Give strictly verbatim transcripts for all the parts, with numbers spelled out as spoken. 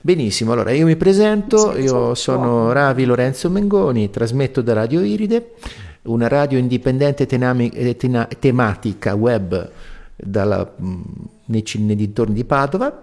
Benissimo, allora io mi presento, io sono Ravi Lorenzo Mengoni, trasmetto da Radio Iride, una radio indipendente tenami, tena, tematica web dalla, nei, nei dintorni di Padova,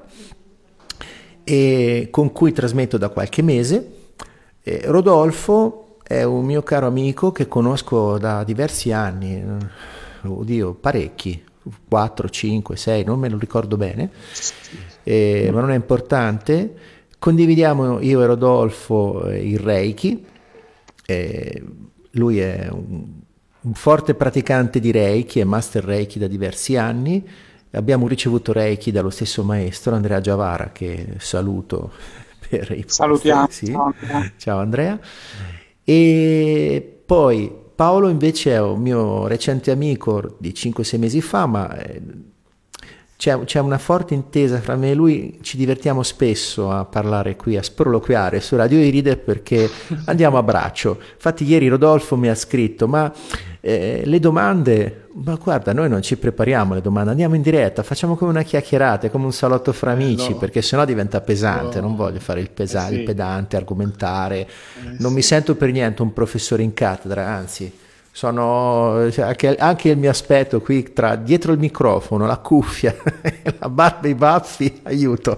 e con cui trasmetto da qualche mese. E Rodolfo è un mio caro amico che conosco da diversi anni, oddio, parecchi, quattro, cinque, sei, non me lo ricordo bene, eh, ma non è importante. Condividiamo io e Rodolfo il Reiki, eh, lui è un, un forte praticante di Reiki, è master Reiki da diversi anni, abbiamo ricevuto Reiki dallo stesso maestro Andrea Giavara, che saluto per i salutiamo. Sì. Ciao Andrea. E poi Paolo invece è un mio recente amico di cinque sei mesi fa, ma c'è, c'è una forte intesa fra me e lui, ci divertiamo spesso a parlare qui, a sproloquiare su Radio Iride, perché andiamo a braccio. Infatti ieri Rodolfo mi ha scritto, ma eh, le domande, ma guarda, noi non ci prepariamo le domande, andiamo in diretta, facciamo come una chiacchierata, come un salotto fra amici, eh, no. Perché sennò diventa pesante, no. Non voglio fare il, pesa- eh sì. il pedante, argomentare, eh non sì. mi sento per niente un professore in cattedra, anzi sono anche, anche il mio aspetto qui tra dietro il microfono, la cuffia, la barba, i baffi, aiuto.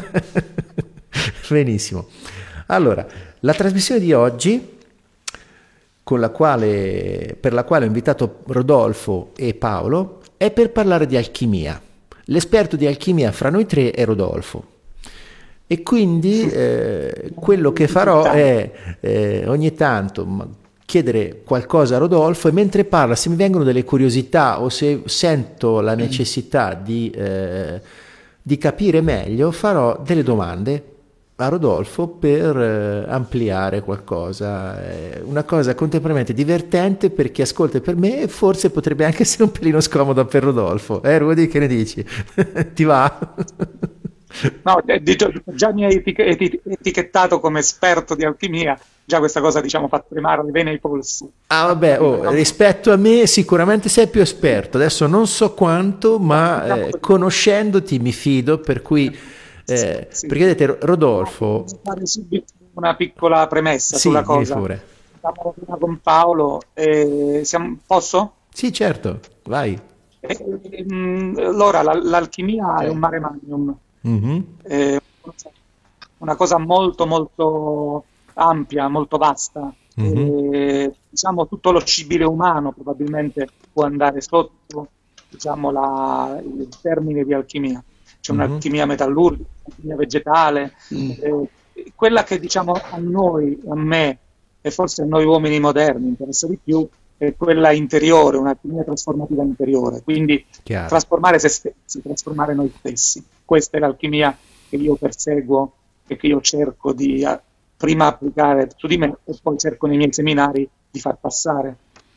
Benissimo. Allora, la trasmissione di oggi, con la quale, per la quale ho invitato Rodolfo e Paolo, è per parlare di alchimia. L'esperto di alchimia fra noi tre è Rodolfo. E quindi eh, quello che farò è eh, ogni tanto chiedere qualcosa a Rodolfo, e mentre parla, se mi vengono delle curiosità o se sento la necessità di, eh, di capire meglio, farò delle domande a Rodolfo per eh, ampliare qualcosa, eh, una cosa contemporaneamente divertente per chi ascolta e per me, e forse potrebbe anche essere un pelino scomoda per Rodolfo. Eh Rudy, che ne dici? Ti va? No, già mi hai etichettato come esperto di alchimia, già questa cosa, diciamo, fa tremare le vene ai polsi. Ah vabbè, oh, rispetto a me sicuramente sei più esperto, adesso non so quanto, ma eh, conoscendoti mi fido, per cui eh, sì, sì. Perché vedete Rodolfo, posso fare subito una piccola premessa sì, sulla cosa. Pure. Stiamo prima con Paolo, eh, siamo... posso? Sì, certo, vai. Eh, mh, allora la, l'alchimia sì. è un mare magnum. Mm-hmm. È una cosa molto molto ampia, molto vasta. Mm-hmm. E, diciamo, tutto lo scibile umano probabilmente può andare sotto, diciamo, la, il termine di alchimia. C'è mm-hmm. un'alchimia metallurgica, un'alchimia vegetale, mm. eh, quella che, diciamo, a noi, a me e forse a noi uomini moderni interessa di più è quella interiore, un'alchimia trasformativa interiore, quindi Chiaro. trasformare se stessi, trasformare noi stessi. Questa è l'alchimia che io perseguo e che io cerco di a, prima applicare su di me e poi cerco nei miei seminari di far passare.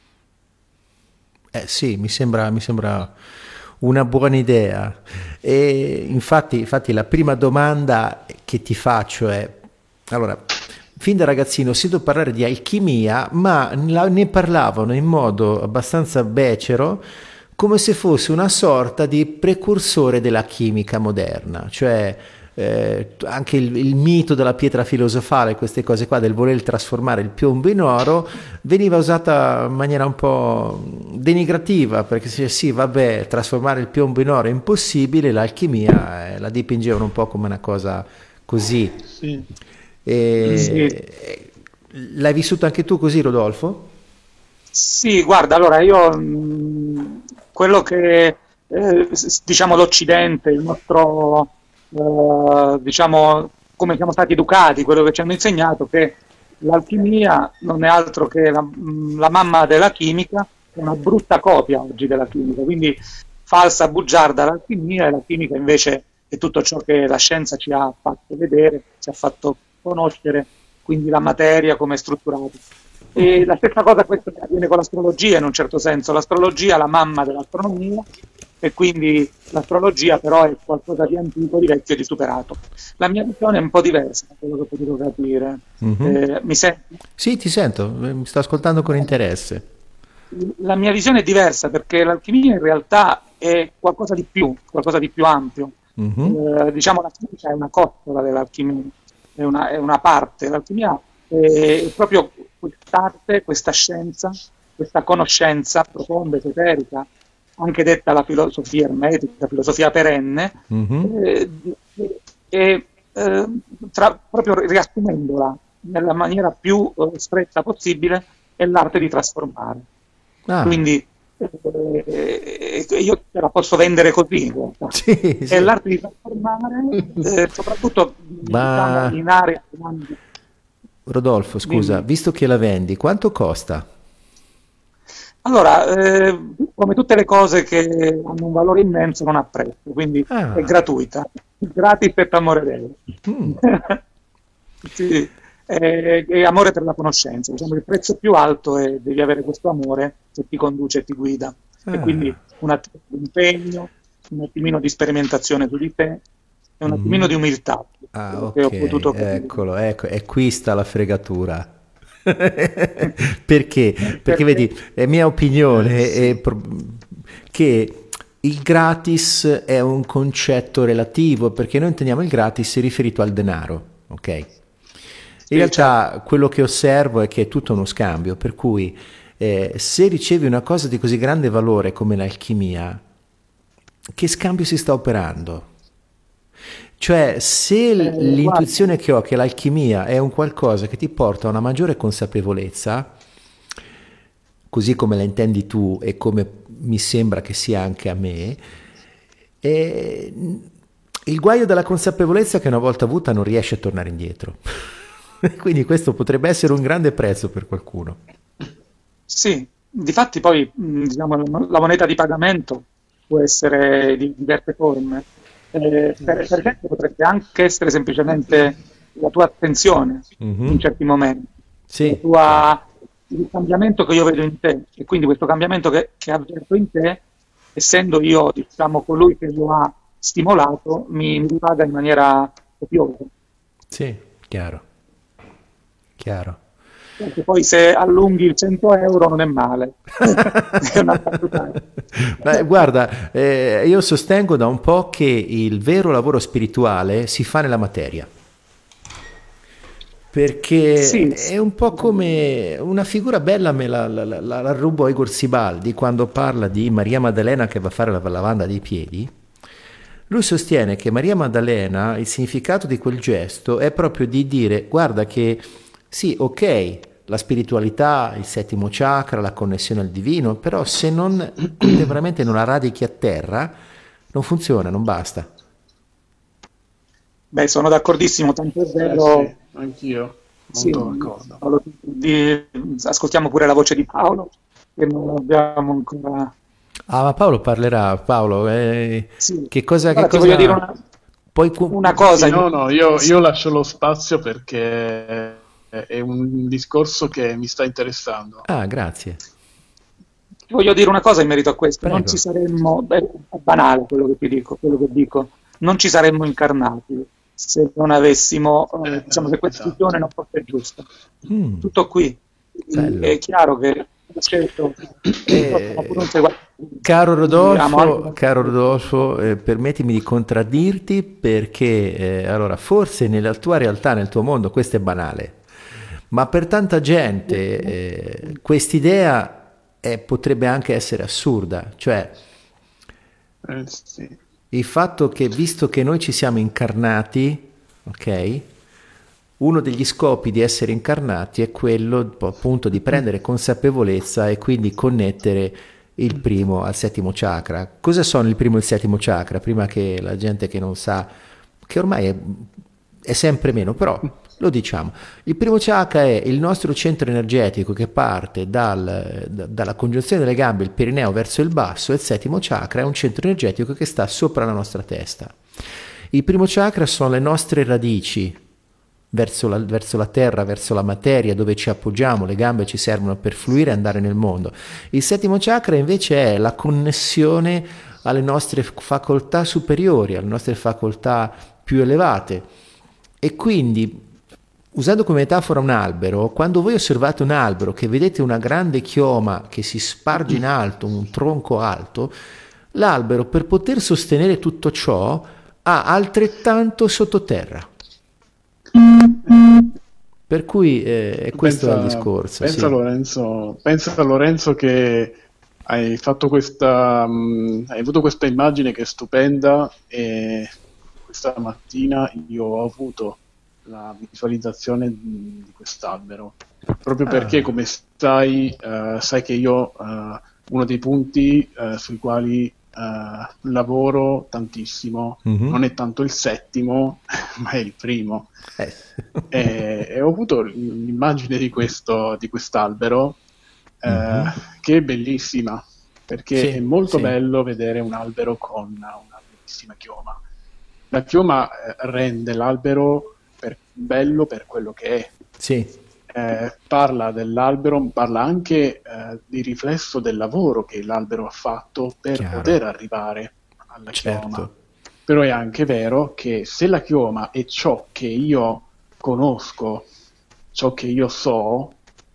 Eh sì, mi sembra, mi sembra una buona idea. E infatti, infatti la prima domanda che ti faccio è, allora, fin da ragazzino ho sentito parlare di alchimia, ma ne parlavano in modo abbastanza becero, come se fosse una sorta di precursore della chimica moderna, cioè eh, anche il, il mito della pietra filosofale, queste cose qua del voler trasformare il piombo in oro, veniva usata in maniera un po' denigrativa, perché se sì, vabbè, trasformare il piombo in oro è impossibile, l'alchimia eh, la dipingevano un po' come una cosa così. Sì. E, sì. L'hai vissuto anche tu così, Rodolfo? Sì, guarda, allora io mh, quello che eh, diciamo l'Occidente, il nostro eh, diciamo come siamo stati educati, quello che ci hanno insegnato, che l'alchimia non è altro che la, la mamma della chimica, è una brutta copia oggi della chimica, quindi falsa, bugiarda l'alchimia, e la chimica invece è tutto ciò che la scienza ci ha fatto vedere, ci ha fatto conoscere, quindi la materia come è strutturata. E la stessa cosa questo avviene con l'astrologia in un certo senso, l'astrologia è la mamma dell'astronomia e quindi l'astrologia però è qualcosa di antico, di vecchio e di superato. La mia visione è un po' diversa da quello che ho potuto capire. Mm-hmm. Eh, mi senti? Sì, ti sento, mi sto ascoltando con interesse. La mia visione è diversa perché l'alchimia in realtà è qualcosa di più, qualcosa di più ampio. Mhm. Eh, diciamo la chimica è una costola dell'alchimia, è una, è una parte dell'alchimia, e è proprio quest'arte, questa scienza, questa conoscenza profonda, esoterica, anche detta la filosofia ermetica, filosofia perenne, Mhm. eh, e eh, tra- proprio riassumendola nella maniera più eh, stretta possibile, è l'arte di trasformare. Ah, Quindi eh, io te la posso vendere così in realtà. sì, È sì. l'arte di trasformare, eh, soprattutto diciamo Ma in aree. Rodolfo, scusa, Dimmi. visto che la vendi, quanto costa? Allora, eh, come tutte le cose che hanno un valore immenso, non ha prezzo, quindi è Ah, gratuita, gratis per amore Dei. mm, Sì, è, è amore per la conoscenza. Diciamo, il prezzo più alto è devi avere questo amore che ti conduce e ti guida, e quindi ah, un attimino di impegno, un attimino di sperimentazione su di te e un attimino mhm. di umiltà, Ah, quello che ok, ho potuto capire. eccolo, ecco, e qui sta la fregatura. Perché? Perché Perché? vedi, è mia Eh opinione è sì. pro- che il gratis è un concetto relativo, perché noi intendiamo il gratis riferito al denaro, ok? In Sì, certo. realtà quello che osservo è che è tutto uno scambio, per cui eh, se ricevi una cosa di così grande valore come l'alchimia, che scambio si sta operando? Cioè, se Eh, guarda, l'intuizione che ho che l'alchimia è un qualcosa che ti porta a una maggiore consapevolezza, così come la intendi tu e come mi sembra che sia anche a me, è il guaio della consapevolezza che una volta avuta non riesce a tornare indietro. Quindi questo potrebbe essere un grande prezzo per qualcuno. sì, difatti poi mh, diciamo, la la moneta di pagamento può essere di diverse forme. Eh, per, per esempio potrebbe anche essere semplicemente la tua attenzione in Mhm. certi momenti, la Sì, chiaro. tua- il cambiamento che io vedo in te, e quindi questo cambiamento che, che avverto in te, essendo io diciamo colui che lo ha stimolato, mi, mi ripaga in maniera copiosa. Sì, chiaro, chiaro. Perché poi se allunghi il cento euro non è male. È una battuta. Beh, guarda, eh, io sostengo da un po' che il vero lavoro spirituale si fa nella materia, perché Sì, è sì, un po' come una figura bella, me la, la, la, la rubo a Igor Sibaldi quando parla di Maria Maddalena che va a fare la lavanda dei piedi. Lui sostiene che Maria Maddalena, il significato di quel gesto è proprio di dire, guarda che sì, ok, la spiritualità, il settimo chakra, la connessione al divino, però se non contemporaneamente non la radichi a terra, non funziona, non basta. beh, sono d'accordissimo, tanto è Eh sì, vero. anch'io, Sì, molto d'accordo. Paolo, di- ascoltiamo pure la voce di Paolo, che non abbiamo ancora. Ah, ma Paolo parlerà, Paolo, eh, Sì, che cosa, che allora ti voglio dire cosa, una, poi cu- una cosa. Sì, in- no, no, io, io lascio lo spazio perché è un discorso che mi sta interessando. ah, grazie, Ti voglio dire una cosa in merito a questo, non ci prego. saremmo, beh, è banale quello che ti dico, quello che dico, non ci saremmo incarnati se non avessimo, eh, Eh, diciamo, se questa visione esatto. non fosse giusta. Mm, Tutto qui. È bello. chiaro che certo, sono pure un Eh, seguace, caro quindi amo anche Rodolfo, molto caro questo. Rodolfo, eh, permettimi di contraddirti perché eh, allora forse nella tua realtà, nel tuo mondo, questo è banale, ma per tanta gente eh, quest'idea eh, potrebbe anche essere assurda, cioè Eh, sì. il fatto che visto che noi ci siamo incarnati, ok? Uno degli scopi di essere incarnati è quello appunto di prendere consapevolezza e quindi connettere il primo al settimo chakra. Cosa sono il primo e il settimo chakra? Prima che la gente che non sa, che ormai è, è sempre meno, però lo diciamo. Il primo chakra è il nostro centro energetico che parte dal- da- dalla congiunzione delle gambe, il perineo verso il basso, e il settimo chakra è un centro energetico che sta sopra la nostra testa. Il primo chakra sono le nostre radici, verso la, verso la terra, verso la materia, dove ci appoggiamo, le gambe ci servono per fluire e andare nel mondo. Il settimo chakra invece è la connessione alle nostre facoltà superiori, alle nostre facoltà più elevate. E quindi, usando come metafora un albero, quando voi osservate un albero, che vedete una grande chioma che si sparge in alto, un tronco alto, l'albero per poter sostenere tutto ciò ha altrettanto sottoterra. Per cui eh, questo pensa, è il discorso. Pensa, sì. Lorenzo, pensa a Lorenzo che hai fatto questa, mh, hai avuto questa immagine che è stupenda, e questa mattina io ho avuto la visualizzazione di, di quest'albero, proprio Ah. perché, come sai, uh, sai che io uh, uno dei punti uh, sui quali uh, lavoro tantissimo Mm-hmm. non è tanto il settimo, ma è il primo. Eh. e, e ho avuto l'immagine di questo di quest'albero eh, Mm-hmm. che è bellissima, perché Sì, è molto sì. bello vedere un albero con una bellissima chioma. La chioma eh, rende l'albero per, bello per quello che è. Sì. Eh, parla dell'albero, parla anche eh, di riflesso del lavoro che l'albero ha fatto per Chiaro. poter arrivare alla Certo. chioma. Però è anche vero che se la chioma è ciò che io conosco, ciò che io so,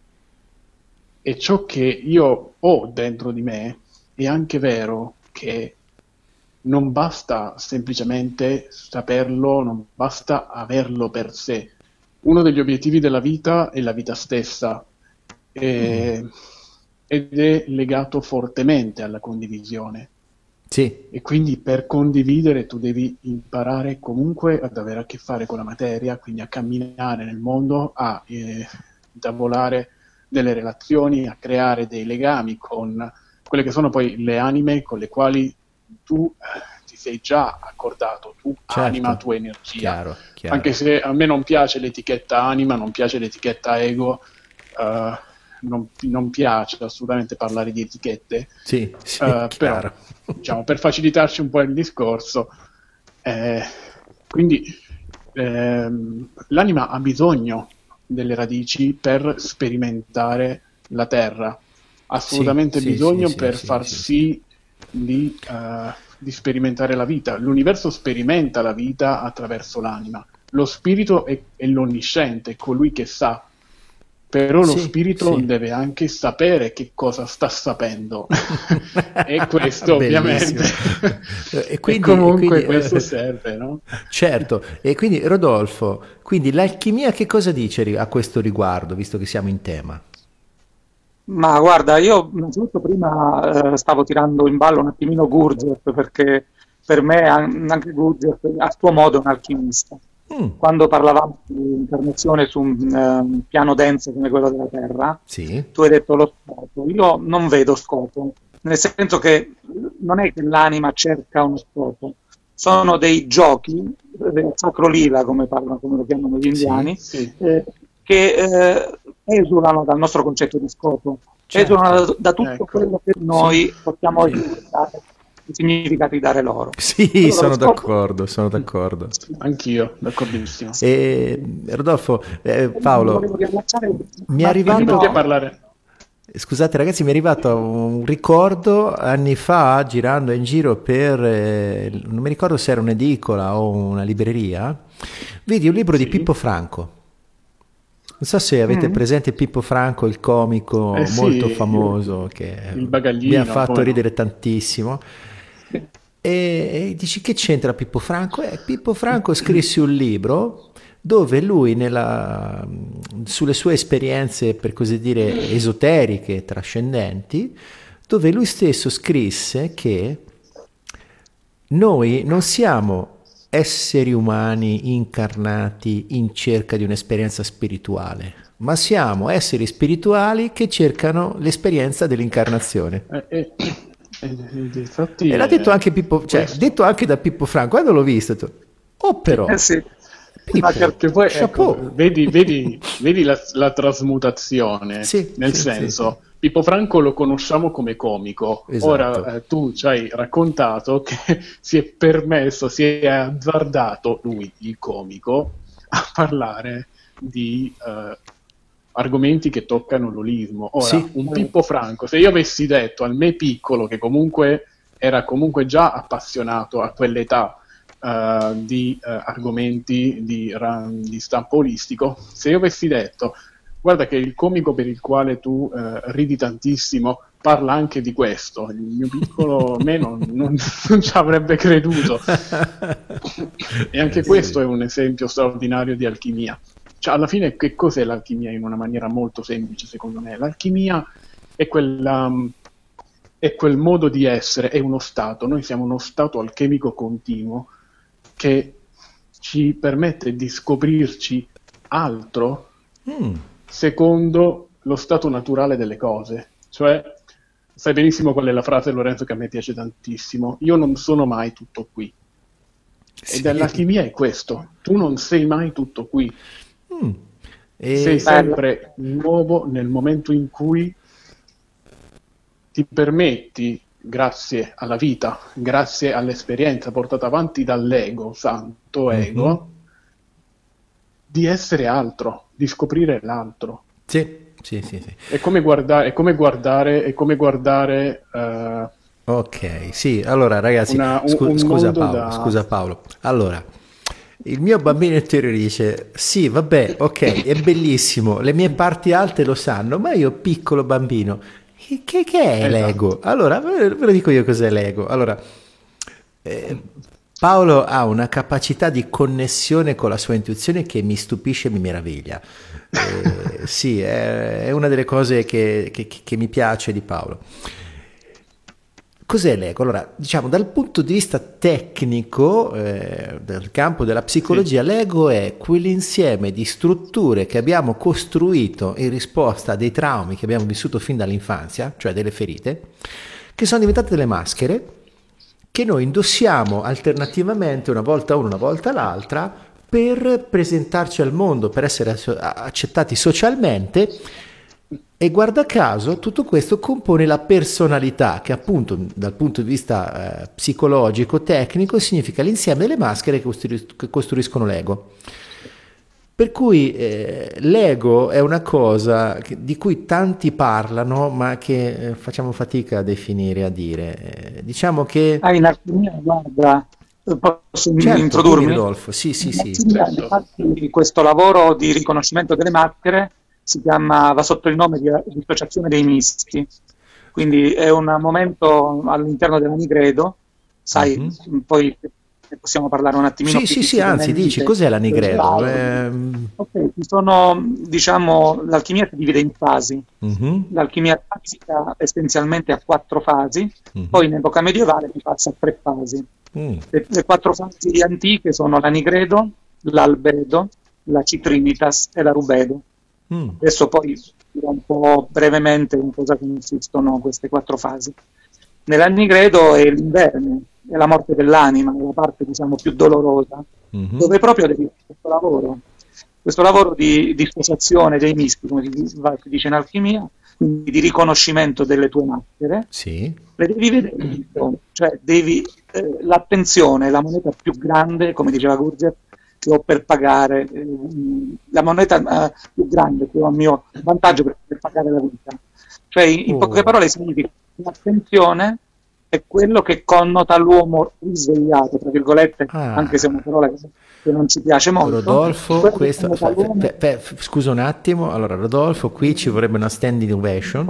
e ciò che io ho dentro di me, è anche vero che non basta semplicemente saperlo, non basta averlo per sé. Uno degli obiettivi della vita è la vita stessa, e, mm. ed è legato fortemente alla condivisione. Sì. E quindi per condividere tu devi imparare comunque ad avere a che fare con la materia, quindi a camminare nel mondo, a eh, intavolare delle relazioni, a creare dei legami con quelle che sono poi le anime con le quali tu eh, ti sei già accordato, tu Certo. anima, tua energia. Chiaro, chiaro. Anche se a me non piace l'etichetta anima, non piace l'etichetta ego, uh, non, non piace assolutamente parlare di etichette, sì, sì, uh, però diciamo, per facilitarci un po' il discorso, eh, quindi ehm, l'anima ha bisogno delle radici per sperimentare la terra, assolutamente sì, bisogno sì, per sì, far sì, sì, sì. Di, uh, di sperimentare la vita. L'universo sperimenta la vita attraverso l'anima. Lo spirito è, è l'onnisciente, è colui che sa. Però sì, lo spirito sì. deve anche sapere che cosa sta sapendo. E questo ovviamente e, quindi, e comunque e quindi, questo eh, serve, no? Certo. E quindi Rodolfo, quindi l'alchimia che cosa dice a questo riguardo, visto che siamo in tema? Ma guarda, io innanzitutto prima eh, stavo tirando in ballo un attimino Gurdjieff, perché per me an- anche Gurdjieff a suo modo è un alchimista. Mm. Quando parlavamo di incarnazione su un eh, piano denso come quello della Terra, Sì. tu hai detto lo scopo. Io non vedo scopo, nel senso che non è che l'anima cerca uno scopo, sono dei giochi del sacro lila, come parlano, come lo chiamano gli indiani, Sì, sì. eh, che eh, esulano dal nostro concetto di scopo, Certo. esulano da, da tutto Ecco. quello che noi Sì. possiamo Sì. dare i significati dare loro. Sì, Allora, sono lo scopo- d'accordo, sono d'accordo. Anch'io, d'accordissimo. E Rodolfo, eh, Volevo Paolo, riallacciare- mi è arrivato- Ti No, metti a parlare. scusate ragazzi, mi è arrivato un ricordo anni fa girando in giro per, eh, non mi ricordo se era un'edicola o una libreria, vidi un libro Sì. di Pippo Franco. Non so se avete Mm. presente Pippo Franco, il comico Eh sì, molto famoso che il bagaglino, mi ha fatto come no. ridere tantissimo. E, e dici, che c'entra Pippo Franco? Eh, Pippo Franco scrisse un libro dove lui nella, sulle sue esperienze, per così dire, esoteriche, trascendenti, dove lui stesso scrisse che noi non siamo esseri umani incarnati in cerca di un'esperienza spirituale, ma siamo esseri spirituali che cercano l'esperienza dell'incarnazione. Eh, eh, eh, infatti, E l'ha detto eh, anche Pippo, cioè questo. detto anche da Pippo Franco, quando l'ho visto, ho detto, oh però, Eh sì. Pippo, Ma che- Che poi, chapeau. ecco, vedi, vedi, vedi la, la trasmutazione, Sì, nel sì, senso, sì. Pippo Franco lo conosciamo come comico. Esatto. Ora eh, tu ci hai raccontato che si è permesso, si è azzardato, lui, il comico, a parlare di eh, argomenti che toccano l'olismo. Ora, Sì. un Pippo Franco, se io avessi detto al me piccolo, che comunque era comunque già appassionato a quell'età, Uh, di uh, argomenti di, ra- di stampo olistico, se io avessi detto guarda che il comico per il quale tu uh, ridi tantissimo parla anche di questo. Il mio piccolo me non, non, non ci avrebbe creduto. E anche questo è un esempio straordinario di alchimia. Cioè, alla fine, che cos'è l'alchimia in una maniera molto semplice, secondo me? L'alchimia è quella, è quel modo di essere, è uno stato. Noi siamo uno stato alchemico continuo che ci permette di scoprirci altro mm. secondo lo stato naturale delle cose. Cioè, sai benissimo qual è la frase, Lorenzo, che a me piace tantissimo: io non sono mai tutto qui. Sì. E dall'alchimia è questo: tu non sei mai tutto qui. Mm. E... sei sempre nuovo nel momento in cui ti permetti, grazie alla vita, grazie all'esperienza portata avanti dall'ego, santo ego, mm-hmm. di essere altro, di scoprire l'altro. Sì, sì, sì, sì. È come guardare, è come guardare, è come guardare uh, ok, sì, allora ragazzi, una, un, scu- un scusa Paolo, da... scusa Paolo. Allora, il mio bambino interiore dice: sì, vabbè, ok, è bellissimo, le mie parti alte lo sanno, ma io piccolo bambino, che, che, che è esatto. l'ego? Allora, ve lo dico io cos'è l'ego. Allora, eh, Paolo ha una capacità di connessione con la sua intuizione che mi stupisce e mi meraviglia. Eh, sì, è, è una delle cose che, che, che mi piace di Paolo. Cos'è l'ego? Allora, diciamo, dal punto di vista tecnico, eh, del campo della psicologia, sì. l'ego è quell'insieme di strutture che abbiamo costruito in risposta a dei traumi che abbiamo vissuto fin dall'infanzia, cioè delle ferite, che sono diventate delle maschere che noi indossiamo alternativamente una volta una, una volta l'altra, per presentarci al mondo, per essere accettati socialmente. E guarda caso tutto questo compone la personalità, che appunto dal punto di vista eh, psicologico, tecnico, significa l'insieme delle maschere che, costruis- che costruiscono l'ego. Per cui eh, l'ego è una cosa che, di cui tanti parlano, ma che eh, facciamo fatica a definire, a dire. Eh, diciamo che... Ah, in alcuni, guarda, posso certo, introdurmi? Rodolfo, sì, sì, sì. Certo. Infatti questo lavoro di riconoscimento delle maschere si chiama, va sotto il nome di dissociazione dei misti, quindi è un momento all'interno della Nigredo, sai, mm-hmm. poi possiamo parlare un attimino sì, più sì, sì, anzi, dici, cos'è la Nigredo? Eh... Ok, ci sono, diciamo, l'alchimia si divide in fasi, mm-hmm. l'alchimia classica essenzialmente ha quattro fasi, mm-hmm. poi in epoca medievale si passa a tre fasi. Mm. Le, le quattro fasi antiche sono la Nigredo, l'Albedo, la Citrinitas e la Rubedo. Mm. Adesso poi dirò un po' brevemente in cosa consistono queste quattro fasi. Nella Nigredo è l'inverno, è la morte dell'anima, è la parte diciamo più dolorosa, mm-hmm. dove proprio devi fare questo lavoro, questo lavoro di dissociazione dei misti, come si dice in alchimia, quindi di riconoscimento delle tue maschere, sì. le devi vedere, cioè devi eh, l'attenzione, la moneta più grande, come diceva Gurdjieff, che ho per pagare, eh, la moneta eh, più grande che ho a mio vantaggio per, per pagare la vita. Cioè, in, in poche parole significa l'attenzione è quello che connota l'uomo risvegliato, tra virgolette, ah. anche se è una parola che non ci piace molto. Rodolfo, questo, pe, pe, scusa un attimo, allora Rodolfo, qui ci vorrebbe una standing ovation,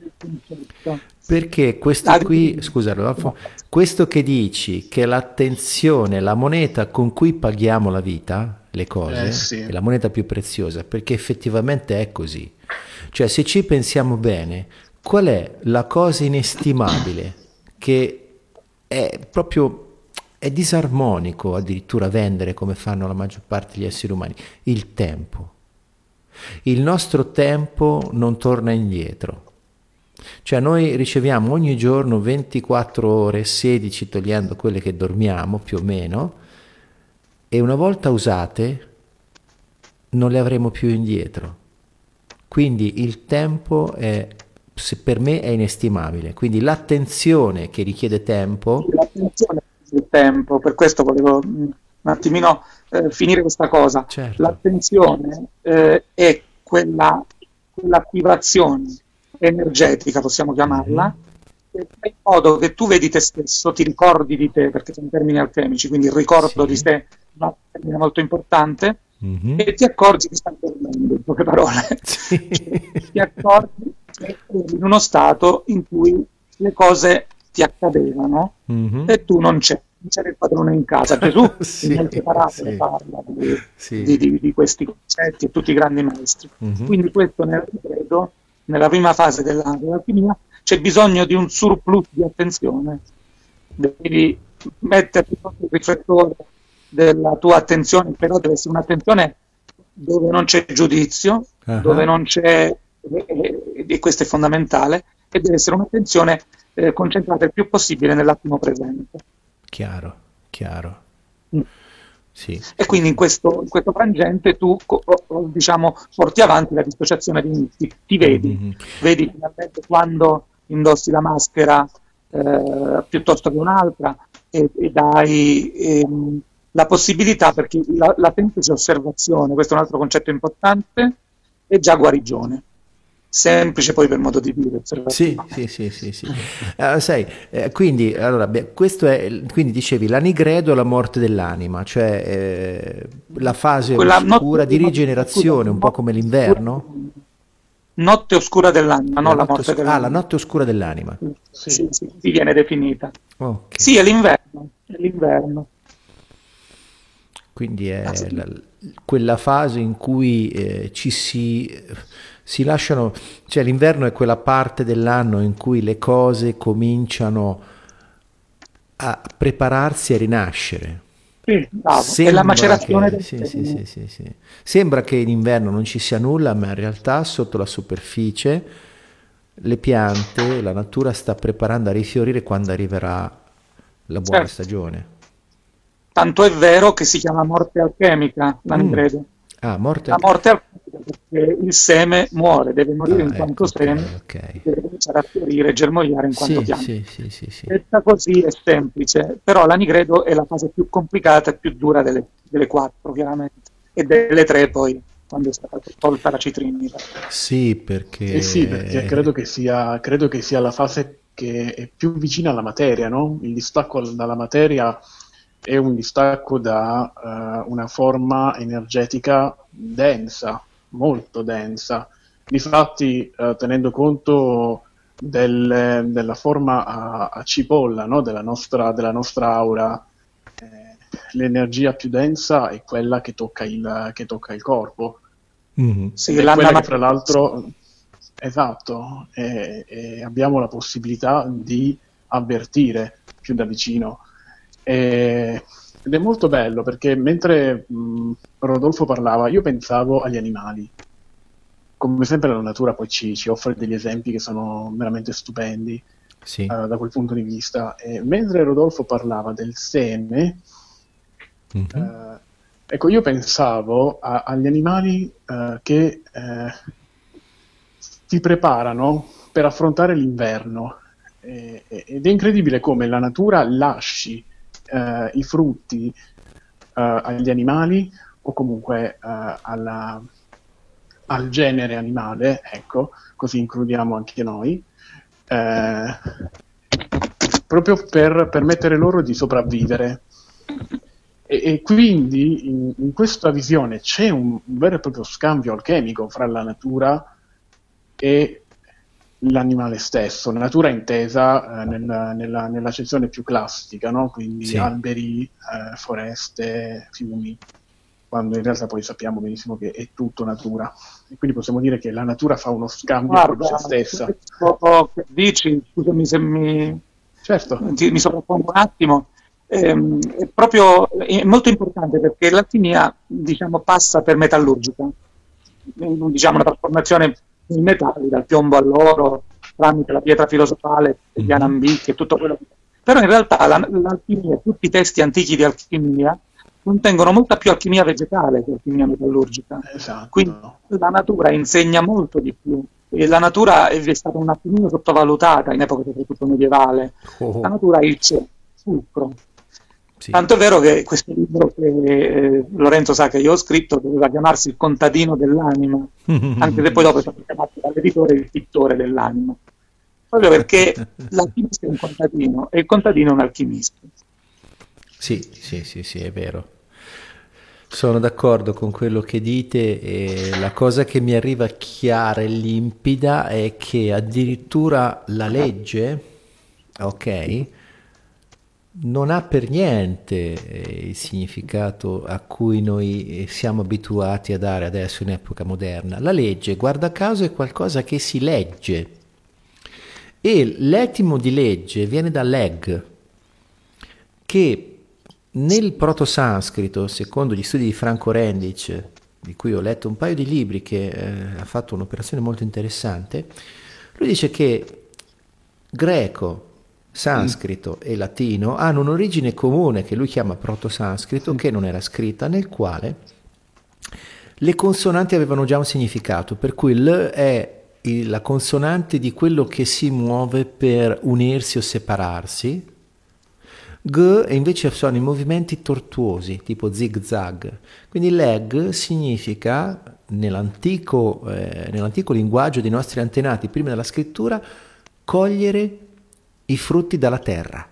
perché questo qui, scusa Rodolfo, questo che dici, che l'attenzione, la moneta con cui paghiamo la vita, le cose, eh sì. è la moneta più preziosa, perché effettivamente è così. Cioè, se ci pensiamo bene, qual è la cosa inestimabile che è proprio è disarmonico addirittura vendere come fanno la maggior parte degli esseri umani? Il tempo. Il nostro tempo non torna indietro. Cioè noi riceviamo ogni giorno ventiquattro ore, sedici togliendo quelle che dormiamo più o meno, e una volta usate non le avremo più indietro. Quindi il tempo è, se per me è inestimabile, quindi l'attenzione che richiede tempo. L'attenzione il tempo, per questo volevo un attimino eh, finire questa cosa. Certo. L'attenzione eh, è quella, quell'attivazione energetica, possiamo chiamarla, mm-hmm. in modo che tu vedi te stesso, ti ricordi di te, perché sono termini alchemici, quindi il ricordo sì. di te è un termine molto importante, mm-hmm. e ti accorgi che stai dormendo, in poche parole. Sì. Cioè, ti accorgi e in uno stato in cui le cose ti accadevano Mhm. e tu non c'eri, non c'era il padrone in casa. Gesù Sì, in molte parabole sì, parla di, sì. di- di- di questi concetti e tutti i grandi maestri. Mhm. Quindi questo nel credo, nella prima fase della- dell'alchimia, c'è bisogno di un surplus di attenzione. Devi mettere sotto il riflettore della tua attenzione, però deve essere un'attenzione dove non c'è giudizio, dove Ah, non c'è, e, e- e questo è fondamentale, e deve essere un'attenzione eh, concentrata il più possibile nell'attimo presente. chiaro, chiaro. Mm. Sì, E sì, quindi in sì. questo, in questo frangente tu co- o- diciamo, porti avanti la dissociazione di inizi, ti vedi, Mhm. vedi finalmente quando indossi la maschera eh, piuttosto che un'altra e, e dai ehm, la possibilità, perché la, la semplice osservazione, questo è un altro concetto importante, è già guarigione. Semplice poi per modo di dire, Sì, osservazione. sì, sì, sì, sì. Eh, sai, eh, quindi, allora, beh, questo è, quindi dicevi, l'anigredo è la morte dell'anima, cioè eh, la fase Quella notte, oscura di no, scusa, rigenerazione, un po' come notte oscura l'inverno? dell'anima. Notte oscura dell'anima, La non la notte morte oscura, ah, la dell'anima. notte oscura dell'anima. Sì, Sì, sì, sì, viene definita. Ok, Sì, è l'inverno, è l'inverno. quindi Ah, è sì. la- quella fase in cui eh, ci si, si lasciano, cioè l'inverno è quella parte dell'anno in cui le cose cominciano a prepararsi a rinascere. Sì, bravo, è la Sembra macerazione che, del sì, sì, seme. sì, sì, sì. Sembra che in inverno non ci sia nulla, ma in realtà sotto la superficie le piante, la natura sta preparando a rifiorire quando arriverà la buona Certo, stagione. tanto è vero che si chiama morte alchemica, Mm. l'anidride. Ah, morte La anche. morte alchemica perché il seme muore, deve morire Ah, in quanto ecco, seme, ok, ok. deve cominciare a fiorire e germogliare in quanto Sì, pianta. sì, sì, sì, sì. Detta così è semplice, però l'anigredo è la fase più complicata e più dura delle, delle quattro, chiaramente, e delle tre poi, quando è stata tolta la citrinita. Sì, eh sì, perché credo perché che sia, credo che sia la fase che è più vicina alla materia, no? Il distacco al- dalla materia è un distacco da eh, una forma energetica densa, molto densa. Difatti, eh, tenendo conto del- della forma a, a cipolla, no? Della nostra, della nostra aura, eh, l'energia più densa è quella che tocca il, che tocca il corpo. Mhm. Sì, Ed è quella l'anima. che fra l'altro, esatto, e, e abbiamo la possibilità di avvertire più da vicino. E- ed è molto bello perché mentre mh, Rodolfo parlava, io pensavo agli animali. Come sempre la natura poi ci, ci offre degli esempi che sono veramente stupendi Sì. eh, da quel punto di vista. E mentre Rodolfo parlava del seme, Mhm. eh, ecco, io pensavo a- agli animali eh, che eh, si preparano per affrontare l'inverno. E- e- ed è incredibile come la natura lasci eh, i frutti eh, agli animali o comunque eh, alla- al genere animale, ecco, così includiamo anche noi, eh, proprio per permettere loro di sopravvivere. E, e quindi in, in questa visione c'è un, un vero e proprio scambio alchemico fra la natura e l'animale stesso, natura intesa eh, nella, nella, nell'accezione più classica, no? Quindi Sì. alberi, eh, foreste, fiumi, quando in realtà poi sappiamo benissimo che è tutto natura. E quindi possiamo dire che la natura fa uno scambio con se Guarda, stessa. questo che dici, scusami se mi, Certo, ti- mi sovrappongo un attimo, ehm, è proprio è molto importante perché l'alchimia, diciamo, passa per metallurgica, in, diciamo, una trasformazione in metalli, dal piombo all'oro, tramite la pietra filosofale, gli Mhm. anambicchi e tutto quello che... Però in realtà la- l'alchimia, tutti i testi antichi di alchimia, contengono molta più alchimia vegetale che alchimia metallurgica. Quindi esatto. la natura insegna molto di più. E la natura è stata un attimino sottovalutata in epoca soprattutto medievale. Oh, La natura è il cielo, fulcro. sì. Tanto è vero che questo libro che eh, Lorenzo sa che io ho scritto doveva chiamarsi Il contadino dell'anima, anche se poi dopo è stato chiamato dall'editore Il pittore dell'anima. Proprio perché l'alchimista è un contadino e il contadino è un alchimista. Sì, sì, sì, sì, è vero. Sono d'accordo con quello che dite e la cosa che mi arriva chiara e limpida è che addirittura la legge, ok, non ha per niente eh, il significato a cui noi eh, siamo abituati a dare adesso in epoca moderna. La legge, guarda caso, è qualcosa che si legge e l'etimo di legge viene da leg, che nel proto-sanscrito, secondo gli studi di Franco Rendic, di cui ho letto un paio di libri, che eh, ha fatto un'operazione molto interessante, lui dice che greco, sanscrito e latino hanno un'origine comune che lui chiama proto-sanscrito, che non era scritta, nel quale le consonanti avevano già un significato, per cui L è il- la consonante di quello che si muove per unirsi o separarsi. G invece sono i movimenti tortuosi, tipo zig-zag. Quindi leg significa, nell'antico, eh, nell'antico linguaggio dei nostri antenati, prima della scrittura, cogliere i frutti dalla terra.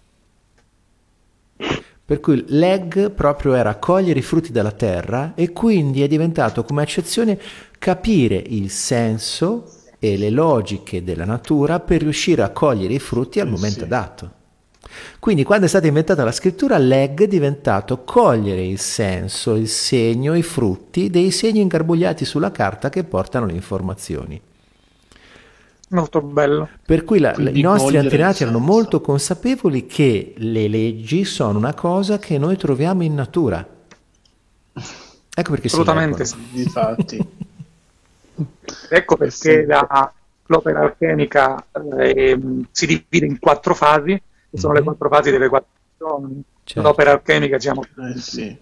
Per cui leg proprio era cogliere i frutti dalla terra e quindi è diventato come accezione capire il senso e le logiche della natura per riuscire a cogliere i frutti al Eh momento sì. adatto. Quindi quando è stata inventata la scrittura, leg è diventato cogliere il senso, il segno, i frutti dei segni ingarbugliati sulla carta che portano le informazioni. Molto bello. Per cui la- la- i Quindi nostri cogliere il antenati erano senso. molto consapevoli che le leggi sono una cosa che noi troviamo in natura. Ecco perché si Assolutamente leggono. sì. Difatti. Ecco Eh perché sì. la- l'opera alchemica ehm, si divide in quattro fasi, che sono le Mhm. quattro fasi delle quattro stagioni. Certo. L'opera alchemica, diciamo, Eh sì.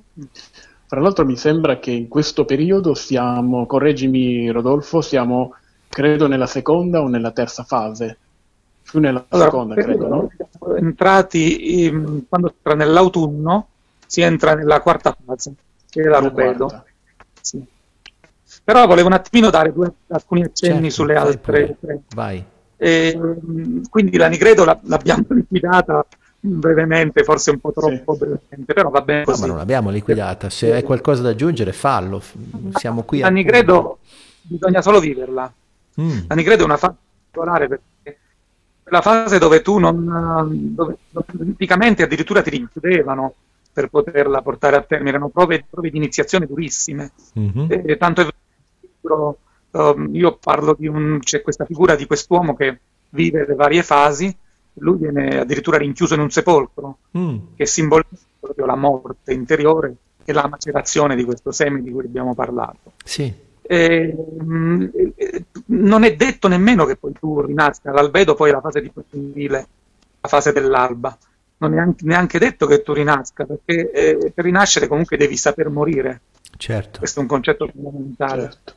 Tra l'altro mi sembra che in questo periodo siamo, correggimi Rodolfo, siamo credo nella seconda o nella terza fase. Più nella allora, seconda, credo, no? siamo entrati in- quando si entra nell'autunno, si entra nella quarta fase, che è la La rubedo. quarta. Sì. Però volevo un attimino dare due- alcuni accenni Certo, sulle vai altre pure. tre. Vai. E, mh, quindi la Nigredo la- l'abbiamo liquidata brevemente, forse un po' troppo brevemente, però va bene No, ma così. non l'abbiamo liquidata. Se hai qualcosa da aggiungere, fallo. F- Siamo qui La a... Nigredo bisogna solo viverla. Mm, La Nigredo è una fase particolare perché è la fase dove tu non, dove, dove anticamente addirittura ti rinchiudevano per poterla portare a termine, erano prove, prove di iniziazione durissime. mhm. E tanto è vero, um, io parlo di un, c'è questa figura di quest'uomo che vive le varie fasi, lui viene addirittura rinchiuso in un sepolcro, Mm, che simbolizza proprio la morte interiore e la macerazione di questo seme di cui abbiamo parlato. sì. E, mh, e- non è detto nemmeno che poi tu rinasca, l'albedo poi è la fase di Cottinville, la fase dell'alba, non è neanche, neanche detto che tu rinasca, perché eh, per rinascere comunque devi saper morire, Certo. questo è un concetto fondamentale. Certo.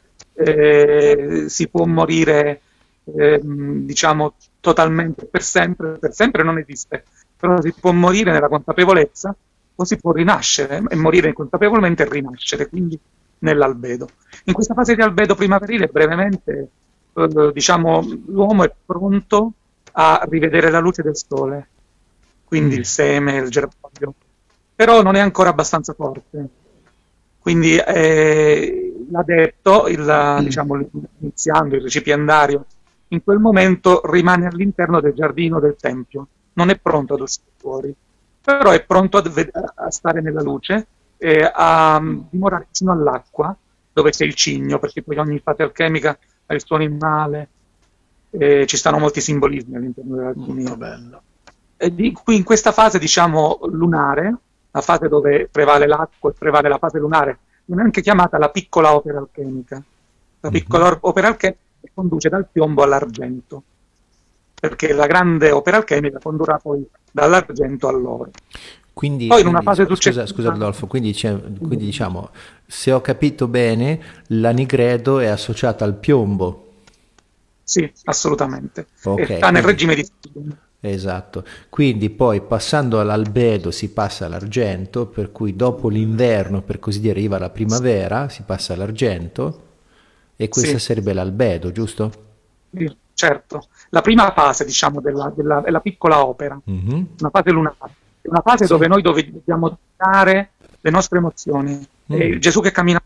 Eh, si può morire ehm, diciamo totalmente per sempre, per sempre non esiste, però si può morire nella consapevolezza o si può rinascere e morire inconsapevolmente e rinascere, quindi nell'albedo. In questa fase di albedo primaverile, brevemente, eh, diciamo, l'uomo è pronto a rivedere la luce del sole, quindi Mm. il seme, il germoglio, però non è ancora abbastanza forte. Quindi eh, l'adepto, il, diciamo, l'iniziando, il recipiendario, in quel momento rimane all'interno del giardino del tempio, non è pronto ad uscire fuori, però è pronto ad ved- a stare nella luce e a um, dimorare vicino all'acqua, dove c'è il cigno, perché poi ogni fase alchemica ha il suo animale, e ci stanno molti simbolismi all'interno dell'alchimia. Molto bello. E di qui in questa fase, diciamo, lunare, la fase dove prevale l'acqua e prevale la fase lunare, viene anche chiamata la piccola opera alchemica. La piccola or- opera alchemica conduce dal piombo all'argento, perché la grande opera alchemica condurrà poi dall'argento all'oro. Quindi, Poi in una quindi, fase scusa, successiva... scusa Rodolfo, quindi, c'è- quindi diciamo, se ho capito bene, la Nigredo è associata al piombo. Sì, assolutamente. Ok, E sta nel quindi- regime di Saturno. Esatto, quindi poi passando all'albedo si passa all'argento, per cui dopo l'inverno, per così dire, arriva la primavera, si passa all'argento e questa Sì. sarebbe l'albedo, giusto? Sì, certo. La prima fase, diciamo, della, della, è la piccola opera, Mhm. una fase lunare. È una fase Sì. dove noi dove dobbiamo dominare le nostre emozioni. Mm. È Gesù che cammina.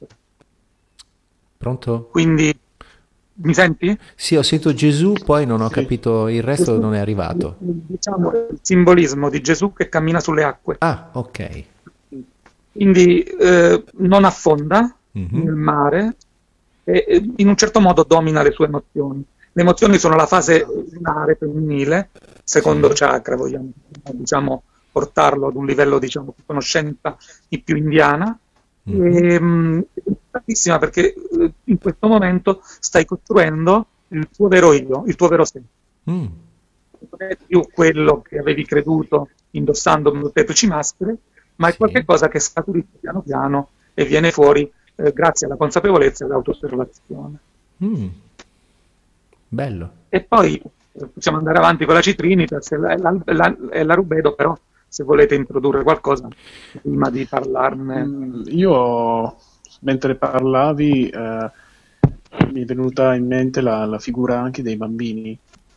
Pronto? Quindi, mi senti? Sì, ho sentito Gesù, poi non ho Sì. capito, il resto Gesù- non è arrivato. Diciamo il simbolismo di Gesù che cammina sulle acque. Ah, ok. Quindi eh, non affonda Mhm. nel mare e e in un certo modo domina le sue emozioni. Le emozioni sono la fase lunare femminile, secondo Sì. chakra, vogliamo diciamo, portarlo ad un livello diciamo, di conoscenza di più indiana. Mhm. E, mh, è importantissima perché eh, in questo momento stai costruendo il tuo vero io, il tuo vero sé. Mm. Non è più quello che avevi creduto indossando molteplici maschere, ma è Sì. qualcosa che scaturisce piano piano e viene fuori eh, grazie alla consapevolezza e all'autoosservazione. Mm. Bello. E poi eh, possiamo andare avanti con la Citrinitas e la, la, la, e la Rubedo, però se volete introdurre qualcosa prima di parlarne. Mm, Io, mentre parlavi, eh, mi è venuta in mente la, la figura anche dei bambini.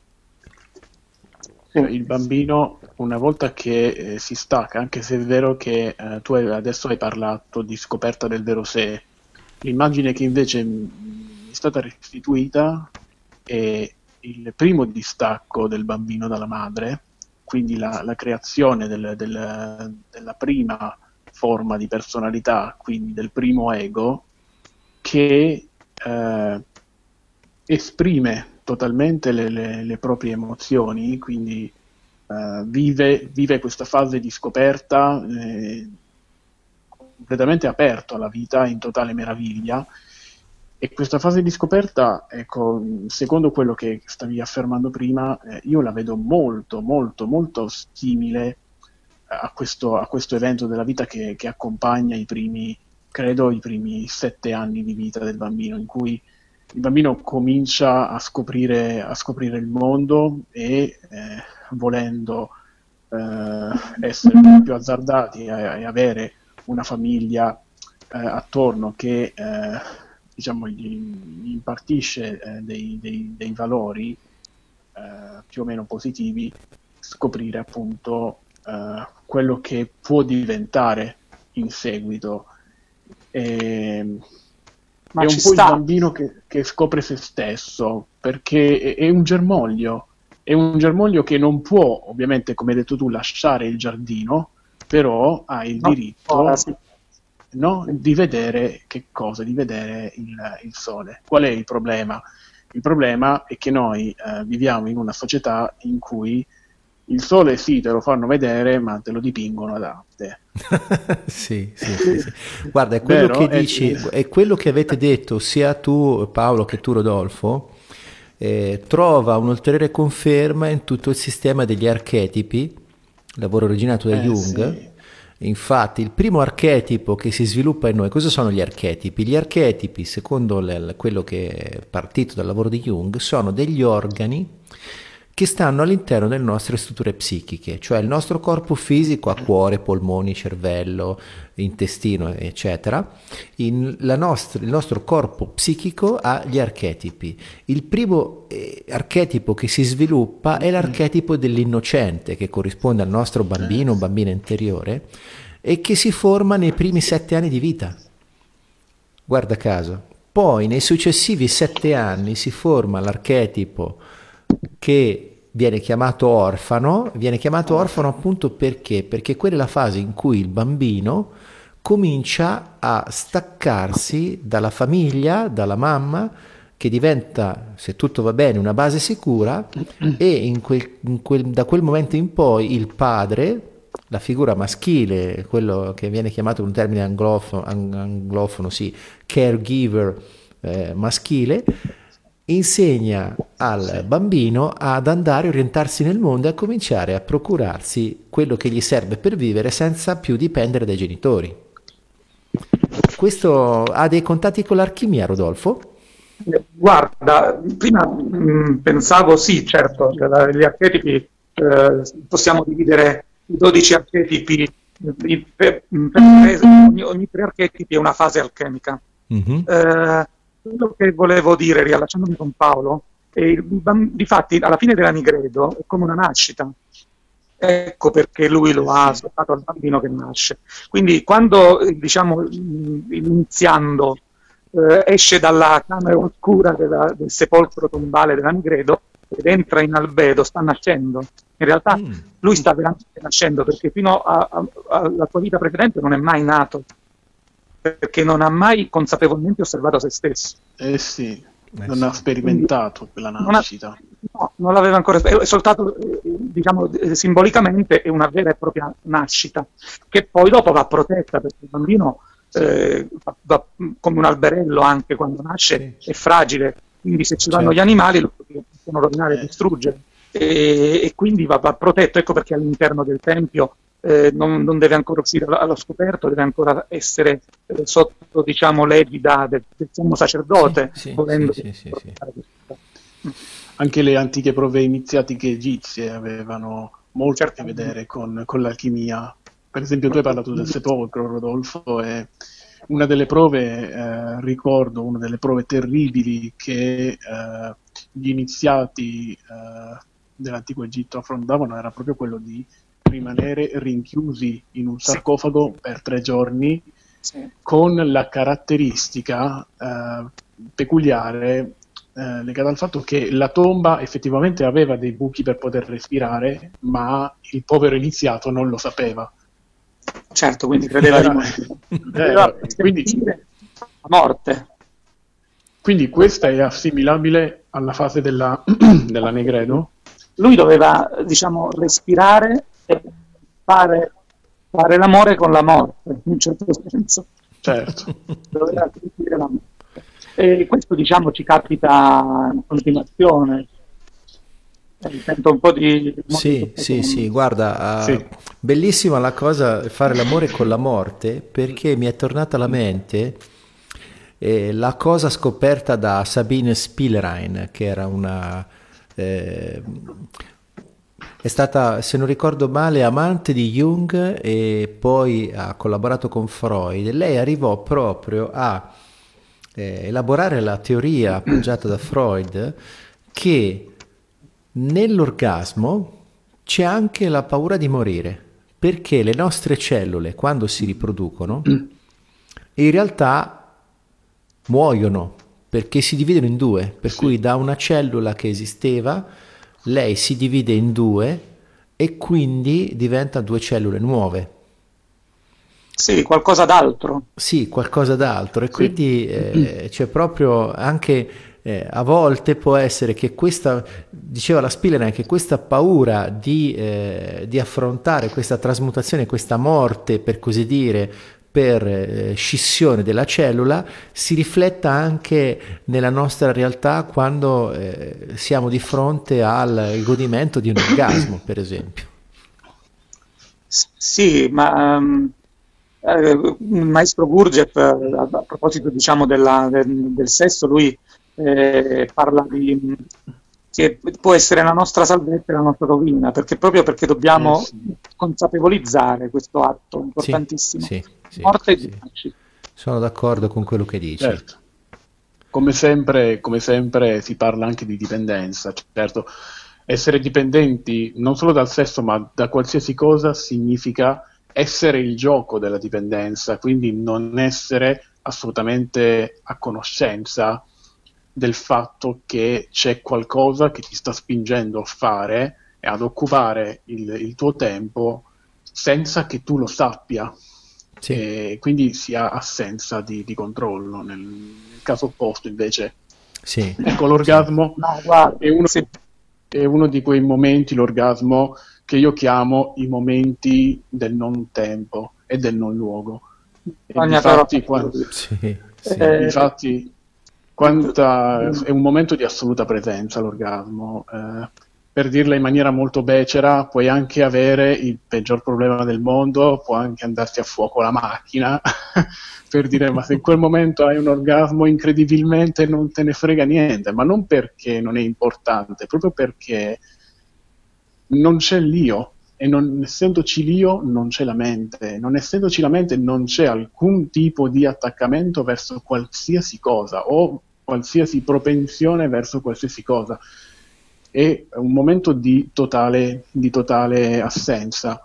Cioè, il bambino, una volta che eh, si stacca, anche se è vero che eh, tu hai- adesso hai parlato di scoperta del vero sé, l'immagine che invece mi è stata restituita è il primo distacco del bambino dalla madre, quindi la, la creazione del- del- della prima forma di personalità, quindi del primo ego, che eh, esprime totalmente le, le- le proprie emozioni, quindi eh, vive, vive questa fase di scoperta eh, completamente aperto alla vita, in totale meraviglia. E questa fase di scoperta, ecco, secondo quello che stavi affermando prima, eh, io la vedo molto, molto, molto simile a questo, a questo evento della vita che, che accompagna i primi, credo, i primi sette anni di vita del bambino, in cui il bambino comincia a scoprire, a scoprire il mondo e eh, volendo eh, essere più azzardati e, e avere una famiglia eh, attorno che eh, diciamo, gli, gli impartisce eh, dei, dei- dei valori eh, più o meno positivi, scoprire appunto eh, quello che può diventare in seguito. E, Ma è un ci po' il sta. bambino che, che scopre se stesso, perché è, è un germoglio, è un germoglio che non può, ovviamente, come hai detto tu, lasciare il giardino, però ha il No, diritto, ora sì. no, di vedere che cosa? Di vedere il, il sole. Qual è il problema? Il problema è che noi eh, viviamo in una società in cui il sole sì, te lo fanno vedere, ma te lo dipingono ad arte. Sì, sì, sì, sì. Guarda, è quello Vero? che È- dici, è quello che avete detto sia tu Paolo che tu Rodolfo, eh, trova un'ulteriore conferma in tutto il sistema degli archetipi, lavoro originato da Eh, Jung. sì. Infatti, il primo archetipo che si sviluppa in noi, cosa sono gli archetipi? Gli archetipi, secondo l- quello che è partito dal lavoro di Jung, sono degli organi che stanno all'interno delle nostre strutture psichiche, cioè il nostro corpo fisico ha cuore, polmoni, cervello, intestino, eccetera. In- la nostra- il nostro corpo psichico ha gli archetipi. Il primo eh, archetipo che si sviluppa è l'archetipo dell'innocente, che corrisponde al nostro bambino, bambina interiore, e che si forma nei primi sette anni di vita. Guarda caso. Poi nei successivi sette anni si forma l'archetipo che viene chiamato orfano, viene chiamato orfano appunto perché? Perché quella è la fase in cui il bambino comincia a staccarsi dalla famiglia, dalla mamma, che diventa, se tutto va bene, una base sicura, e in quel, in quel, da quel momento in poi il padre, la figura maschile, quello che viene chiamato con un termine anglofono, anglofono sì, caregiver eh, maschile, insegna al Sì. bambino ad andare a orientarsi nel mondo e a cominciare a procurarsi quello che gli serve per vivere senza più dipendere dai genitori. Questo ha dei contatti con l'alchimia, Rodolfo? Eh, Guarda, prima mh, pensavo sì, certo, la- gli archetipi eh, possiamo dividere i dodici archetipi in- per, per fase, ogni, ogni tre archetipi è una fase alchemica. Mhm. Eh, quello che volevo dire, riallacciandomi con Paolo, è il bam- difatti alla fine della Nigredo è come una nascita. ecco perché lui lo ha sottrato al bambino che nasce. Quindi quando, eh, diciamo, mh, iniziando, eh, esce dalla camera oscura della- del sepolcro tombale della Nigredo ed entra in albedo, sta nascendo. In realtà Mm. lui sta veramente nascendo, perché fino a- a- alla sua vita precedente non è mai nato, perché non ha mai consapevolmente osservato se stesso. Eh sì, Eh non sì. ha sperimentato quella Non ha- nascita. No, non l'aveva ancora, è soltanto, eh, diciamo, eh, simbolicamente è una vera e propria nascita, che poi dopo va protetta, perché il bambino eh, va, va come un alberello anche quando nasce, Sì. è fragile, quindi se ci vanno Certo. gli animali lo possono rovinare e Eh. distruggere, e, e quindi va, va protetto. Ecco perché all'interno del tempio eh, non, non deve ancora uscire allo allo scoperto, deve ancora essere eh, sotto, diciamo, l'egida del, del sommo sacerdote, Sì, sì, volendo sì, sì, sì, sì. proteggere questo. Anche le antiche prove iniziatiche egizie avevano molto a che Certamente. vedere con, con l'alchimia. Per esempio, tu hai parlato del sepolcro, Rodolfo, e una delle prove, eh, ricordo, una delle prove terribili che eh, gli iniziati eh, dell'antico Egitto affrontavano era proprio quello di rimanere rinchiusi in un Sì. sarcofago per tre giorni Sì. con la caratteristica eh, peculiare eh, legata al fatto che la tomba effettivamente aveva dei buchi per poter respirare, ma il povero iniziato non lo sapeva. Certo, quindi credeva di Era- morire. eh, Credeva quindi, sentire la morte. quindi questa è assimilabile alla fase della, della Negredo? Lui doveva, diciamo, respirare e fare, fare l'amore con la morte, in un certo senso. Certo. Doveva sentire la morte. E questo, diciamo, ci capita in continuazione. Eh, sento un po' di... Sì, sì, sì, guarda, Sì. eh, bellissima la cosa fare l'amore con la morte, perché mi è tornata alla mente eh, la cosa scoperta da Sabine Spielrein, che era una... eh, è stata, se non ricordo male, amante di Jung e poi ha collaborato con Freud. Lei arrivò proprio a eh, elaborare la teoria appoggiata da Freud che nell'orgasmo c'è anche la paura di morire, perché le nostre cellule, quando si riproducono, in realtà muoiono, perché si dividono in due, per Sì. cui da una cellula che esisteva, lei si divide in due e quindi diventa due cellule nuove. Sì, qualcosa d'altro. Sì, qualcosa d'altro, e Sì. quindi eh, c'è proprio anche eh, a volte può essere che questa, diceva la Spiller, che questa paura di, eh, di affrontare questa trasmutazione, questa morte per così dire, per eh, scissione della cellula, si rifletta anche nella nostra realtà quando eh, siamo di fronte al godimento di un orgasmo, per esempio. S- Sì, ma ehm, eh, il maestro Gurdjieff, eh, a, a proposito, diciamo, della- del, del sesso, lui eh, parla di mh, che può essere la nostra salvezza e la nostra rovina, perché proprio perché dobbiamo Eh, sì. consapevolizzare questo atto Sì, importantissimo. sì, sì, Morte e sì. nascita. Sono d'accordo con quello che dici. Certo. Come sempre, come sempre si parla anche di dipendenza. Certo, essere dipendenti non solo dal sesso, ma da qualsiasi cosa significa essere il gioco della dipendenza, quindi non essere assolutamente a conoscenza del fatto che c'è qualcosa che ti sta spingendo a fare e ad occupare il, il tuo tempo senza che tu lo sappia. Sì. E quindi si ha assenza di, di controllo. Nel, nel caso opposto, invece, Sì. ecco, l'orgasmo No, guarda, è uno, sì. è uno di quei momenti, l'orgasmo, che io chiamo i momenti del non tempo e del non luogo. E Bisogna difatti, però- quan- Sì, sì. Eh, difatti, quanta, è un momento di assoluta presenza l'orgasmo. Eh, per dirla in maniera molto becera, puoi anche avere il peggior problema del mondo, può anche andarti a fuoco la macchina, per dire, ma se in quel momento hai un orgasmo incredibilmente non te ne frega niente, ma non perché non è importante, proprio perché non c'è l'io, e non essendoci l'io non c'è la mente, non essendoci la mente non c'è alcun tipo di attaccamento verso qualsiasi cosa o qualsiasi propensione verso qualsiasi cosa. è un momento di totale, di totale assenza,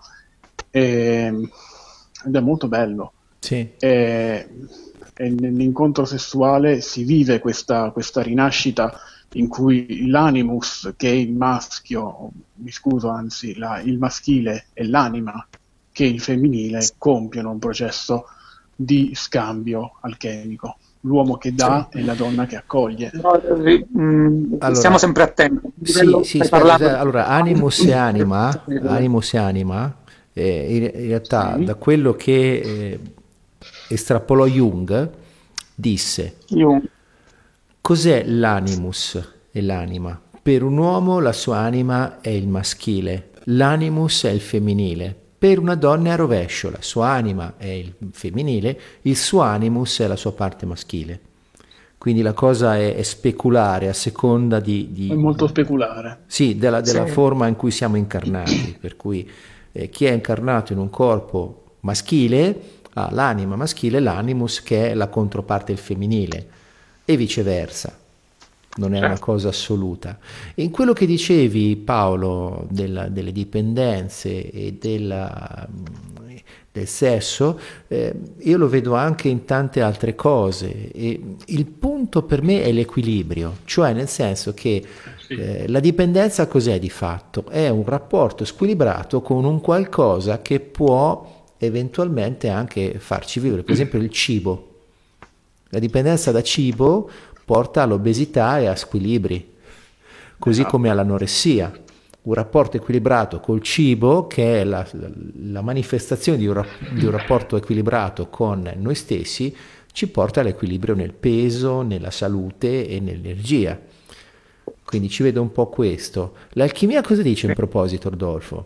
e, ed è molto bello. Sì. E, e nell'incontro sessuale si vive questa, questa rinascita in cui l'animus, che è il maschio, mi scuso, anzi, la, il maschile, e l'anima, che è il femminile, compiono un processo di scambio alchemico. L'uomo che dà Sì. e la donna che accoglie. No, eh, mh, Allora, stiamo sempre attenti. Sì, Quello- sì, stai aspetta, parlando- aspetta, allora, animus e anima, animus e anima, eh, in, in realtà Sì. da quello che eh, estrapolò Jung, disse: Io- cos'è l'animus e l'anima? Per un uomo la sua anima è il maschile, l'animus è il femminile. Per una donna è a rovescio, la sua anima è il femminile, il suo animus è la sua parte maschile. Quindi la cosa è, è speculare a seconda di... di È molto speculare. Sì, della, della Sì. forma in cui siamo incarnati, per cui eh, chi è incarnato in un corpo maschile ha l'anima maschile, l'animus, che è la controparte del femminile, e viceversa. Non è una Certo. cosa assoluta. E in quello che dicevi, Paolo, della- delle dipendenze e della, del sesso, eh, io lo vedo anche in tante altre cose. E il punto per me è l'equilibrio, cioè nel senso che Sì. eh, la dipendenza cos'è di fatto? È un rapporto squilibrato con un qualcosa che può eventualmente anche farci vivere, per esempio il cibo. La dipendenza da cibo porta all'obesità e a squilibri, così Esatto. come all'anoressia. Un rapporto equilibrato col cibo, che è la, la manifestazione di un, rap- di un rapporto equilibrato con noi stessi, ci porta all'equilibrio nel peso, nella salute e nell'energia. Quindi ci vedo un po' questo. L'alchimia cosa dice in proposito, Rodolfo?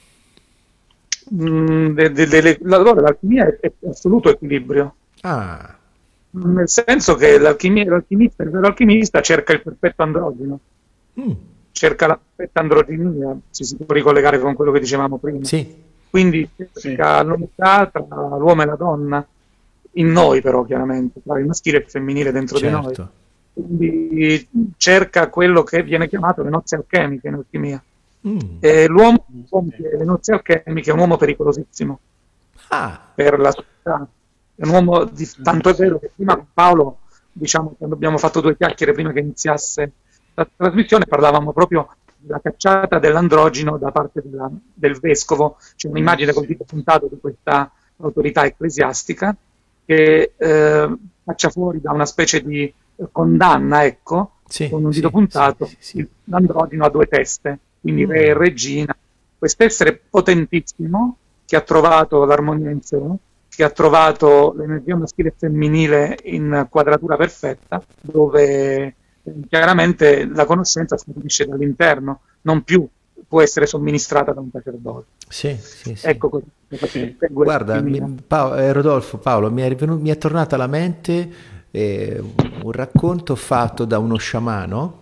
mh, de- de- delle- allora, l'alchimia è, è assoluto equilibrio, Ah, nel senso che l'alchimia, l'alchimista, il vero alchimista cerca il perfetto androgeno, mm, cerca la perfetta androginia, ci si può ricollegare con quello che dicevamo prima. sì, Quindi Sì. cerca l'unità tra l'uomo e la donna, in noi però chiaramente, tra il maschile e il femminile dentro di noi. certo. Quindi cerca quello che viene chiamato le nozze alchemiche in alchimia. Mm. E l'uomo che compie le nozze alchemiche è un uomo pericolosissimo Ah, per la società. È un uomo di, tanto è vero che prima con Paolo, diciamo, quando abbiamo fatto due chiacchiere prima che iniziasse la trasmissione, parlavamo proprio della cacciata dell'androgeno da parte della- del vescovo. C'è un'immagine col dito puntato di questa autorità ecclesiastica che eh, caccia fuori da una specie di eh, condanna, ecco, sì, con un sì, dito puntato, sì, sì, sì. il- l'androgeno ha due teste, quindi Mm. re e regina. Quest'essere potentissimo che ha trovato l'armonia in sé, che ha trovato l'energia maschile e femminile in quadratura perfetta, dove eh, chiaramente la conoscenza scaturisce dall'interno, non più può essere somministrata da un sacerdote. Sì, sì, sì. Ecco così. Sì. Guarda, mi- Pao- eh, Rodolfo, Paolo, mi è, rivenu- mi è tornato alla mente eh, un racconto fatto da uno sciamano,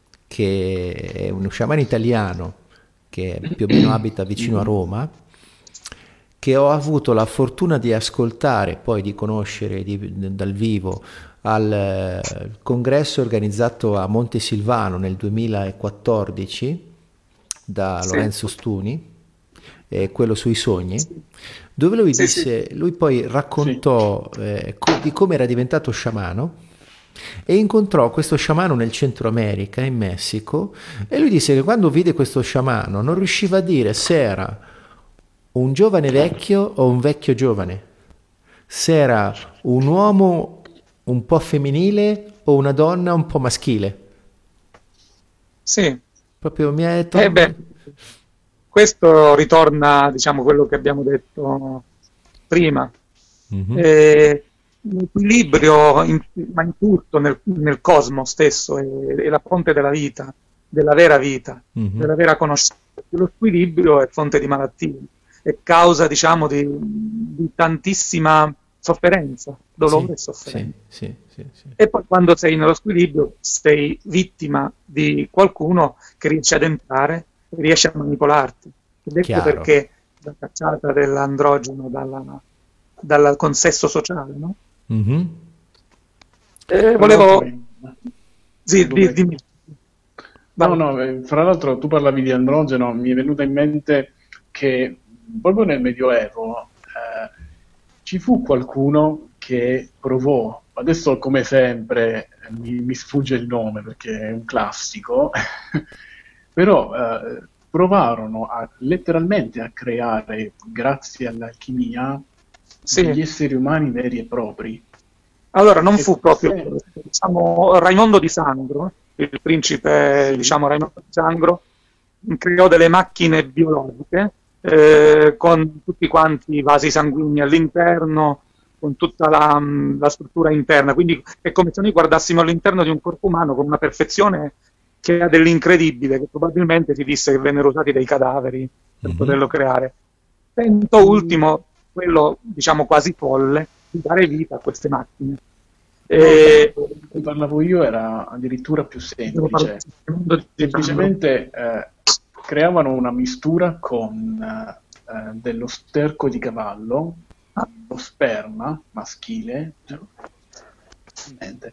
che è uno sciamano italiano, che più o meno abita vicino a Roma, che ho avuto la fortuna di ascoltare, poi di conoscere di- dal vivo al eh, congresso organizzato a Montesilvano nel duemilaquattordici da Sì. Lorenzo Stuni, eh, quello sui sogni, dove lui Sì, disse, lui poi raccontò eh, co- di come era diventato sciamano e incontrò questo sciamano nel Centro America, in Messico, e lui disse che quando vide questo sciamano non riusciva a dire se era un giovane vecchio o un vecchio giovane, se era un uomo un po' femminile o una donna un po' maschile. Sì. Proprio mi ha detto... Eh beh, questo ritorna, diciamo, a quello che abbiamo detto prima. Mhm. Eh, l'equilibrio, in, ma in tutto, nel, nel cosmo stesso, è, è la fonte della vita, della vera vita, Mhm. della vera conoscenza. Lo squilibrio è fonte di malattie, è causa, diciamo, di, di tantissima sofferenza, dolore Sì, e sofferenza. sì, sì, sì, sì. E poi quando sei nello squilibrio sei vittima di qualcuno che riesce ad entrare, riesce a manipolarti. Ed ecco Chiaro. perché la cacciata dell'androgeno dalla, dal consesso sociale, no? Mhm. Eh, volevo... Sì, Dove- di- dimmi. No, no, eh, fra l'altro tu parlavi di androgeno, mi è venuto in mente che proprio nel Medioevo eh, ci fu qualcuno che provò, adesso come sempre eh, mi, mi sfugge il nome perché è un classico, però eh, provarono a, letteralmente a creare, grazie all'alchimia, Sì. degli esseri umani veri e propri. Allora, non E fu proprio, se- diciamo, Raimondo di Sangro, il principe, Sì. diciamo, Raimondo di Sangro, creò delle macchine biologiche eh, con tutti quanti i vasi sanguigni all'interno, con tutta la, la struttura interna. Quindi è come se noi guardassimo all'interno di un corpo umano con una perfezione che ha dell'incredibile, che probabilmente si disse che vennero usati dei cadaveri per Mhm. poterlo creare. Tento ultimo, quello diciamo quasi folle, di dare vita a queste macchine. No, E, quello di cui parlavo io era addirittura più semplice. Semplicemente eh, creavano una mistura con eh, eh, dello sterco di cavallo, lo sperma maschile, cioè, niente,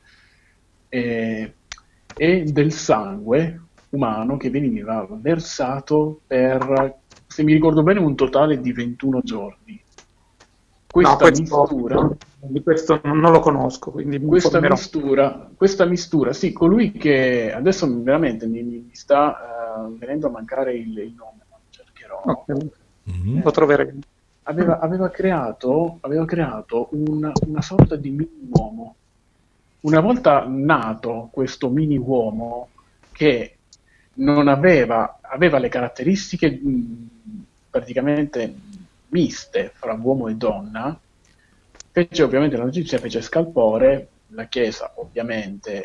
e, e del sangue umano che veniva versato per, se mi ricordo bene, un totale di ventuno giorni. Questa no, questo, mistura, di questo non, non lo conosco, quindi mi questa informerò. mistura, questa mistura, sì, colui che adesso veramente mi, mi sta eh, venendo a mancare il, il nome, ma lo cercherò. Ok, Mhm. lo troveremo. Aveva, aveva creato, aveva creato una, una sorta di mini uomo. Una volta nato questo mini uomo, che non aveva, aveva le caratteristiche mh, praticamente miste fra uomo e donna, fece ovviamente la notizia, fece scalpore, la Chiesa ovviamente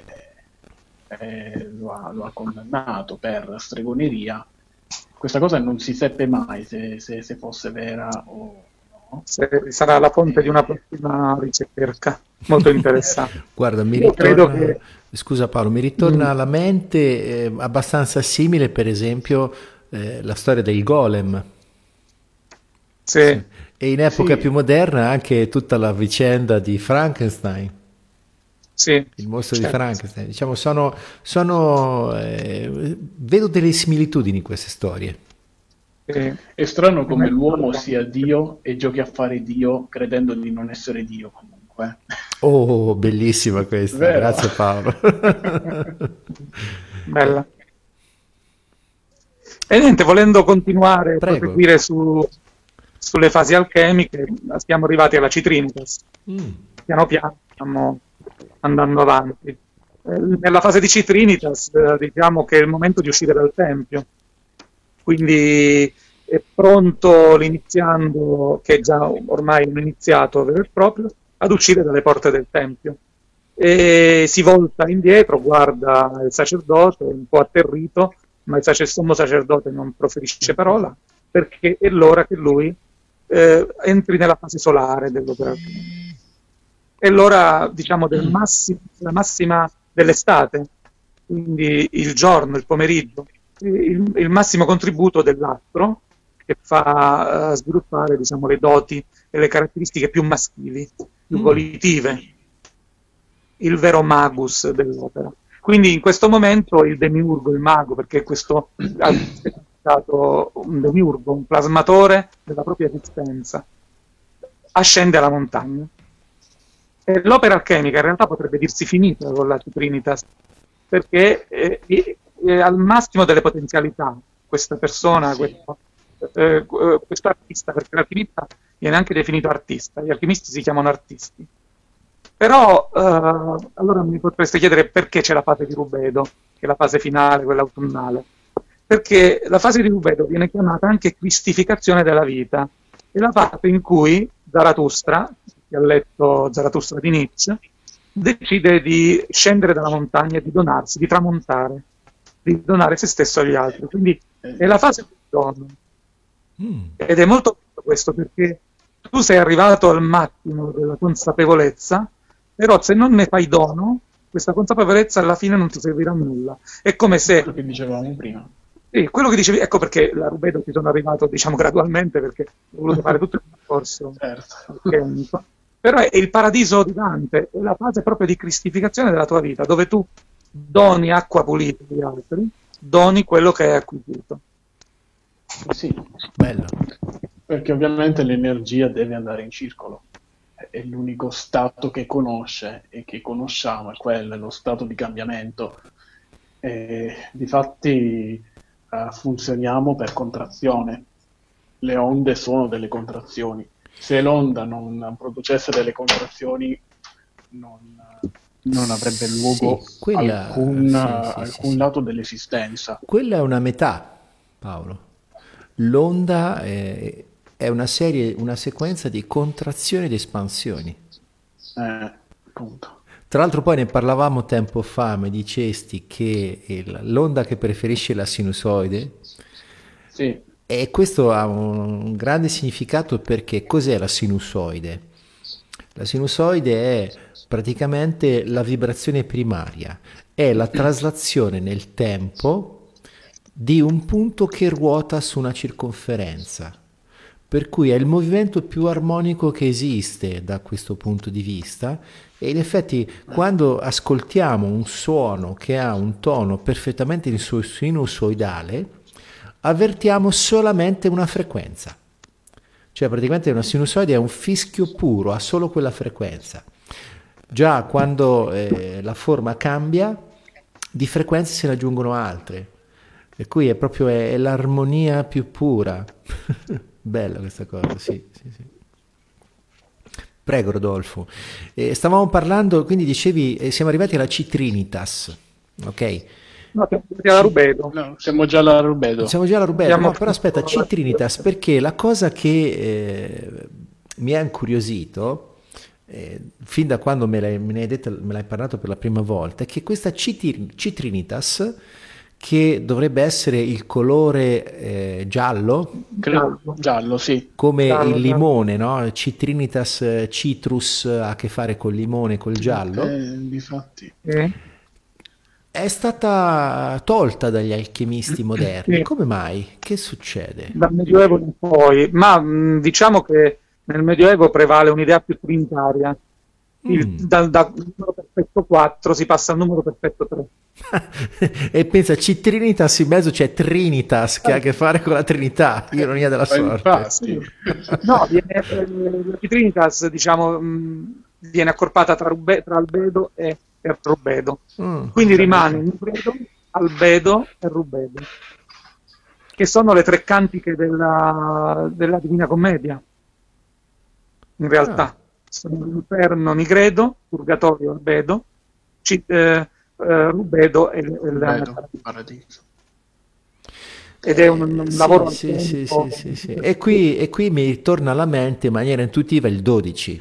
eh, lo, ha, lo ha condannato per stregoneria. Questa cosa non si seppe mai se, se, se fosse vera o no. Se sarà la fonte di una prossima ricerca molto interessante. Guarda, mi Io credo ritorna, che scusa Paolo, mi ritorna Mm. alla mente eh, abbastanza simile, per esempio, eh, la storia del golem. sì, E in epoca Sì. più moderna anche tutta la vicenda di Frankenstein, sì, il mostro di certo. Frankenstein. Diciamo, sono, sono eh, vedo delle similitudini in queste storie. Sì. È strano come l'uomo sia Dio e giochi a fare Dio credendo di non essere Dio comunque. Oh, bellissima questa, Vero? grazie Paolo. Bella. E niente, volendo continuare a Prego. proseguire su, sulle fasi alchemiche, siamo arrivati alla Citrinitas. Mm. Piano piano stiamo andando avanti. Eh, Nella fase di Citrinitas eh, diciamo che è il momento di uscire dal Tempio. Quindi è pronto l'iniziando, che è già ormai un iniziato vero e proprio, ad uscire dalle porte del Tempio. E si volta indietro, guarda il sacerdote, un po' atterrito, ma il sacer- sommo sacerdote non proferisce parola, perché è l'ora che lui eh, entri nella fase solare dell'operazione. È l'ora, diciamo, del massimo, la massima dell'estate, quindi il giorno, il pomeriggio, il, il massimo contributo dell'astro che fa eh, sviluppare, diciamo, le doti e le caratteristiche più maschili, più Mm. volitive, il vero magus dell'opera. Quindi in questo momento il demiurgo, il mago, perché questo è stato un demiurgo, un plasmatore della propria esistenza, ascende alla montagna. E l'opera alchemica in realtà potrebbe dirsi finita con la Citrinitas, perché è, è- è al massimo delle potenzialità questa persona, Sì. questo, eh, questo artista, perché l'alchimista viene anche definito artista, gli alchimisti si chiamano artisti. Però eh, allora mi potreste chiedere perché c'è la fase di Rubedo, che è la fase finale, quella autunnale. Perché la fase di Rubedo viene chiamata anche cristificazione della vita. È la fase in cui Zarathustra, chi ha letto Zarathustra di Nietzsche, decide di scendere dalla montagna e di donarsi, di tramontare, di donare se stesso agli altri. Quindi è la fase del dono. Mm. Ed è molto bello questo perché tu sei arrivato al massimo della consapevolezza, però se non ne fai dono, questa consapevolezza alla fine non ti servirà a nulla. È come se, Quello che dicevamo prima. sì, quello che dicevi, ecco perché la Rubedo ci sono arrivato, diciamo, gradualmente, perché ho voluto fare tutto il percorso Certo. alchemico. Però è il paradiso di Dante, è la fase proprio di cristificazione della tua vita, dove tu doni acqua pulita agli altri doni quello che hai acquisito. Sì, Bello. perché ovviamente l'energia deve andare in circolo. È l'unico stato che conosce e che conosciamo, è quello, è lo stato di cambiamento. E difatti eh, funzioniamo per contrazione. Le onde sono delle contrazioni. Se l'onda non producesse delle contrazioni, non, non avrebbe luogo Sì, quella- alcun, sì, sì, sì, alcun sì. lato dell'esistenza. Quella è una metà, Paolo. L'onda è, è una serie, una sequenza di contrazioni ed espansioni. Eh, appunto. Tra l'altro poi ne parlavamo tempo fa, mi dicesti che il- l'onda che preferisce è la sinusoide, Sì, e questo ha un grande significato, perché cos'è la sinusoide? La sinusoide è praticamente la vibrazione primaria, è la traslazione nel tempo di un punto che ruota su una circonferenza, per cui è il movimento più armonico che esiste da questo punto di vista. E in effetti quando ascoltiamo un suono che ha un tono perfettamente sinusoidale, avvertiamo solamente una frequenza. Cioè praticamente una sinusoide è un fischio puro, ha solo quella frequenza. Già quando eh, la forma cambia, di frequenze se ne aggiungono altre. Per cui è proprio è, è l'armonia più pura. Bella questa cosa, sì, sì, sì. Prego Rodolfo. Eh, stavamo parlando, quindi dicevi, eh, siamo arrivati alla Citrinitas, ok? No, siamo andati alla Rubedo. no, siamo già alla Rubedo. Siamo già alla Rubedo, Abbiamo no, però aspetta, finito la- Citrinitas, perché la cosa che eh, mi ha incuriosito, eh, fin da quando me l'hai, me ne hai detto, me l'hai parlato per la prima volta, è che questa Citri- Citrinitas, che dovrebbe essere il colore eh, giallo, Credo- giallo, sì. come Giallo, il giallo. limone, no? Citrinitas eh, citrus ha a che fare col limone, col giallo, Eh, difatti. Sì. è stata tolta dagli alchimisti moderni. Sì. Come mai? Che succede? Dal Medioevo in poi, ma mh, diciamo che nel Medioevo prevale un'idea più trinitaria. Il- Mm. dal, dal numero perfetto quattro si passa al numero perfetto tre. E pensa, Citrinitas in mezzo c'è Trinitas, che ha a che fare con la Trinità, ironia della Ma sorte. infatti. No, viene, eh, la Trinitas, diciamo, mh, viene accorpata tra, Rube- tra Albedo e, e Rubedo. Mm. Quindi rimane Nubredo, Albedo e Rubedo, che sono le tre cantiche della, della Divina Commedia. In realtà Ah. sono l'inferno Nigredo, Purgatorio Albedo, Ci- eh, eh, Rubedo e, e la- Vedo, paradiso. ed è un, un Sì, lavoro sì, sì, alchemico. sì, sì, sì. E qui, e qui mi torna alla mente in maniera intuitiva il dodici,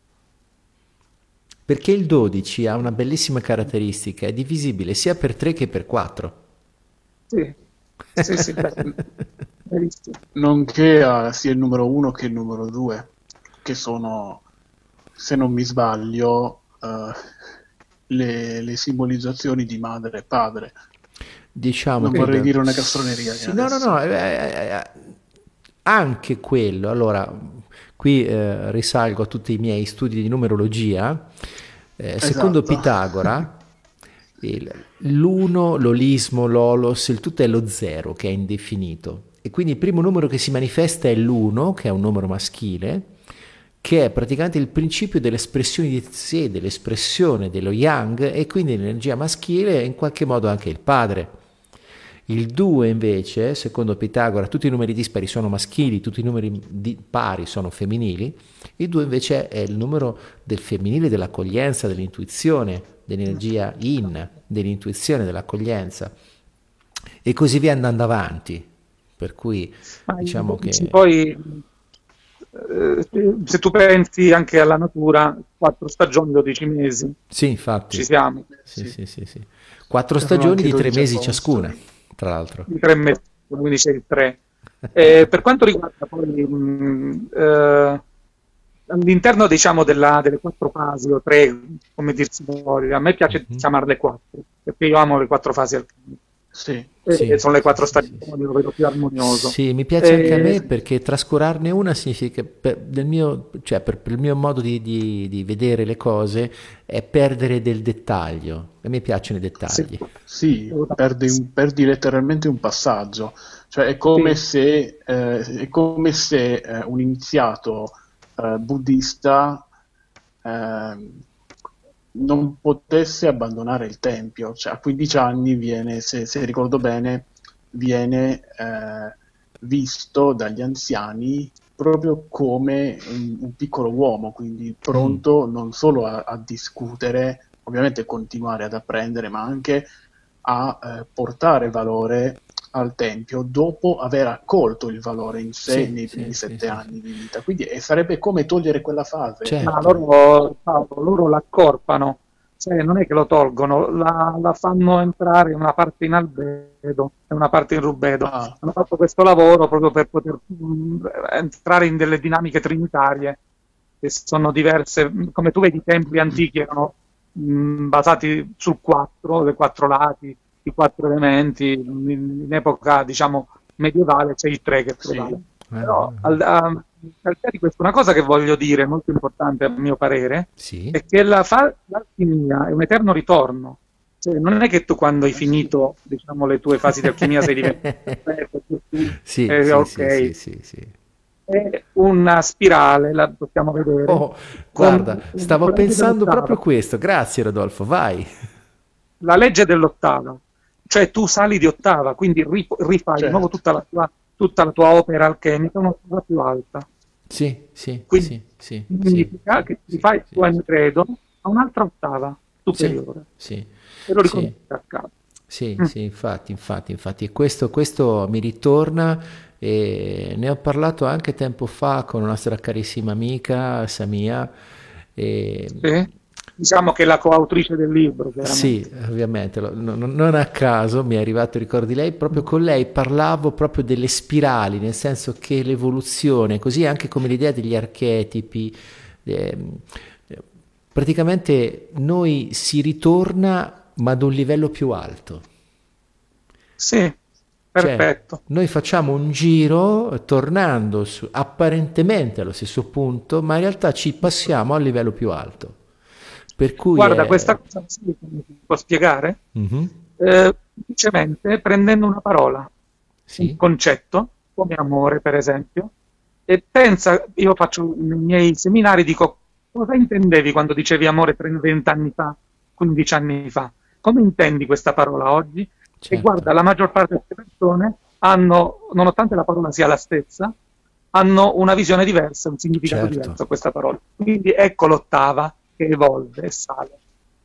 perché il dodici ha una bellissima caratteristica, è divisibile sia per tre che per quattro. Sì, sì, sì, beh, verissimo. Nonché eh, sia il numero uno che il numero due, che sono, se non mi sbaglio, eh, le, le simbolizzazioni di madre e padre. Diciamo Non che vorrei da- dire una castroneria. Sì, no, no, adesso. no, eh, eh, eh, anche quello. Allora, qui eh, risalgo a tutti i miei studi di numerologia. Eh, Secondo Esatto. Pitagora, il- l'uno, l'olismo, l'olos, il tutto è lo zero, che è indefinito. E quindi il primo numero che si manifesta è l'uno, che è un numero maschile, che è praticamente il principio dell'espressione di sé, dell'espressione dello yang, e quindi l'energia maschile è in qualche modo anche il padre. Il due invece, secondo Pitagora, tutti i numeri dispari sono maschili, tutti i numeri di- pari sono femminili. Il due invece è il numero del femminile, dell'accoglienza, dell'intuizione, dell'energia yin, dell'intuizione, dell'accoglienza, e così via andando avanti. Per cui Ma diciamo in- che... poi, eh, se tu pensi anche alla natura, quattro stagioni, dodici mesi, Sì, infatti. ci siamo, Sì, sì, sì, sì. Quattro Ci sono stagioni anche di tre dodici mesi apostoli. ciascuna, tra l'altro. di tre mesi, quindi c'è il tre. Eh, per quanto riguarda poi mh, eh, all'interno, diciamo, della- delle quattro fasi o tre, come dirsi voglia, a me piace Mhm. chiamarle quattro, perché io amo le quattro fasi alchemiche. Sì, e Sì, sono le sì, quattro sì, sì, stagioni, sì. lo vedo più armonioso. Sì, mi piace anche a me E, perché trascurarne una significa, per, del mio, cioè per, per il mio modo di, di- di vedere le cose, è perdere del dettaglio. A me piacciono i sì, dettagli. sì, assolutamente perdi, sì. un- perdi letteralmente un passaggio, cioè è come Sì, se, eh, è come se eh, un iniziato eh, buddista ehm, non potesse abbandonare il tempio, cioè a quindici anni viene, se, se ricordo bene, viene eh, visto dagli anziani proprio come un, un piccolo uomo, quindi Mm, pronto non solo a, a discutere, ovviamente continuare ad apprendere, ma anche a eh, portare valore al tempio dopo aver accolto il valore in sé sì, nei primi sì, sì, sette sì, sì. anni di vita. Quindi eh, sarebbe come togliere quella fase, ma Certo, ecco. loro, Paolo, loro l'accorpano, cioè non è che lo tolgono, la, la fanno entrare una parte in albedo e una parte in rubedo. Ah, Hanno fatto questo lavoro proprio per poter mh, entrare in delle dinamiche trinitarie che sono diverse. Come tu vedi, i templi antichi erano mh, basati sul quattro, le quattro lati, i quattro elementi. In, in epoca, diciamo, medievale c'è il tre che sì, prevale. eh, Però eh, al, a- al di là di questo, una cosa che voglio dire, molto importante a mio parere, sì, è che la fa- l'alchimia è un eterno ritorno. Cioè, non è che tu quando hai eh sì, finito, diciamo, le tue fasi di alchimia sei diventato perfetto, sì, eh, sì, sì, ok, sì, sì, sì. è una spirale, la possiamo vedere, Oh, guarda, con, stavo con la legge pensando proprio dell'ottava. questo. Grazie, Rodolfo, vai. La legge dell'ottava, cioè tu sali di ottava, quindi ri- rifai di nuovo certo, tutta la tua, tutta la tua opera alchemica un'ottava più alta. Sì, sì, Quindi sì, sì, sì, significa sì, che ti sì, fai il sì, tuo sì. anno credo a un'altra ottava Sì, superiore sì, e lo sì, riconosci a caso. sì, Mm. sì, infatti, infatti, infatti, e questo, questo mi ritorna e ne ho parlato anche tempo fa con una nostra carissima amica Samia. E, Sì? Diciamo che è la coautrice del libro, sì, chiaramente. ovviamente, lo- no- no- non a caso mi è arrivato il ricordo di lei, proprio con lei parlavo proprio delle spirali, nel senso che l'evoluzione, così anche come l'idea degli archetipi, ehm, praticamente noi si ritorna ma ad un livello più alto. Sì, Cioè, perfetto. noi facciamo un giro tornando su- apparentemente allo stesso punto, ma in realtà ci passiamo al livello più alto. Per cui Guarda, è... questa cosa sì, come si può spiegare? Mhm, Eh, semplicemente prendendo una parola, un sì, concetto, come amore per esempio, e pensa, io faccio nei miei seminari, dico, cosa intendevi quando dicevi amore venti anni fa, quindici anni fa? Come intendi questa parola oggi? E certo, guarda, la maggior parte delle persone hanno, nonostante la parola sia la stessa, hanno una visione diversa, un significato certo. diverso a questa parola. Quindi ecco l'ottava che evolve e sale.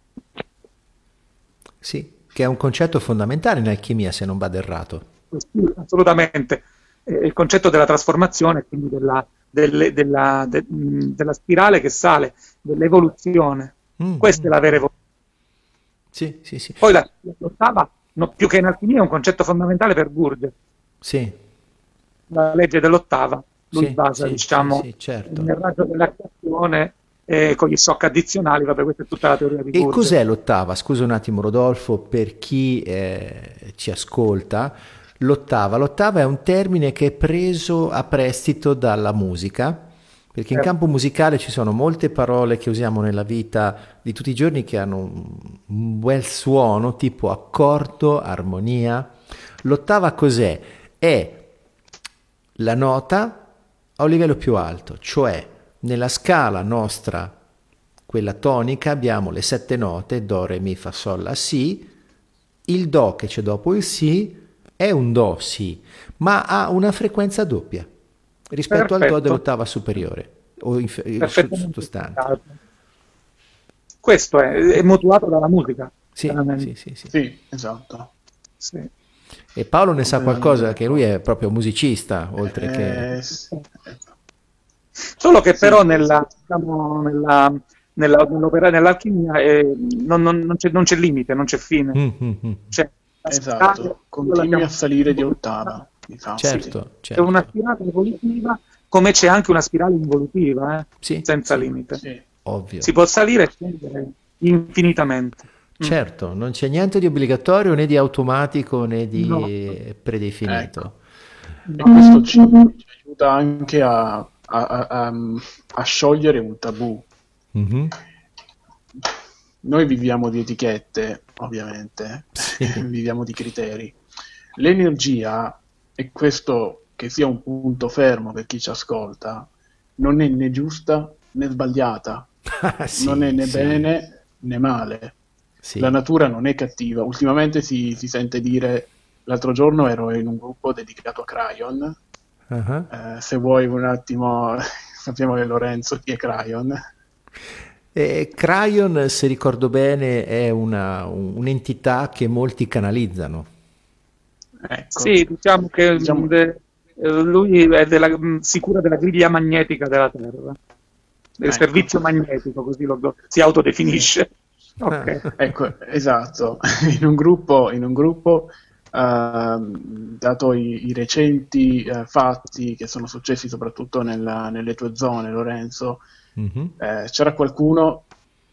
Sì, che è un concetto fondamentale in alchimia, se non vado errato. Sì, assolutamente. Eh, il concetto della trasformazione, quindi della, delle- della- de- mh, della spirale che sale, dell'evoluzione. Mm, Questa è mm. la vera evoluzione. Sì, sì, sì. Poi la, l'ottava, no, più che in alchimia, è un concetto fondamentale per Gurdjieff. Sì, La legge dell'ottava, lui sì, basa, sì, sì, diciamo, sì, certo. nel raggio dell'attrazione e con gli shock addizionali, vabbè, questa è tutta la teoria di E Gurdjieff. cos'è l'ottava? Scusa un attimo, Rodolfo, per chi eh, ci ascolta. L'ottava. L'ottava è un termine che è preso a prestito dalla musica, perché in Eh, campo musicale ci sono molte parole che usiamo nella vita di tutti i giorni che hanno un, un bel suono, tipo accordo, armonia. L'ottava cos'è? È la nota a un livello più alto, cioè nella scala nostra, quella tonica, abbiamo le sette note, do, re, mi, fa, sol, la, si. Il do che c'è dopo il si è un do, si, ma ha una frequenza doppia rispetto al do perfetto, dell'ottava superiore o inf- perfettamente sottostante. spiegato. Questo è, è mutuato dalla musica, Sì, sì, chiaramente. sì, sì. sì, esatto. Sì. E Paolo ne sa Completamente qualcosa, che lui d'accordo. è proprio musicista, oltre che... Eh, s- ecco. Solo che però Sì, nella, diciamo, nella, nella, nell'opera, nell'alchimia eh, non, non- non c'è, non c'è limite, non c'è fine. Mm, mm, mm. C'è la spirale, esatto. io la Continui chiamo a salire di evolutiva, ottava, difatti. Certo, c'è una certo. spirale evolutiva, come c'è anche una spirale involutiva, eh, Sì, senza sì, limite. Sì. ovvio. Si può salire e scendere infinitamente. certo, non c'è niente di obbligatorio né di automatico né di No. predefinito. Ecco. E questo ci, ci aiuta anche a, a- a- a- a sciogliere un tabù. Mhm. Noi viviamo di etichette, ovviamente, Sì. viviamo di criteri. L'energia, e questo che sia un punto fermo per chi ci ascolta, non è né giusta né sbagliata, Ah, sì, non è né sì, bene né male. sì. La natura non è cattiva. Ultimamente si, si sente dire, l'altro giorno ero in un gruppo dedicato a Cryon. Ah. Eh, se vuoi un attimo, sappiamo che Lorenzo chi è Cryon. E Cryon, se ricordo bene, è una- un- un'entità che molti canalizzano. Ecco. Sì, diciamo che Diciamo- mh, de- eh, lui è della, mh, sicura della griglia magnetica della Terra, del Ecco. servizio magnetico, così lo, si autodefinisce. Ok. Ecco, esatto. In un gruppo, in un gruppo ehm, dato i, i recenti eh, fatti che sono successi soprattutto nella- nelle tue zone, Lorenzo, Mhm. eh, c'era qualcuno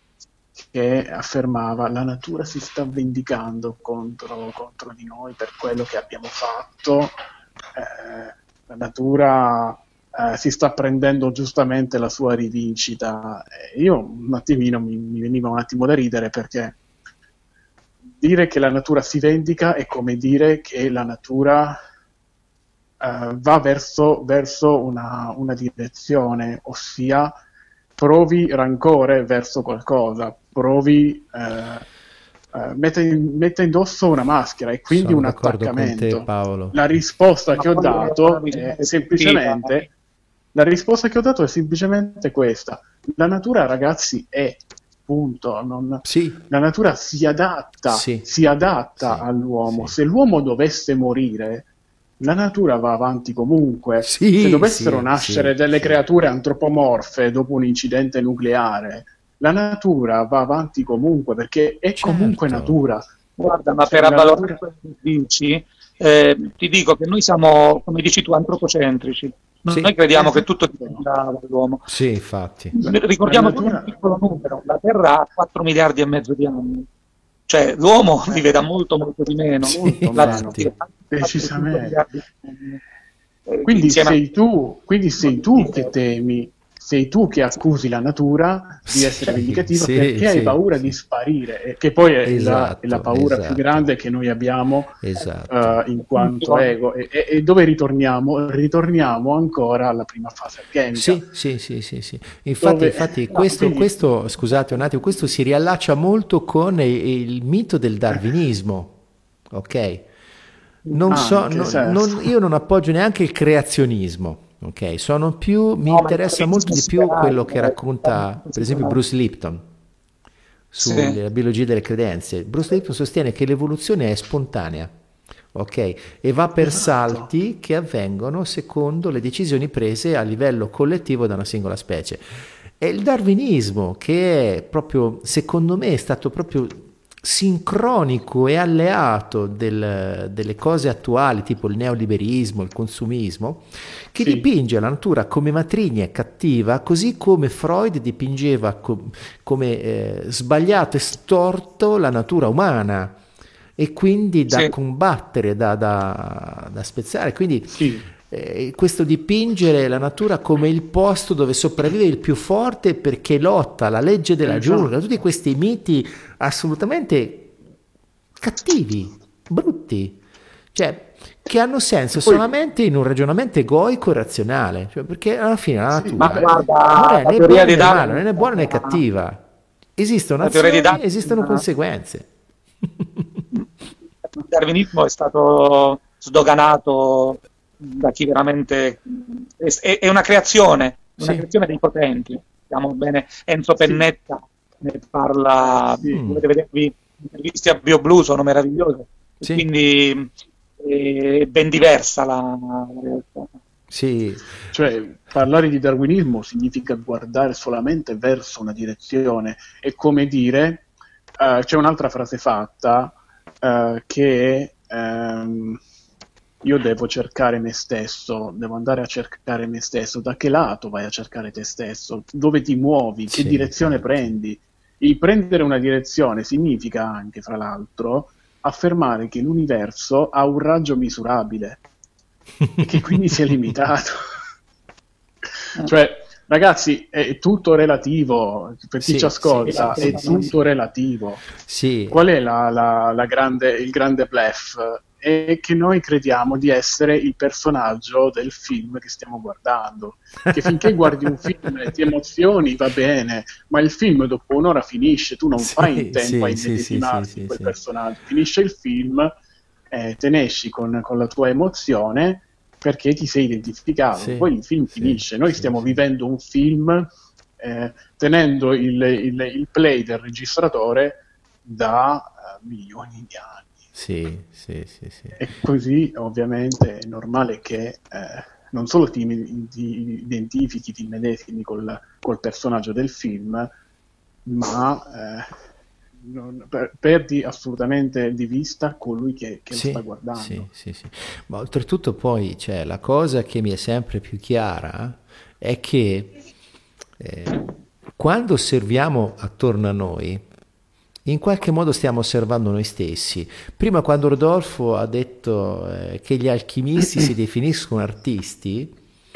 che affermava la natura si sta vendicando contro, contro di noi per quello che abbiamo fatto, eh, la natura eh, si sta prendendo giustamente la sua rivincita. E io un attimino mi, mi veniva un attimo da ridere, perché dire che la natura si vendica è come dire che la natura eh, va verso, verso una, una direzione, ossia provi rancore verso qualcosa, provi eh, eh, mette, in- mette indosso una maschera e quindi Sono un d'accordo con te, attaccamento. Paolo. La risposta Ma che ho poi è una dato visione è semplicemente la risposta che ho dato è semplicemente questa. La natura, ragazzi, è punto. Non- Sì, la natura si adatta, Sì. si adatta Sì, all'uomo. sì. Se l'uomo dovesse morire, la natura va avanti comunque. Sì, Se dovessero sì, nascere sì, delle sì. creature antropomorfe dopo un incidente nucleare, la natura va avanti comunque, perché è Certo. comunque natura. Guarda, ma Cioè, per la avvalorare natura- quello che dici, eh, ti dico che noi siamo, come dici tu, antropocentrici. Sì. Noi crediamo che Esatto. tutto dipenda dall'uomo. Sì, infatti. Ricordiamo La tutti natura- un piccolo numero: la Terra ha quattro miliardi e mezzo di anni, cioè l'uomo vive da molto molto di meno. Sì, molto La meno. Terra ha Decisamente. cinque miliardi di anni. Eh, Quindi insieme a- sei tu, quindi sei tu che temi, sei tu che accusi la natura di Sì, essere vendicativa sì, perché hai sì, paura sì. di sparire, e che poi è, la, Esatto, è la paura esatto. più grande che noi abbiamo Esatto. eh, in quanto ego. E, e- e dove ritorniamo? Ritorniamo ancora alla prima fase alchemica. Sì, sì, sì, sì, sì. Infatti, Dove- infatti no, questo, quindi- questo, scusate un attimo, questo si riallaccia molto con il, il mito del darwinismo, ok? Non so, Anche, non- certo. non- io non appoggio neanche il creazionismo, ok? Sono più, mi No, ma interessa il molto di più creazionismo quello che è- racconta, per esempio, Bruce Lipton sulla Sì. biologia delle credenze. Bruce Lipton sostiene che l'evoluzione è spontanea, ok? E va per Esatto. salti che avvengono secondo le decisioni prese a livello collettivo da una singola specie. È il darwinismo che è proprio, secondo me, è stato proprio sincronico e alleato del- delle cose attuali, tipo il neoliberismo, il consumismo, che Sì. dipinge la natura come matrigna e cattiva, così come Freud dipingeva co- come eh, sbagliato e storto la natura umana, e quindi da Sì. combattere, da, da, da spezzare. Quindi Sì. eh, questo dipingere la natura come il posto dove sopravvive il più forte perché lotta, la legge della Esatto. giungla, tutti questi miti assolutamente cattivi, brutti, cioè che hanno senso Poi- solamente in un ragionamento egoico e razionale, cioè, perché alla fine la Sì, natura ma guarda, non è la né teoria buona di né Darwin- male, non è né buona né cattiva, esistono La teoria di azioni, Darwin- esistono conseguenze. Il darwinismo è stato sdoganato da chi veramente è, è- è una creazione, una Sì. creazione dei potenti. Diciamo bene, Enzo Pennetta ne parla, Sì. potete vedervi le interviste a BioBlue, sono meravigliose. Sì. Quindi è ben diversa la, la realtà. Sì, Cioè, parlare di darwinismo significa guardare solamente verso una direzione. È come dire, eh, c'è un'altra frase fatta eh, che è, ehm, io devo cercare me stesso, devo andare a cercare me stesso. Da che lato vai a cercare te stesso? Dove ti muovi? Che Sì, direzione infatti. prendi? Il prendere una direzione significa anche, fra l'altro, affermare che l'universo ha un raggio misurabile e che quindi sia limitato. Cioè, ragazzi, è tutto relativo, per chi Sì, ci ascolta, sì, sì, è sì, tutto sì. relativo. Sì, Qual è la, la- la grande, il grande bluff? È che noi crediamo di essere il personaggio del film che stiamo guardando. Che finché guardi un film e ti emozioni va bene, ma il film dopo un'ora finisce, tu non fai in sì, tempo a sì, sì, sì, sì, immedesimarti in sì, quel sì. personaggio. Finisce il film, eh, te ne esci con, con la tua emozione perché ti sei identificato. Sì, Poi il film sì, finisce, noi sì, stiamo sì. vivendo un film eh, tenendo il, il- il play del registratore da eh, milioni di anni. Sì, sì, sì, sì. E così ovviamente è normale che eh, non solo ti, ti identifichi, ti medesimi col, col personaggio del film, ma eh, non- per- perdi assolutamente di vista colui che, che lo sta Sì, sì, guardando. sì, sì. Ma oltretutto poi c'è la cosa che mi è sempre più chiara è che eh, quando osserviamo attorno a noi, in qualche modo stiamo osservando noi stessi. Prima quando Rodolfo ha detto eh, che gli alchimisti si definiscono artisti,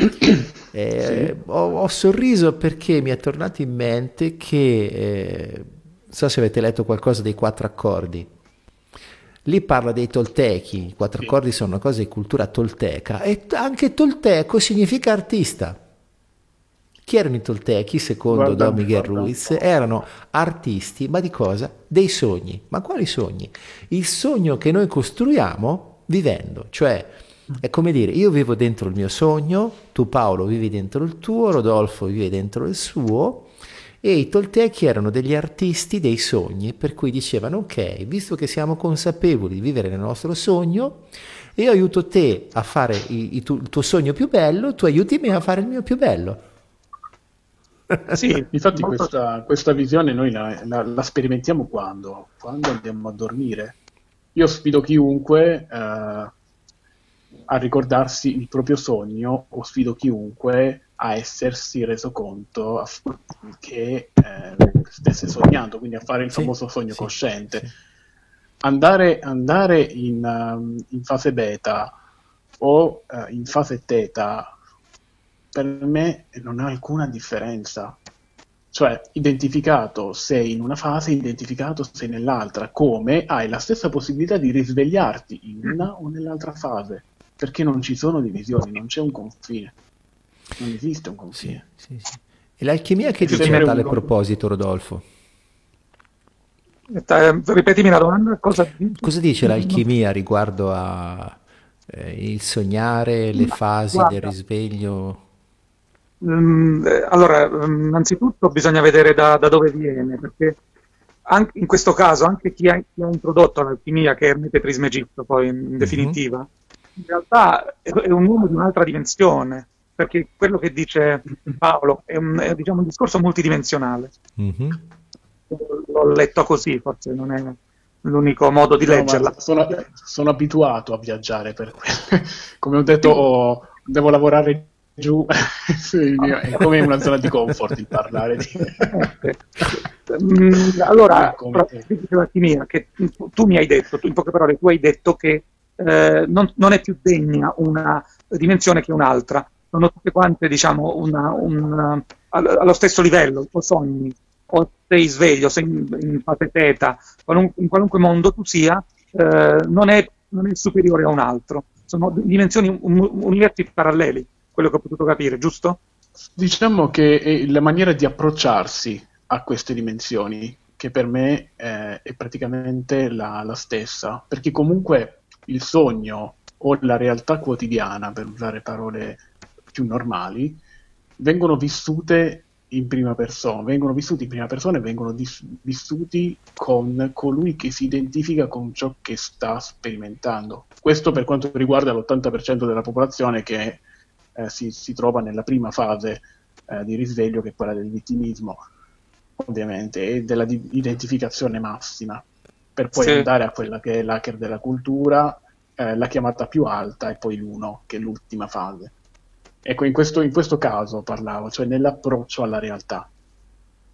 eh, Sì, ho, ho sorriso perché mi è tornato in mente che, eh, non so se avete letto qualcosa dei quattro accordi. Lì parla dei toltechi, i quattro sì, accordi sono una cosa di cultura tolteca e t- anche tolteco significa artista. Chi erano i toltechi, secondo guarda, Don Miguel guarda un Ruiz? po'. Erano artisti, ma di cosa? Dei sogni. Ma quali sogni? Il sogno che noi costruiamo vivendo, cioè è come dire, io vivo dentro il mio sogno, tu Paolo vivi dentro il tuo, Rodolfo vive dentro il suo, e i toltechi erano degli artisti dei sogni, per cui dicevano, ok, visto che siamo consapevoli di vivere nel nostro sogno, io aiuto te a fare i- i tu- il tuo sogno più bello, tu aiuti me a fare il mio più bello. Sì, Infatti molto questa, questa visione noi la, la- la sperimentiamo quando? Quando andiamo a dormire. Io sfido chiunque eh, a ricordarsi il proprio sogno o sfido chiunque a essersi reso conto a- che eh, stesse sognando, quindi a fare il Sì, famoso sogno sì, cosciente. sì. Andare, andare in, um, in fase beta o eh, in fase teta per me non ha alcuna differenza. Cioè, identificato sei in una fase, identificato sei nell'altra, come hai la stessa possibilità di risvegliarti in una o nell'altra fase, perché non ci sono divisioni, non c'è un confine, non esiste un Sì, confine. sì, sì. E l'alchimia che È dice a sempre tale un... proposito, Rodolfo? Eh, ripetimi la domanda, cosa dici? Cosa dice l'alchimia riguardo a eh, il sognare, le Ma, fasi del guarda, risveglio? mm, eh, allora, mm, innanzitutto bisogna vedere da, da dove viene, perché anche in questo caso anche chi ha, chi ha introdotto l'alchimia, che è Ermete Trismegisto, poi in, in Mhm, definitiva, in realtà è, è un uomo di un'altra dimensione, perché quello che dice Paolo è un, è, diciamo, un discorso multidimensionale. mhm. L'ho letto così, forse non è l'unico modo di No, ma leggerla. sono, sono abituato a viaggiare per quello. Come ho detto, Sì. ho- devo lavorare giù, sì, il mio- è come una zona di comfort il parlare di... Esattamente. Mm, Io allora, come però, te. diceva Chimia, che tu, tu mi hai detto, tu, in poche parole, tu hai detto che eh, non, non è più degna una dimensione che un'altra, sono tutte quante, diciamo, una, un, al- allo stesso livello, o sogni, o sei sveglio, sei in, in fase teta, qualun- in qualunque mondo tu sia, eh, non è, non è superiore a un altro, sono dimensioni, un- universi paralleli, quello che ho potuto capire, giusto? Diciamo che è la maniera di approcciarsi a queste dimensioni, che per me eh, è praticamente la, la stessa, perché comunque il sogno o la realtà quotidiana, per usare parole più normali, vengono vissute in prima persona, vengono vissuti in prima persona e vengono dis- vissuti con colui che si identifica con ciò che sta sperimentando. Questo per quanto riguarda l'ottanta per cento della popolazione che eh, si, si trova nella prima fase eh, di risveglio, che è quella del vittimismo, ovviamente, e della di- identificazione massima, per poi Sì. andare a quella che è l'hacker della cultura, eh, la chiamata più alta e poi l'uno, che è l'ultima fase. Ecco, in questo, in questo caso parlavo, cioè nell'approccio alla realtà.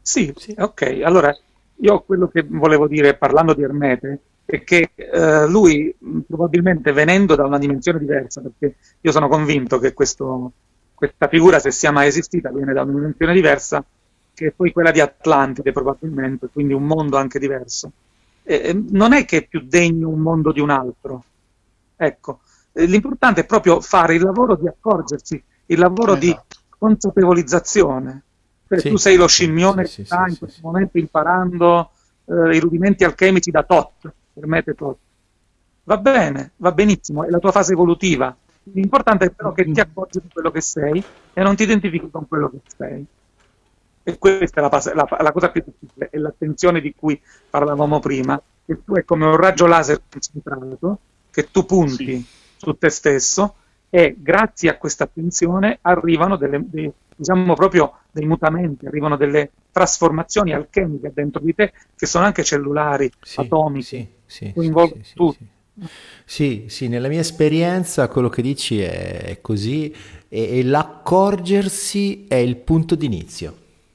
Sì, Sì, ok. Allora, io quello che volevo dire parlando di Ermete è che eh, lui mh, probabilmente venendo da una dimensione diversa, perché io sono convinto che questo- questa figura, se sia mai esistita, viene da una dimensione diversa, che è poi quella di Atlantide probabilmente, quindi un mondo anche diverso. E- e non è che è più degno un mondo di un altro, ecco. Eh, l'importante è proprio fare il lavoro di accorgersi, il lavoro di Esatto. consapevolizzazione. Cioè, tu sì, sei lo sì, sì, scimmione che sì, sta sì, in sì, questo sì. momento imparando eh, i rudimenti alchemici da Tot, per me è Tot. Va bene, va benissimo, è la tua fase evolutiva. L'importante è però che ti accorgi di quello che sei e non ti identifichi con quello che sei. E questa è la, fase- la- la cosa più difficile, è l'attenzione di cui parlavamo prima, che tu è come un raggio laser concentrato, che tu Sì. punti su te stesso e grazie a questa attenzione arrivano delle, dei, diciamo proprio dei mutamenti, arrivano delle trasformazioni alchemiche dentro di te che sono anche cellulari, Sì, atomiche, sì, sì, sì, coinvolgono sì, sì, tutto. sì. Sì, sì, nella mia esperienza quello che dici è, è così e, e l'accorgersi è il punto d'inizio.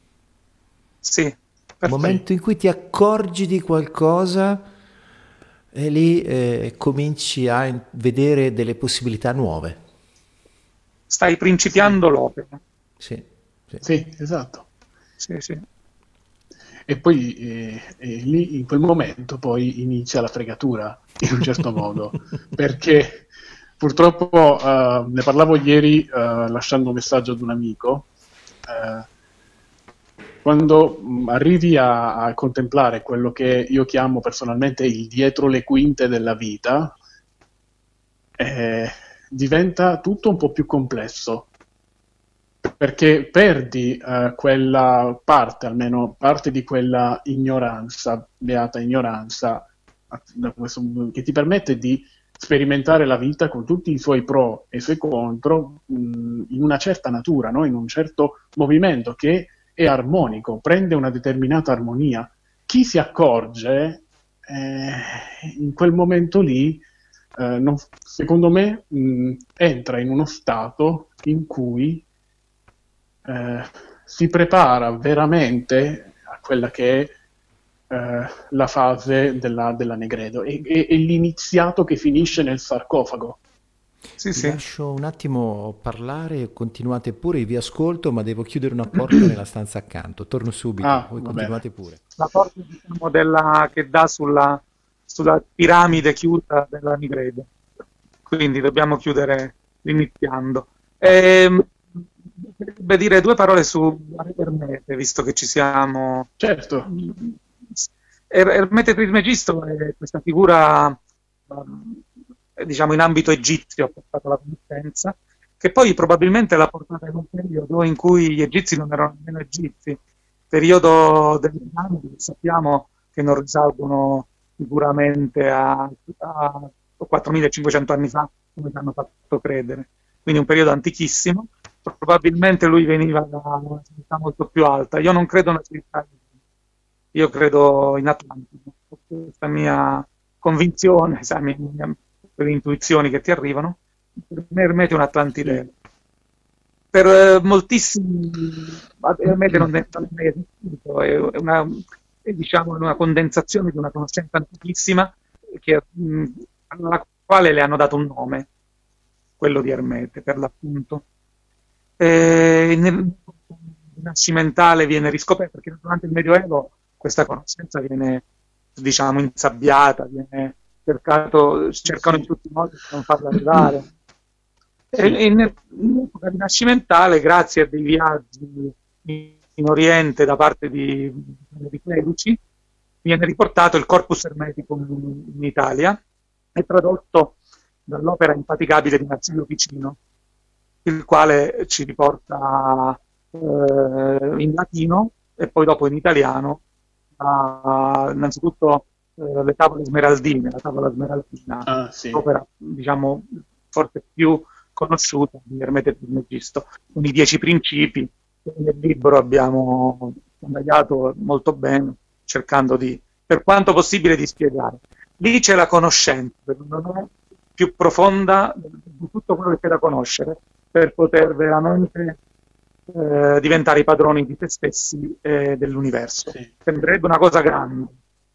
Sì, Il perfetto. momento in cui ti accorgi di qualcosa e lì eh, cominci a in- vedere delle possibilità nuove. Stai Sì, principiando l'opera. Sì, sì. sì, esatto. Sì, sì. E poi eh, eh, lì in quel momento poi inizia la fregatura, in un certo modo, perché purtroppo eh, ne parlavo ieri eh, lasciando un messaggio ad un amico. eh, Quando mh, arrivi a, a contemplare quello che io chiamo personalmente il dietro le quinte della vita, eh, diventa tutto un po' più complesso, perché perdi eh, quella parte, almeno parte di quella ignoranza, beata ignoranza, da questo- che ti permette di sperimentare la vita con tutti i suoi pro e i suoi contro, mh, in una certa natura, no? In un certo movimento che è armonico, prende una determinata armonia. Chi si accorge eh, in quel momento lì, eh, non- secondo me, mh, entra in uno stato in cui eh, si prepara veramente a quella che è eh, la fase della, della Negredo. È, è- è l'iniziato che finisce nel sarcofago. Sì, Vi sì. lascio un attimo parlare, continuate pure, vi ascolto, ma devo chiudere una porta nella stanza accanto. Torno subito, Ah, voi va bene. continuate pure. La porta diciamo, della, che dà sulla, sulla piramide chiusa della Nigredo. Quindi dobbiamo chiudere iniziando. Ehm, Potrebbe dire due parole su Ermete, visto che ci siamo. Certo. Er- Ermete Trismegisto è questa figura, ehm, diciamo, in ambito egizio, ha portato la conoscenza, che poi probabilmente l'ha portata in un periodo in cui gli egizi non erano nemmeno egizi, periodo delle piramidi, sappiamo che non risalgono sicuramente a, a quattromilacinquecento anni fa, come ci hanno fatto credere. Quindi un periodo antichissimo. Probabilmente lui veniva da una civiltà molto più alta. Io non credo a una civiltà, io credo in Atlantide. Questa mia convinzione, sai, mia- mia- quelle intuizioni che ti arrivano, per me Ermete è un Sì. Atlantide. Per eh, moltissimi, Ermete non è, non è mai esistito, è, è una, è, diciamo, una condensazione di una conoscenza antichissima che, mh, alla quale le hanno dato un nome, quello di Ermete, per l'appunto. E nel rinascimentale viene riscoperta perché durante il Medioevo questa conoscenza viene, diciamo, insabbiata, viene cercato, cercano in Sì. tutti i modi di non farla arrivare. E, e in epoca rinascimentale, grazie a dei viaggi in Oriente da parte di, di clerici, viene riportato il Corpus Hermeticum in Italia e tradotto dall'opera Infaticabile di Marsilio Ficino, il quale ci riporta eh, in latino e poi dopo in italiano, a, innanzitutto eh, le tavole smeraldine, la tavola smeraldina, Ah, sì. l'opera diciamo forse più conosciuta di Ermete Trismegisto, con i dieci principi che nel libro abbiamo scandagliato molto bene, cercando di, per quanto possibile, di spiegare. Lì c'è la conoscenza, secondo me, più profonda di tutto quello che c'è da conoscere, per poter veramente eh, diventare i padroni di se stessi e dell'universo. Sì. Sembrerebbe una cosa grande.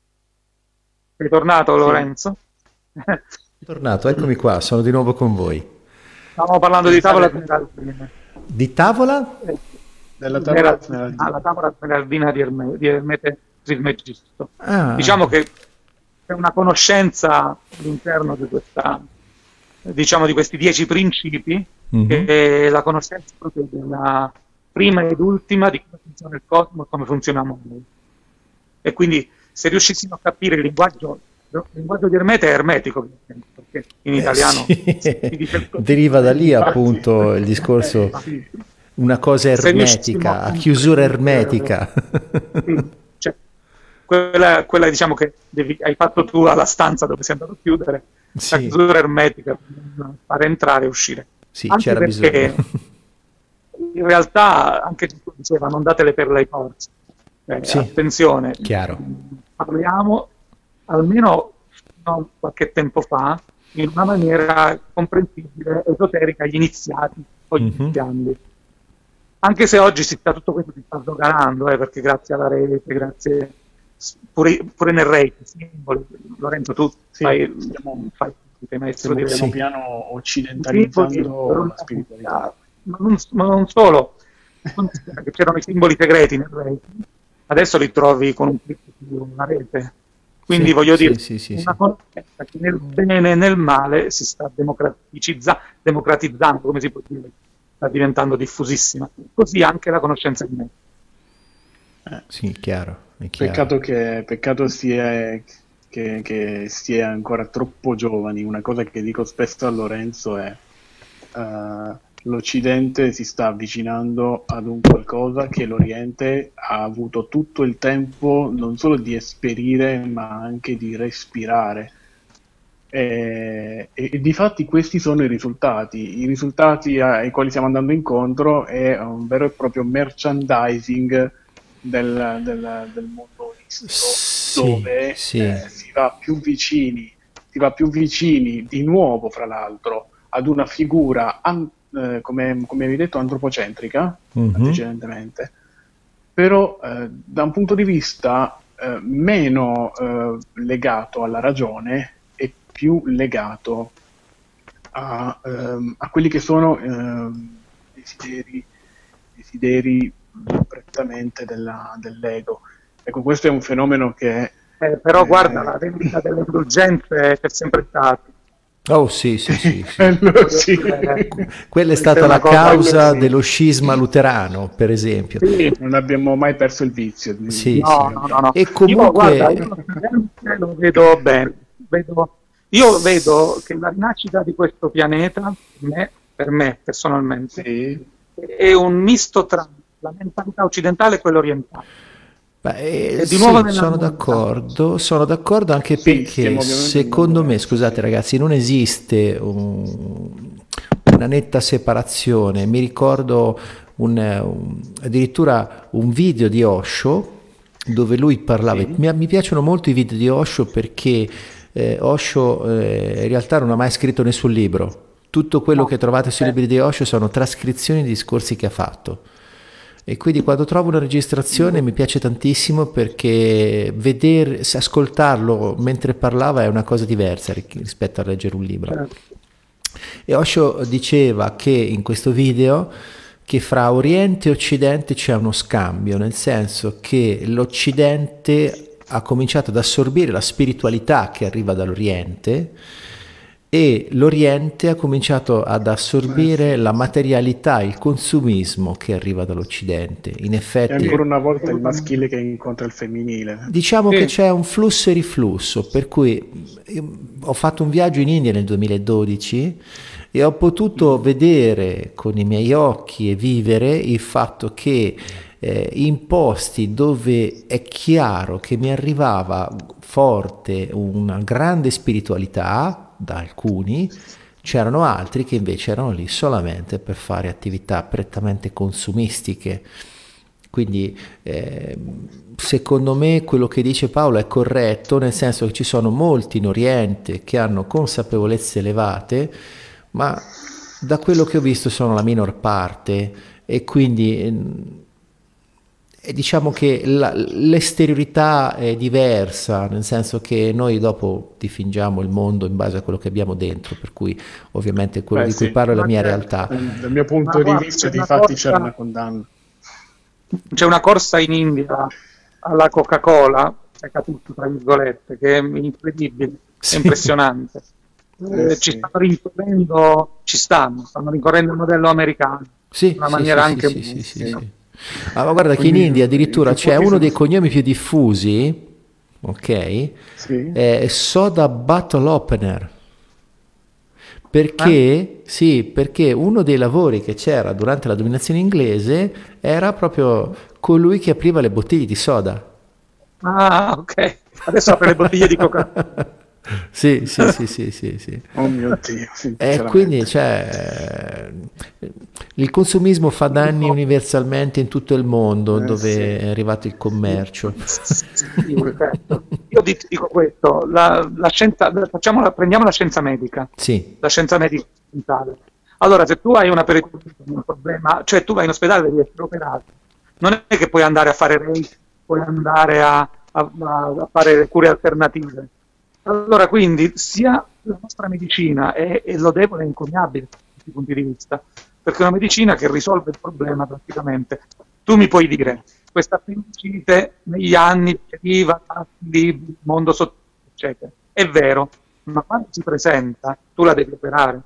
Sei tornato, Lorenzo? Tornato, eccomi qua, sono di nuovo con voi. Stavamo parlando di tavola smeraldina. Di tavola? Eh, Della tavola Smeraldina, smeraldina. la tavola smeraldina di, Erme, di Ermete Trismegisto. Ah, Diciamo che c'è una conoscenza all'interno di questa, diciamo, di questi dieci principi, mhm. che è la conoscenza proprio della prima ed ultima di come funziona il cosmo e come funzioniamo noi. E quindi se riuscissimo a capire il linguaggio, il linguaggio di Ermete è ermetico, perché in Eh, italiano sì. si dice il cosmo. Deriva da lì Infatti. appunto il discorso, Sì. una cosa Se riuscissimo ermetica, a a chiusura comprendere- ermetica. Sì, cioè, quella, quella diciamo che devi- hai fatto tu alla stanza dove sei andato a chiudere, la Sì, chiusura ermetica, per non fare entrare e uscire. sì, Anche c'era perché bisogno. in realtà anche Gesù diceva non date le perle ai porci. Eh, Sì. Attenzione, Chiaro. parliamo almeno fino a qualche tempo fa in una maniera comprensibile, esoterica agli iniziati o agli Mhm. iniziandi. Anche se oggi si sta, tutto questo si sta sdoganando, eh, perché grazie alla rete, grazie pure, pure nel rete, simboli. Lorenzo, tu Sì, fai, stiamo- fai, sei maestro Stiamo di piano Sì. piano simboli, occidentalizzando la spiritualità. ma non, ma non solo, perché c'erano i simboli segreti nel rete, adesso li trovi con un clic sulla rete. Quindi Sì, voglio sì, dire, sì, sì, una sì. conoscenza che nel bene e nel male si sta democraticizza- democratizzando, come si può dire, sta diventando diffusissima. Così anche la conoscenza di me. Sì, chiaro, è chiaro. Peccato che peccato sia che, che si è ancora troppo giovani. Una cosa che dico spesso a Lorenzo è eh, l'Occidente si sta avvicinando ad un qualcosa che l'Oriente ha avuto tutto il tempo non solo di esperire, ma anche di respirare. E, e, e difatti questi sono i risultati. I risultati ai quali stiamo andando incontro è un vero e proprio merchandising del, del, del mondo olistico, Sì, dove sì. eh, si va più vicini, si va più vicini di nuovo, fra l'altro, ad una figura, an- eh, come, come avevi detto, antropocentrica, Mhm. antecedentemente, però eh, da un punto di vista eh, meno eh, legato alla ragione e più legato a, ehm, a quelli che sono ehm, desideri, desideri prettamente della- dell'ego. Ecco, questo è un fenomeno che Eh, però eh, guarda, la vendita delle indulgenze c'è sempre stata. Oh sì, sì, sì, sì. quello sì. Eh, Quella è Questa stata è una la cosa- causa quello sì. dello scisma luterano, per esempio. Sì, Non abbiamo mai perso il vizio. di- Sì, no, sì. no, no, no. E comunque- Io, guarda, io l'Occidente lo vedo bene. Vedo, io vedo che la rinascita di questo pianeta, per me, per me personalmente, Sì. è un misto tra la mentalità occidentale e quella orientale. Beh, eh, È di sì, nuovo nella sono moda. d'accordo, sono d'accordo anche Sì, perché stiamo ovviamente secondo in me, modo scusate diverso, sì. ragazzi, non esiste un- una netta separazione. Mi ricordo un, un- addirittura un video di Osho dove lui parlava. Sì. Mi, mi piacciono molto i video di Osho perché eh, Osho eh, in realtà non ha mai scritto nessun libro. Tutto quello No. che trovate sui Eh. libri di Osho sono trascrizioni di discorsi che ha fatto. E quindi quando trovo una registrazione mi piace tantissimo perché vedere, se ascoltarlo mentre parlava è una cosa diversa ri- rispetto a leggere un libro. Certo. E Osho diceva che in questo video che fra Oriente e Occidente c'è uno scambio, nel senso che l'Occidente ha cominciato ad assorbire la spiritualità che arriva dall'Oriente e l'Oriente ha cominciato ad assorbire la materialità, il consumismo che arriva dall'Occidente. In E effetti, ancora una volta il maschile che incontra il femminile. diciamo Sì. che c'è un flusso e riflusso, per cui io ho fatto un viaggio in India nel duemiladodici e ho potuto vedere con i miei occhi e vivere il fatto che eh, in posti dove è chiaro che mi arrivava forte una grande spiritualità da alcuni, c'erano altri che invece erano lì solamente per fare attività prettamente consumistiche. Quindi eh, secondo me quello che dice Paolo è corretto, nel senso che ci sono molti in Oriente che hanno consapevolezze elevate, ma da quello che ho visto sono la minor parte e quindi ehm, e diciamo che la- l'esteriorità è diversa, nel senso che noi dopo dipingiamo il mondo in base a quello che abbiamo dentro, per cui ovviamente quello Beh, di cui sì. parlo è la Ma mia c'è, realtà. Mm, Dal mio ma punto di guarda, vista, c'è di una fatti c'era una corsa, condanna. c'è una corsa in India alla Coca-Cola, è capito, tra virgolette, che è incredibile, è Sì, impressionante. Eh Eh, ci sì. stanno rincorrendo, ci stanno, stanno rincorrendo il modello americano, in sì, una sì, sì, maniera sì, anche sì, Eh sì, sì, sì. sì. Ah, ma guarda che in Quindi India i addirittura più c'è forti uno sono... dei cognomi più diffusi, ok? Sì? È Soda Bottle Opener. eh? Perché, sì, perché uno dei lavori che c'era durante la dominazione inglese era proprio colui che apriva le bottiglie di soda. Ah, ok. Adesso apre le bottiglie di Coca-Cola. Sì, sì, sì, sì, sì, sì. Oh mio Dio, E quindi, sinceramente. cioè, il consumismo fa danni Io, universalmente in tutto il mondo Eh dove sì. è arrivato il commercio. sì, certo. Io ti dico questo, la, la scienza, facciamo la- prendiamo la scienza medica, Sì, la scienza medica mentale. Allora, se tu hai una pericolosità, un problema, cioè tu vai in ospedale devi essere operato, non è che puoi andare a fare reiki, puoi andare a, a- a fare cure alternative. Allora, quindi, sia la nostra medicina è, è lodevole e incommiabile da tutti i punti di vista, perché è una medicina che risolve il problema praticamente. Tu mi puoi dire, questa appendicite negli anni deriva da libri, mondo sotto, eccetera. È vero, ma quando si presenta, tu la devi operare.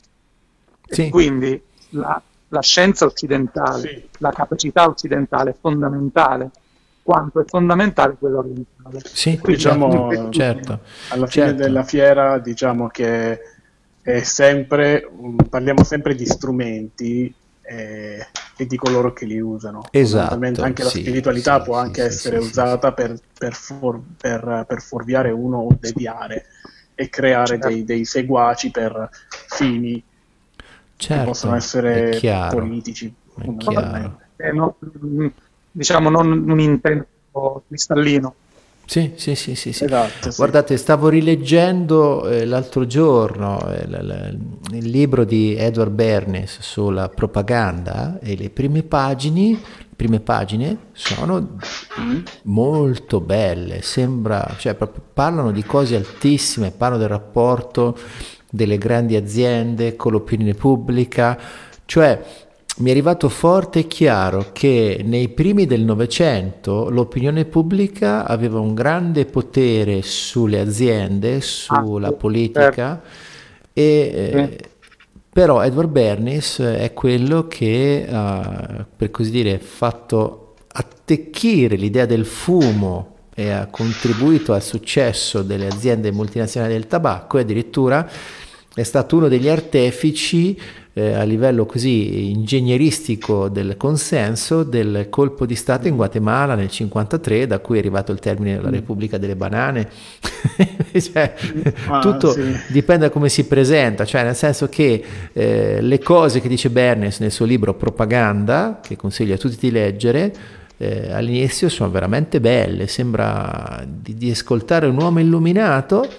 E sì, quindi la, la scienza occidentale, Sì. la capacità occidentale è fondamentale, quanto è fondamentale quella orientale. sì, Quindi certo, Diciamo, l'infettissimo, certo, alla fine certo. della fiera, diciamo che è sempre, mm, parliamo sempre di strumenti eh, e di coloro che li usano. Fondamentalmente Esatto, anche la sì, spiritualità sì, può sì, anche sì, essere sì, sì, sì. usata per, per, for- per- per fuorviare uno o deviare e creare certo. dei, dei seguaci per fini che possono Certo, è essere chiaro, politici, è chiaro. fondamentalmente. Eh, no, mm, diciamo non un intento cristallino. Sì, sì, sì, sì, sì. Esatto, sì. Guardate, stavo rileggendo eh, l'altro giorno eh, la- la- il libro di Edward Bernays sulla propaganda e le prime pagine, le prime pagine sono Mm? molto belle, sembra, cioè proprio parlano di cose altissime, parlano del rapporto delle grandi aziende con l'opinione pubblica, cioè mi è arrivato forte e chiaro che nei primi del Novecento l'opinione pubblica aveva un grande potere sulle aziende, Ah, sulla sì, certo, politica, e, sì. eh, però Edward Bernays è quello che ha, per così dire, fatto attecchire l'idea del fumo e ha contribuito al successo delle aziende multinazionali del tabacco e addirittura è stato uno degli artefici eh, a livello così ingegneristico del consenso del colpo di Stato in Guatemala nel cinquantatré, da cui è arrivato il termine la Repubblica delle Banane. Cioè, Ah, tutto sì. dipende da come si presenta, cioè nel senso che eh, le cose che dice Bernays nel suo libro Propaganda, che consiglio a tutti di leggere, eh, all'inizio sono veramente belle, sembra di, di ascoltare un uomo illuminato,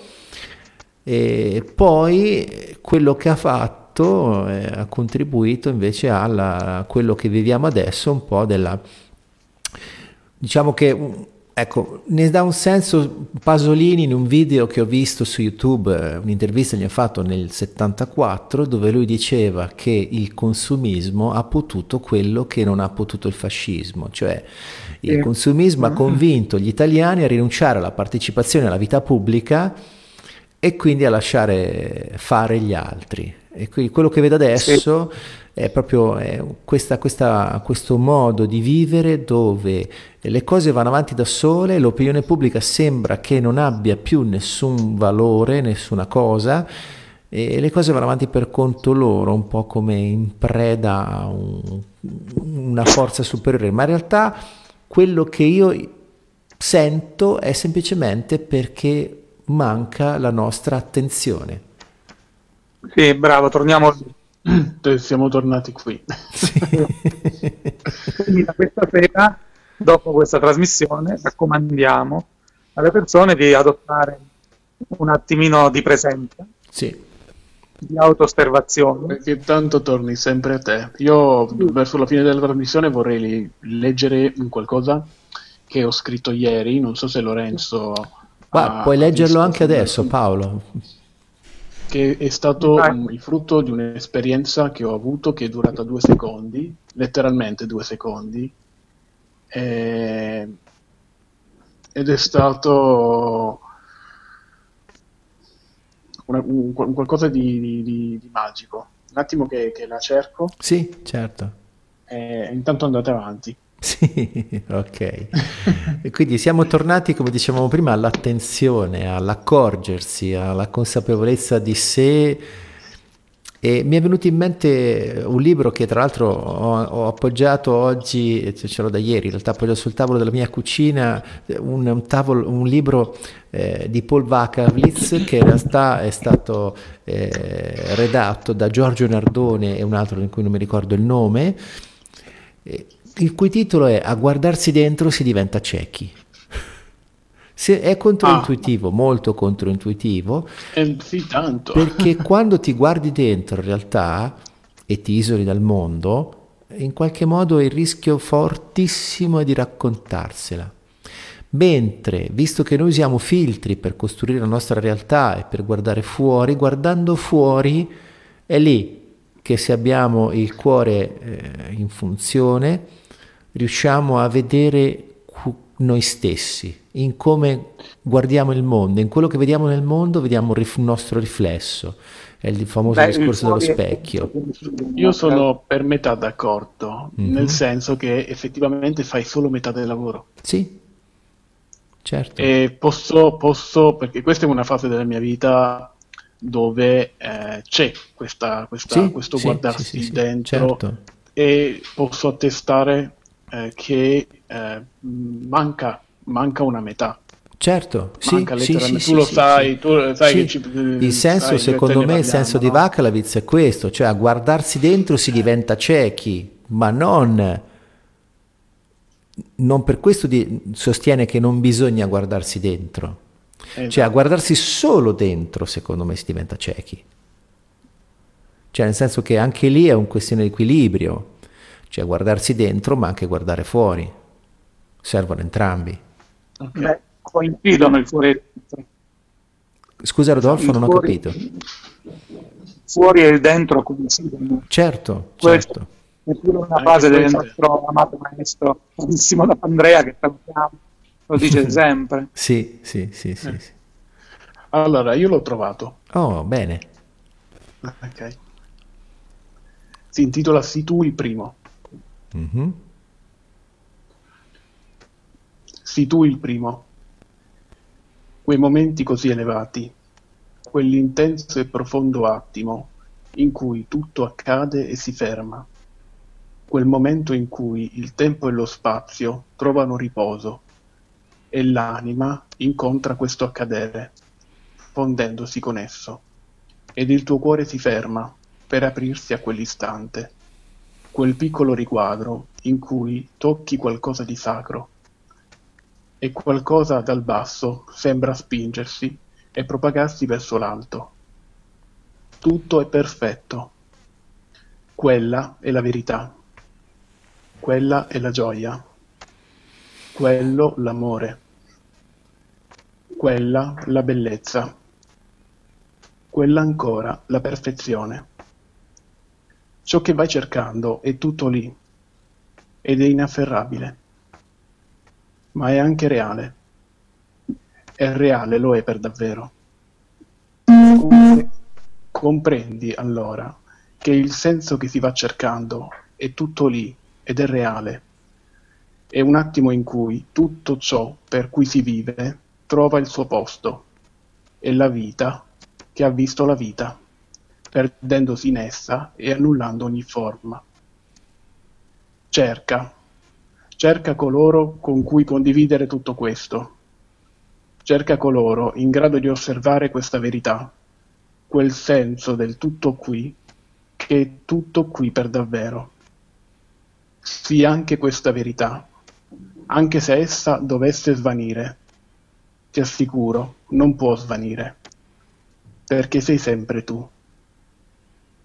e poi quello che ha fatto eh, ha contribuito invece alla, a quello che viviamo adesso, un po' della, diciamo che, ecco, ne dà un senso Pasolini in un video che ho visto su YouTube, eh, un'intervista gli ha fatto nel settantaquattro, dove lui diceva che il consumismo ha potuto quello che non ha potuto il fascismo, cioè il Sì. consumismo ha Mm. convinto gli italiani a rinunciare alla partecipazione alla vita pubblica e quindi a lasciare fare gli altri. E quindi quello che vedo Sì. adesso è proprio è questa, questa, questo modo di vivere dove le cose vanno avanti da sole, l'opinione pubblica sembra che non abbia più nessun valore, nessuna cosa, e le cose vanno avanti per conto loro, un po' come in preda a un- una forza superiore, ma in realtà quello che io sento è semplicemente perché manca la nostra attenzione. Sì, bravo, torniamo lì. Siamo tornati qui. Quindi da questa sera, dopo questa trasmissione, raccomandiamo alle persone di adottare un attimino di presenza, Sì, di autoosservazione. Perché tanto torni sempre a te. Io verso la fine della trasmissione vorrei li- leggere un qualcosa che ho scritto ieri, non so se Lorenzo Ma ha, puoi ha leggerlo visto, anche adesso, Paolo. che è stato Vai. um, il frutto di un'esperienza che ho avuto che è durata due secondi, letteralmente due secondi, e- ed è stato una- un, un qualcosa di, di- di- di magico. Un attimo che, che la cerco, Sì, certo. e intanto andate avanti. Sì, ok. E quindi siamo tornati, come dicevamo prima, all'attenzione, all'accorgersi, alla consapevolezza di sé. E mi è venuto in mente un libro che tra l'altro ho, ho appoggiato oggi, cioè ce l'ho da ieri, in realtà appoggiato sul tavolo della mia cucina, un, un, tavolo, un libro eh, di Paul Wacherlitz che in realtà è stato eh, redatto da Giorgio Nardone e un altro in cui non mi ricordo il nome, eh, il cui titolo è A guardarsi dentro si diventa ciechi. Se è Ah, controintuitivo, molto controintuitivo, eh, sì, tanto. perché quando ti guardi dentro in realtà e ti isoli dal mondo, in qualche modo il rischio fortissimo è di raccontarsela. Mentre, visto che noi usiamo filtri per costruire la nostra realtà e per guardare fuori, guardando fuori è lì che se abbiamo il cuore eh, in funzione riusciamo a vedere noi stessi, in come guardiamo il mondo, in quello che vediamo nel mondo vediamo il nostro riflesso, è il famoso Beh, discorso dello fuori è- specchio. Io sono per metà d'accordo, Mhm. nel senso che effettivamente fai solo metà del lavoro. Sì, certo. E posso, posso, perché questa è una fase della mia vita dove eh, c'è questa, questa- Sì, questo sì, guardarsi sì, sì, sì, dentro, certo. e posso attestare eh, che eh, manca, manca una metà. Certo, sì, Manca sì, sì, letteralmente. sì, Tu lo sì, sai, sì. tu sai Sì. che ci, Il senso, sai, io e te secondo ne me, il parliamo, senso di no? Vaclavitz è questo, cioè a guardarsi dentro si diventa ciechi, ma non, non per questo di- sostiene che non bisogna guardarsi dentro. Cioè a Esatto. guardarsi solo dentro, secondo me, si diventa ciechi. Cioè nel senso che anche lì è una questione di equilibrio, cioè guardarsi dentro ma anche guardare fuori, servono entrambi. Ok. Beh, coincidono il fuori e il dentro. Scusa Rodolfo, Il non ho fuori, capito. fuori e il dentro coincidono. Certo, Questo certo. è pure una Anche frase del questo. nostro amato maestro carissimo da Andrea, che salutiamo, lo dice sempre. Sì, sì, sì, sì, Eh. sì. Allora, io l'ho trovato. Oh, bene. Ok. Si intitola Sii tu il primo. Mhm. Sii tu il primo. Quei momenti così elevati, quell'intenso e profondo attimo in cui tutto accade e si ferma, quel momento in cui il tempo e lo spazio trovano riposo e l'anima incontra questo accadere, fondendosi con esso, ed il tuo cuore si ferma per aprirsi a quell'istante, quel piccolo riquadro in cui tocchi qualcosa di sacro, e qualcosa dal basso sembra spingersi e propagarsi verso l'alto. Tutto è perfetto. Quella è la verità. Quella è la gioia. Quello l'amore. Quella la bellezza. Quella ancora la perfezione. Ciò che vai cercando è tutto lì ed è inafferrabile, ma è anche reale. È reale, lo è per davvero. Compre- comprendi allora che il senso che si va cercando è tutto lì ed è reale. È un attimo in cui tutto ciò per cui si vive trova il suo posto. È la vita che ha visto la vita, perdendosi in essa e annullando ogni forma. Cerca, cerca coloro con cui condividere tutto questo. Cerca coloro in grado di osservare questa verità, quel senso del tutto qui, che è tutto qui per davvero. Sì, anche questa verità, anche se essa dovesse svanire, ti assicuro, non può svanire, perché sei sempre tu.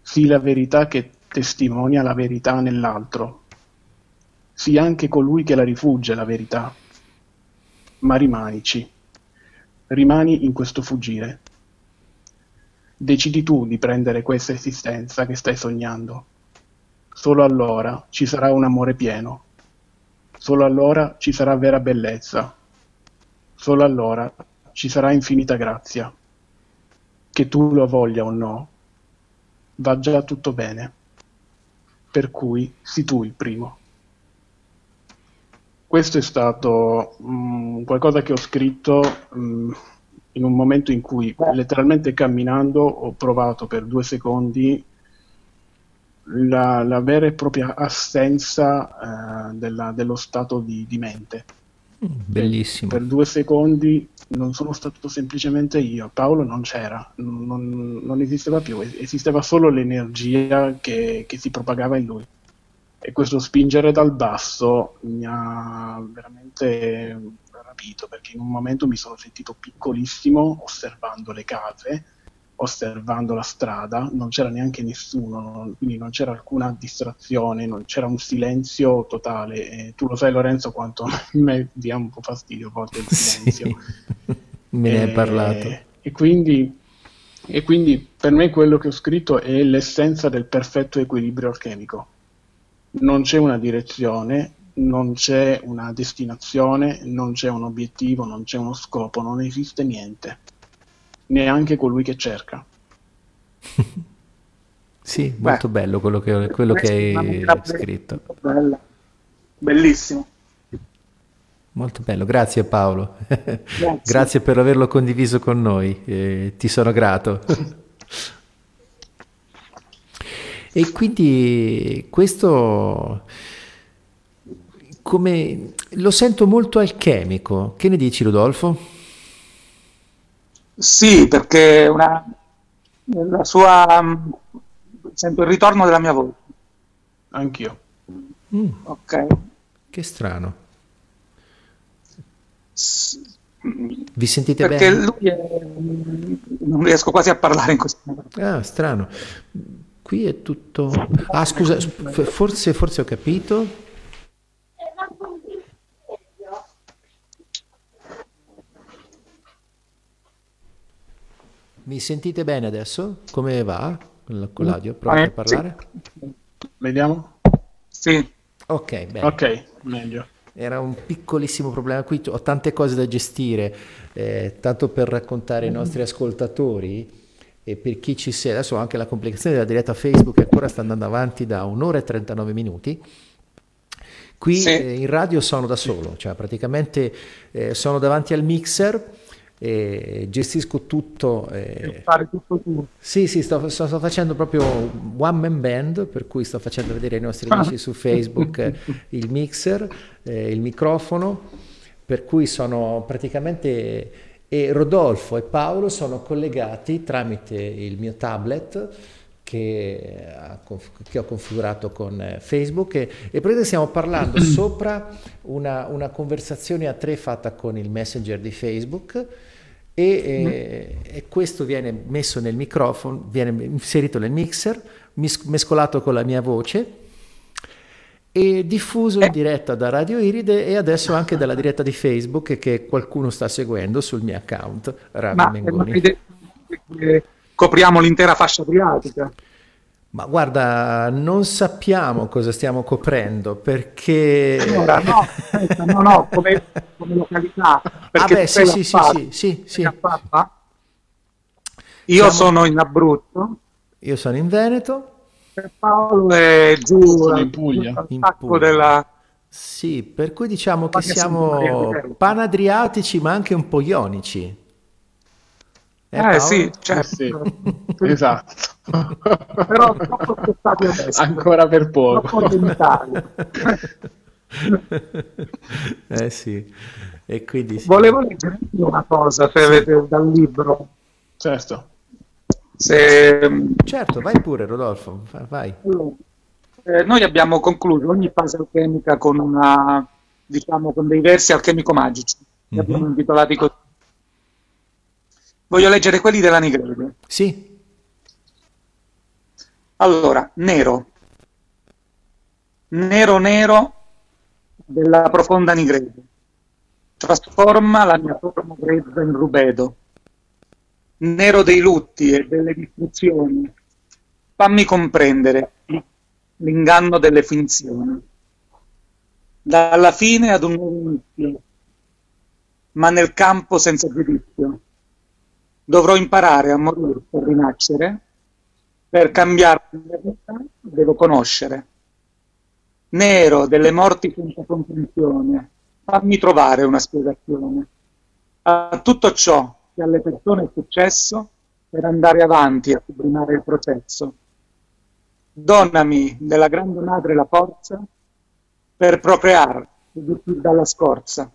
Sii la verità che testimonia la verità nell'altro. Sii anche colui che la rifugge, la verità. Ma rimanici. Rimani in questo fuggire. Decidi tu di prendere questa esistenza che stai sognando. Solo allora ci sarà un amore pieno. Solo allora ci sarà vera bellezza. Solo allora ci sarà infinita grazia. Che tu lo voglia o no, va già tutto bene. Per cui sii tu il primo. Questo è stato mh, qualcosa che ho scritto mh, in un momento in cui, letteralmente camminando, ho provato per due secondi la, la vera e propria assenza eh, della, dello stato di, di mente. Bellissimo. Per due secondi non sono stato semplicemente io, Paolo non c'era, non, non esisteva più, esisteva solo l'energia che, che si propagava in lui. E questo spingere dal basso mi ha veramente rapito, perché in un momento mi sono sentito piccolissimo osservando le case, osservando la strada, non c'era neanche nessuno, non, quindi non c'era alcuna distrazione, non c'era un silenzio totale. E tu lo sai, Lorenzo, quanto a me dia un po' fastidio a volte il silenzio. Sì, me ne hai parlato. E quindi, e quindi per me quello che ho scritto è l'essenza del perfetto equilibrio alchemico. Non c'è una direzione, non c'è una destinazione, non c'è un obiettivo, non c'è uno scopo, non esiste niente. Neanche colui che cerca. Sì, molto Beh, bello quello che, quello che hai scritto. Bella. Bellissimo. Molto bello, grazie Paolo. Grazie, grazie per averlo condiviso con noi, eh, ti sono grato. E quindi questo come lo sento molto alchemico. Che ne dici, Rodolfo? Sì, perché una, la sua sento il ritorno della mia voce. Anch'io. Mm. Ok. Che strano. S- Vi sentite perché bene? Perché lui è... non riesco quasi a parlare in questo momento. Ah, strano. Qui è tutto... Ah, scusa, forse, forse ho capito. Mi sentite bene adesso? Come va con l'audio? Provate a parlare? Vediamo. Sì. Ok, bene. Ok, meglio. Era un piccolissimo problema qui, ho tante cose da gestire, eh, tanto per raccontare ai nostri ascoltatori e per chi ci segue. Adesso anche la complicazione della diretta Facebook che ancora sta andando avanti da un'ora e trentanove minuti. Qui sì. eh, in radio sono da solo, cioè praticamente eh, sono davanti al mixer e gestisco tutto. Eh. Fare tutto tu. Sì, sì, sto, sto, sto facendo proprio one man band, per cui sto facendo vedere ai nostri amici su Facebook eh, il mixer, eh, il microfono, per cui sono praticamente... E Rodolfo e Paolo sono collegati tramite il mio tablet che, che ho configurato con Facebook e, e praticamente stiamo parlando sopra una, una conversazione a tre fatta con il Messenger di Facebook e, e, e questo viene messo nel microfono, viene inserito nel mixer, mis- mescolato con la mia voce e diffuso in diretta da Radio Iride e adesso anche dalla diretta di Facebook che qualcuno sta seguendo sul mio account Ravi Ma Mengoni. Che copriamo l'intera fascia adriatica. Ma guarda, non sappiamo cosa stiamo coprendo perché... Allora, no, aspetta, no, no, come, come località. Ah beh, sì, sì, sì, sì, sì, sì. Io Siamo... sono in Abruzzo. Io sono in Veneto. Paolo è giù in Puglia. In Puglia. Della... Sì, per cui diciamo che siamo panadriatici ma anche un po' ionici. Eh, eh sì, certo. Sì, esatto. Però troppo aspettati adesso. Ancora per poco. Eh sì. E quindi sì. Volevo leggere una cosa, se avete dal libro. Certo. Se... Certo, vai pure Rodolfo, vai. Allora, eh, noi abbiamo concluso ogni fase alchemica con una, diciamo, con dei versi alchemico-magici. Li mm-hmm. abbiamo intitolati così. Voglio leggere quelli della Nigrede. Sì. Allora, nero, nero nero della profonda nigrezza, trasforma la mia forma grezza in rubedo, nero dei lutti e delle distruzioni, fammi comprendere l'inganno delle finzioni, dalla fine ad un nuovo inizio, ma nel campo senza giudizio. Dovrò imparare a morire per rinascere, per cambiare la mia vita devo conoscere. Nero delle morti senza comprensione, fammi trovare una spiegazione a tutto ciò che alle persone è successo per andare avanti a sublimare il processo. Donami della grande madre la forza per procreare dalla scorza.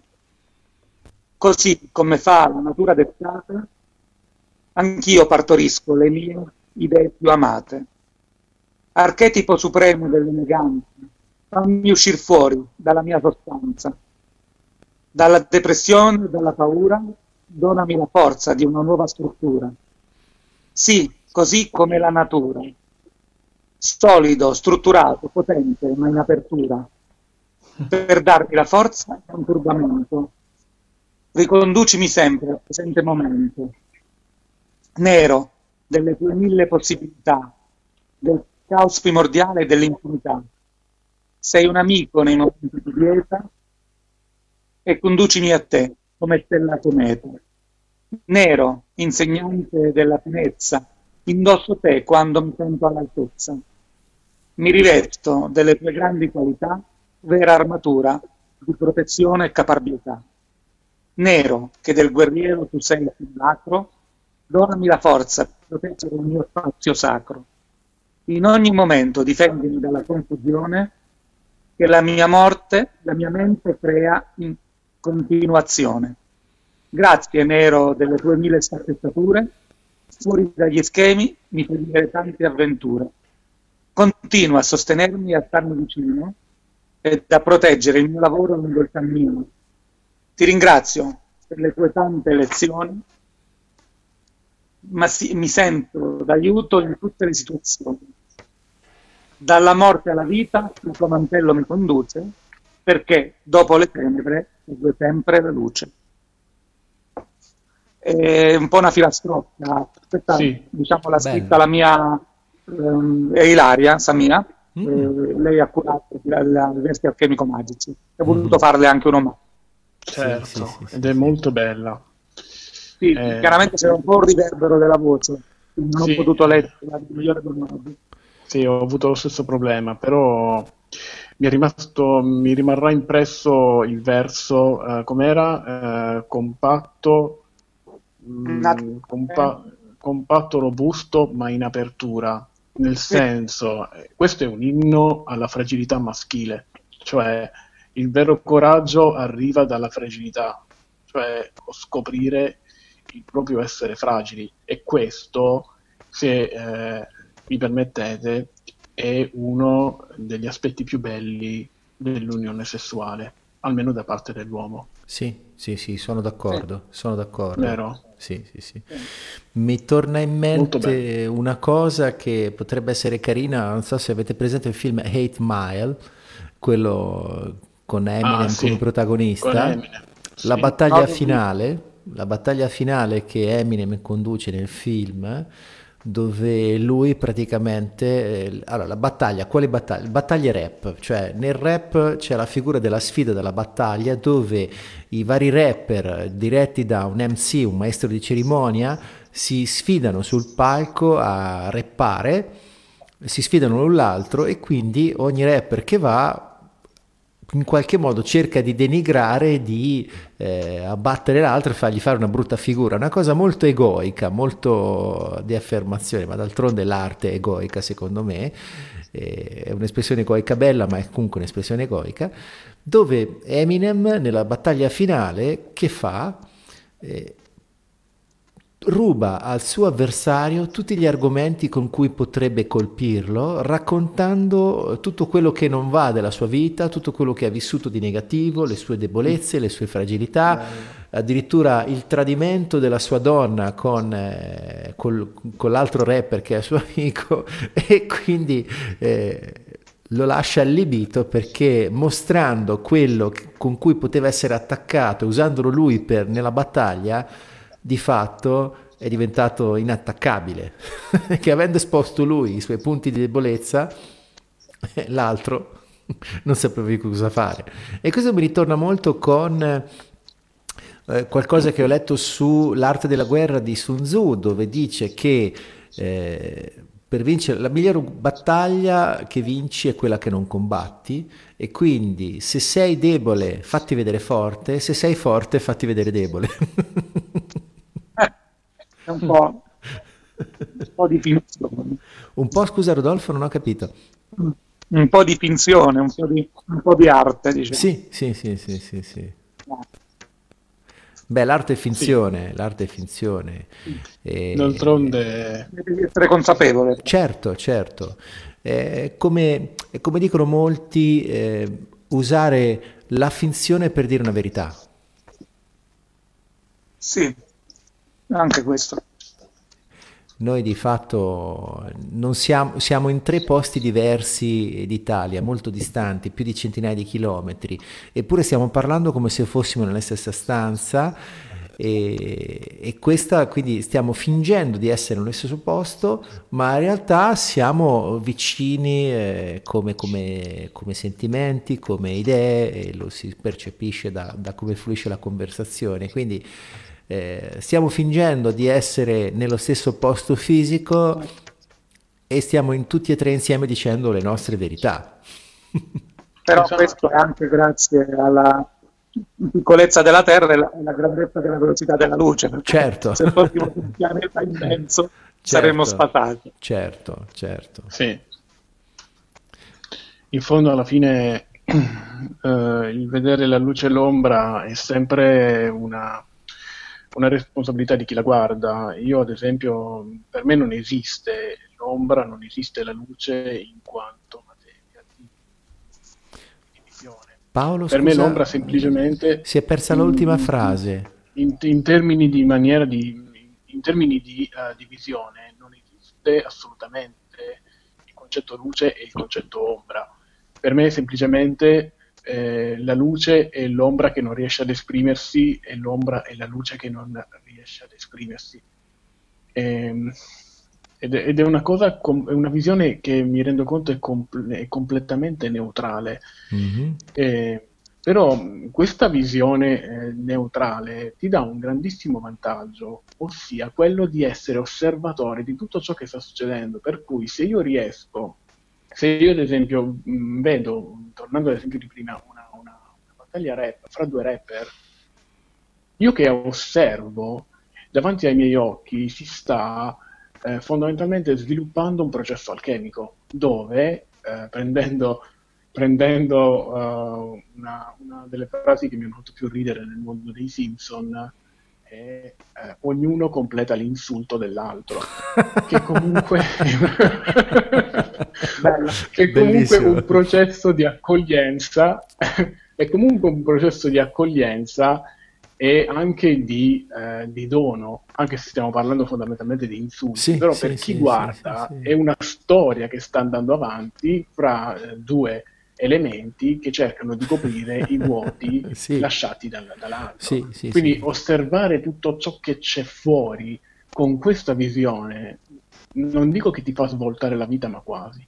Così come fa la natura dettata, anch'io partorisco le mie idee più amate. Archetipo supremo dell'eleganza, fammi uscire fuori dalla mia sostanza. Dalla depressione, dalla paura, donami la forza di una nuova struttura. Sì, così come la natura. Solido, strutturato, potente, ma in apertura. Per darmi la forza e un turbamento. Riconducimi sempre al presente momento. Nero, delle tue mille possibilità, del caos primordiale e dell'infinità. Sei un amico nei momenti di dieta e conducimi a te come stellato meta. Nero, insegnante della finezza, indosso te quando mi sento all'altezza. Mi rivesto delle tue grandi qualità, vera armatura di protezione e caparbietà. Nero, che del guerriero tu sei il simulacro, donami la forza per proteggere il mio spazio sacro. In ogni momento difendimi dalla confusione che la mia morte, la mia mente crea in continuazione. Grazie, Nero, delle tue mille sfaccettature, fuori dagli schemi mi fai vivere tante avventure. Continua a sostenermi e a starmi vicino e a proteggere il mio lavoro lungo il cammino. Ti ringrazio per le tue tante lezioni, ma sì, mi sento d'aiuto in tutte le situazioni. Dalla morte alla vita il tuo mantello mi conduce, perché dopo le tenebre segue sempre la luce. È un po' una filastrocca, questa sì, diciamo l'ha scritta la mia ehm, è Ilaria Samia, mm. eh, lei ha curato i versi alchemico-magici, ho voluto mm. farle anche un omaggio. Certo, sì, sì, sì, ed è sì. molto bella. Sì, eh, chiaramente c'era un po' un riverbero della voce, quindi non sì. ho potuto leggere la migliore del modo. Sì, ho avuto lo stesso problema, però mi è rimasto, mi rimarrà impresso il verso, eh, com'era? Eh, compatto, mh, compa- compatto, robusto, ma in apertura. Nel senso, eh, questo è un inno alla fragilità maschile, cioè il vero coraggio arriva dalla fragilità, cioè scoprire il proprio essere fragili, e questo, se eh, mi permettete, è uno degli aspetti più belli dell'unione sessuale, almeno da parte dell'uomo. Sì, sì, sì, sono d'accordo, sono d'accordo. Vero? Sì, sì, sì. Mi torna in mente una cosa che potrebbe essere carina, non so se avete presente il film Eight Mile, quello con Eminem ah, sì. come protagonista. Con Eminem. La sì. battaglia finale, la battaglia finale che Eminem conduce nel film, dove lui praticamente eh, allora la battaglia, quale battaglia? Battaglie rap, cioè nel rap c'è la figura della sfida della battaglia, dove i vari rapper diretti da un M C, un maestro di cerimonia, si sfidano sul palco a rappare, si sfidano l'un l'altro, e quindi ogni rapper che va in qualche modo cerca di denigrare, di eh, abbattere l'altro e fargli fare una brutta figura, una cosa molto egoica, molto di affermazione, ma d'altronde l'arte è egoica secondo me, eh, è un'espressione egoica bella, ma è comunque un'espressione egoica, dove Eminem nella battaglia finale che fa? Eh, ruba al suo avversario tutti gli argomenti con cui potrebbe colpirlo, raccontando tutto quello che non va della sua vita, tutto quello che ha vissuto di negativo, le sue debolezze, le sue fragilità, Bello. addirittura il tradimento della sua donna con, eh, col- con l'altro rapper che è suo amico, e quindi eh, lo lascia allibito perché, mostrando quello che- con cui poteva essere attaccato, usandolo lui per, nella battaglia, di fatto è diventato inattaccabile, che avendo esposto lui i suoi punti di debolezza, l'altro non sapeva più cosa fare. E questo mi ritorna molto con eh, qualcosa che ho letto su L'arte della guerra di Sun Tzu, dove dice che eh, per vincere la migliore battaglia che vinci è quella che non combatti, e quindi se sei debole fatti vedere forte, se sei forte fatti vedere debole. Eh, è un po', un po' di finzione. Un po', scusa Rodolfo, non ho capito. Un po' di finzione, un po' di, un po' di arte, diciamo. Sì, sì, sì, sì, sì, sì. Beh, l'arte è Sì, finzione, l'arte è finzione. E- d'altronde Devi essere consapevole. Certo, certo. È come, è come dicono molti, eh, usare la finzione per dire una verità. Sì, anche questo. Noi di fatto non siamo, siamo in tre posti diversi d'Italia, molto distanti, più di centinaia di chilometri, eppure stiamo parlando come se fossimo nella stessa stanza, e, e questa, quindi stiamo fingendo di essere nello stesso posto, ma in realtà siamo vicini eh, come, come- come sentimenti, come idee, e lo si percepisce da, da come fluisce la conversazione. Quindi eh, stiamo fingendo di essere nello stesso posto fisico e stiamo in tutti e tre insieme dicendo le nostre verità. Però questo è esatto. anche grazie alla piccolezza della Terra e la, e la grandezza della velocità della luce, perché Certo, se fossimo su un pianeta immenso saremmo certo, sfatati. certo, certo. Sì, in fondo alla fine eh, il vedere la luce e l'ombra è sempre una, una responsabilità di chi la guarda. Io, ad esempio, per me non esiste l'ombra, non esiste la luce in quanto materia di, di visione. Paolo, Per me l'ombra scusa, semplicemente si è persa l'ultima in, in- frase. in- in termini di maniera di, in termini di, eh, di visione non esiste assolutamente il concetto luce e il concetto ombra. Per me semplicemente eh, la luce è l'ombra che non riesce ad esprimersi e l'ombra è la luce che non riesce ad esprimersi. Ehm, ed, è ed è una cosa, com- è una visione che mi rendo conto è, compl- è completamente neutrale. Mhm. Eh, Però mh, questa visione eh, neutrale ti dà un grandissimo vantaggio, ossia quello di essere osservatore di tutto ciò che sta succedendo. Per cui se io riesco, se io ad esempio mh, vedo, tornando all'esempio di prima, una, una- una battaglia rap fra due rapper, io che osservo, davanti ai miei occhi si sta eh, fondamentalmente sviluppando un processo alchemico, dove eh, prendendo, prendendo eh, una, una delle frasi che mi hanno fatto più ridere nel mondo dei Simpson, è eh, ognuno completa l'insulto dell'altro, che comunque Bello. che comunque Bellissimo. un processo di accoglienza è comunque un processo di accoglienza e anche di, eh, di dono, anche se stiamo parlando fondamentalmente di insulti, Sì, però sì, per chi sì, sì, sì, guarda sì. è una storia che sta andando avanti fra eh, due elementi che cercano di coprire i vuoti Sì, lasciati dal- dall'altro. sì, sì, Quindi sì. osservare tutto ciò che c'è fuori con questa visione, non dico che ti fa svoltare la vita, ma quasi.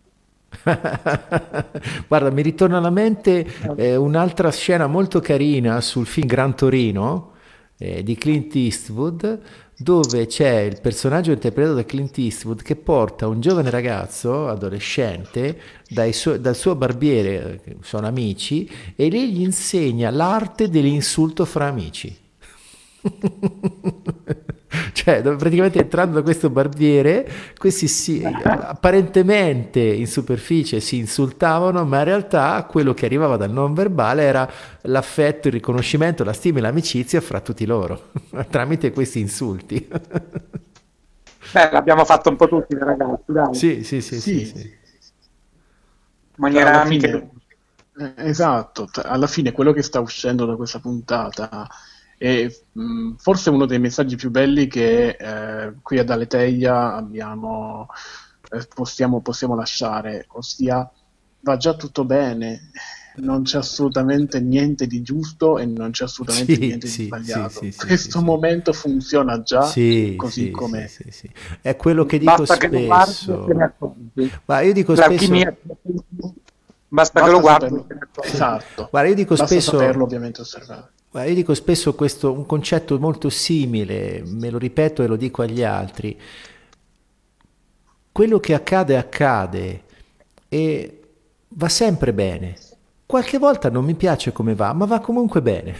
Guarda, mi ritorna alla mente eh, un'altra scena molto carina sul film Gran Torino eh, di Clint Eastwood, dove c'è il personaggio interpretato da Clint Eastwood che porta un giovane ragazzo, adolescente, dai suo- dal suo barbiere, eh, che sono amici, e lei gli insegna l'arte dell'insulto fra amici. Cioè, dove praticamente entrando da questo barbiere, questi si, apparentemente in superficie si insultavano, ma in realtà quello che arrivava dal non verbale era l'affetto, il riconoscimento, la stima e l'amicizia fra tutti loro, tramite questi insulti. Beh, l'abbiamo fatto un po' tutti, ragazzi, dai. Sì, sì, sì, sì, Sì. sì. In maniera Alla amichevole. fine, eh, esatto, t- alla fine quello che sta uscendo da questa puntata è mh, forse uno dei messaggi più belli che eh, qui ad Aleteia abbiamo, eh, possiamo, possiamo lasciare, ossia va già tutto bene, non c'è assolutamente niente di giusto e non c'è assolutamente Sì, niente di sì, sì, sbagliato. sì, sì, Questo sì, sì. momento funziona già Sì, così sì, com'è. sì, sì, sì. È quello che dico Basta che lo guardi e te ne spesso. accorgi. Ma io dico L'alchimia, spesso, basta che lo Basta guardi e saperlo, te ne accorgi. esatto, guarda, io dico basta spesso, saperlo ovviamente osservare. guarda, io dico spesso questo, un concetto molto simile, me lo ripeto e lo dico agli altri. Quello che accade accade e va sempre bene. Qualche volta non mi piace come va, ma va comunque bene.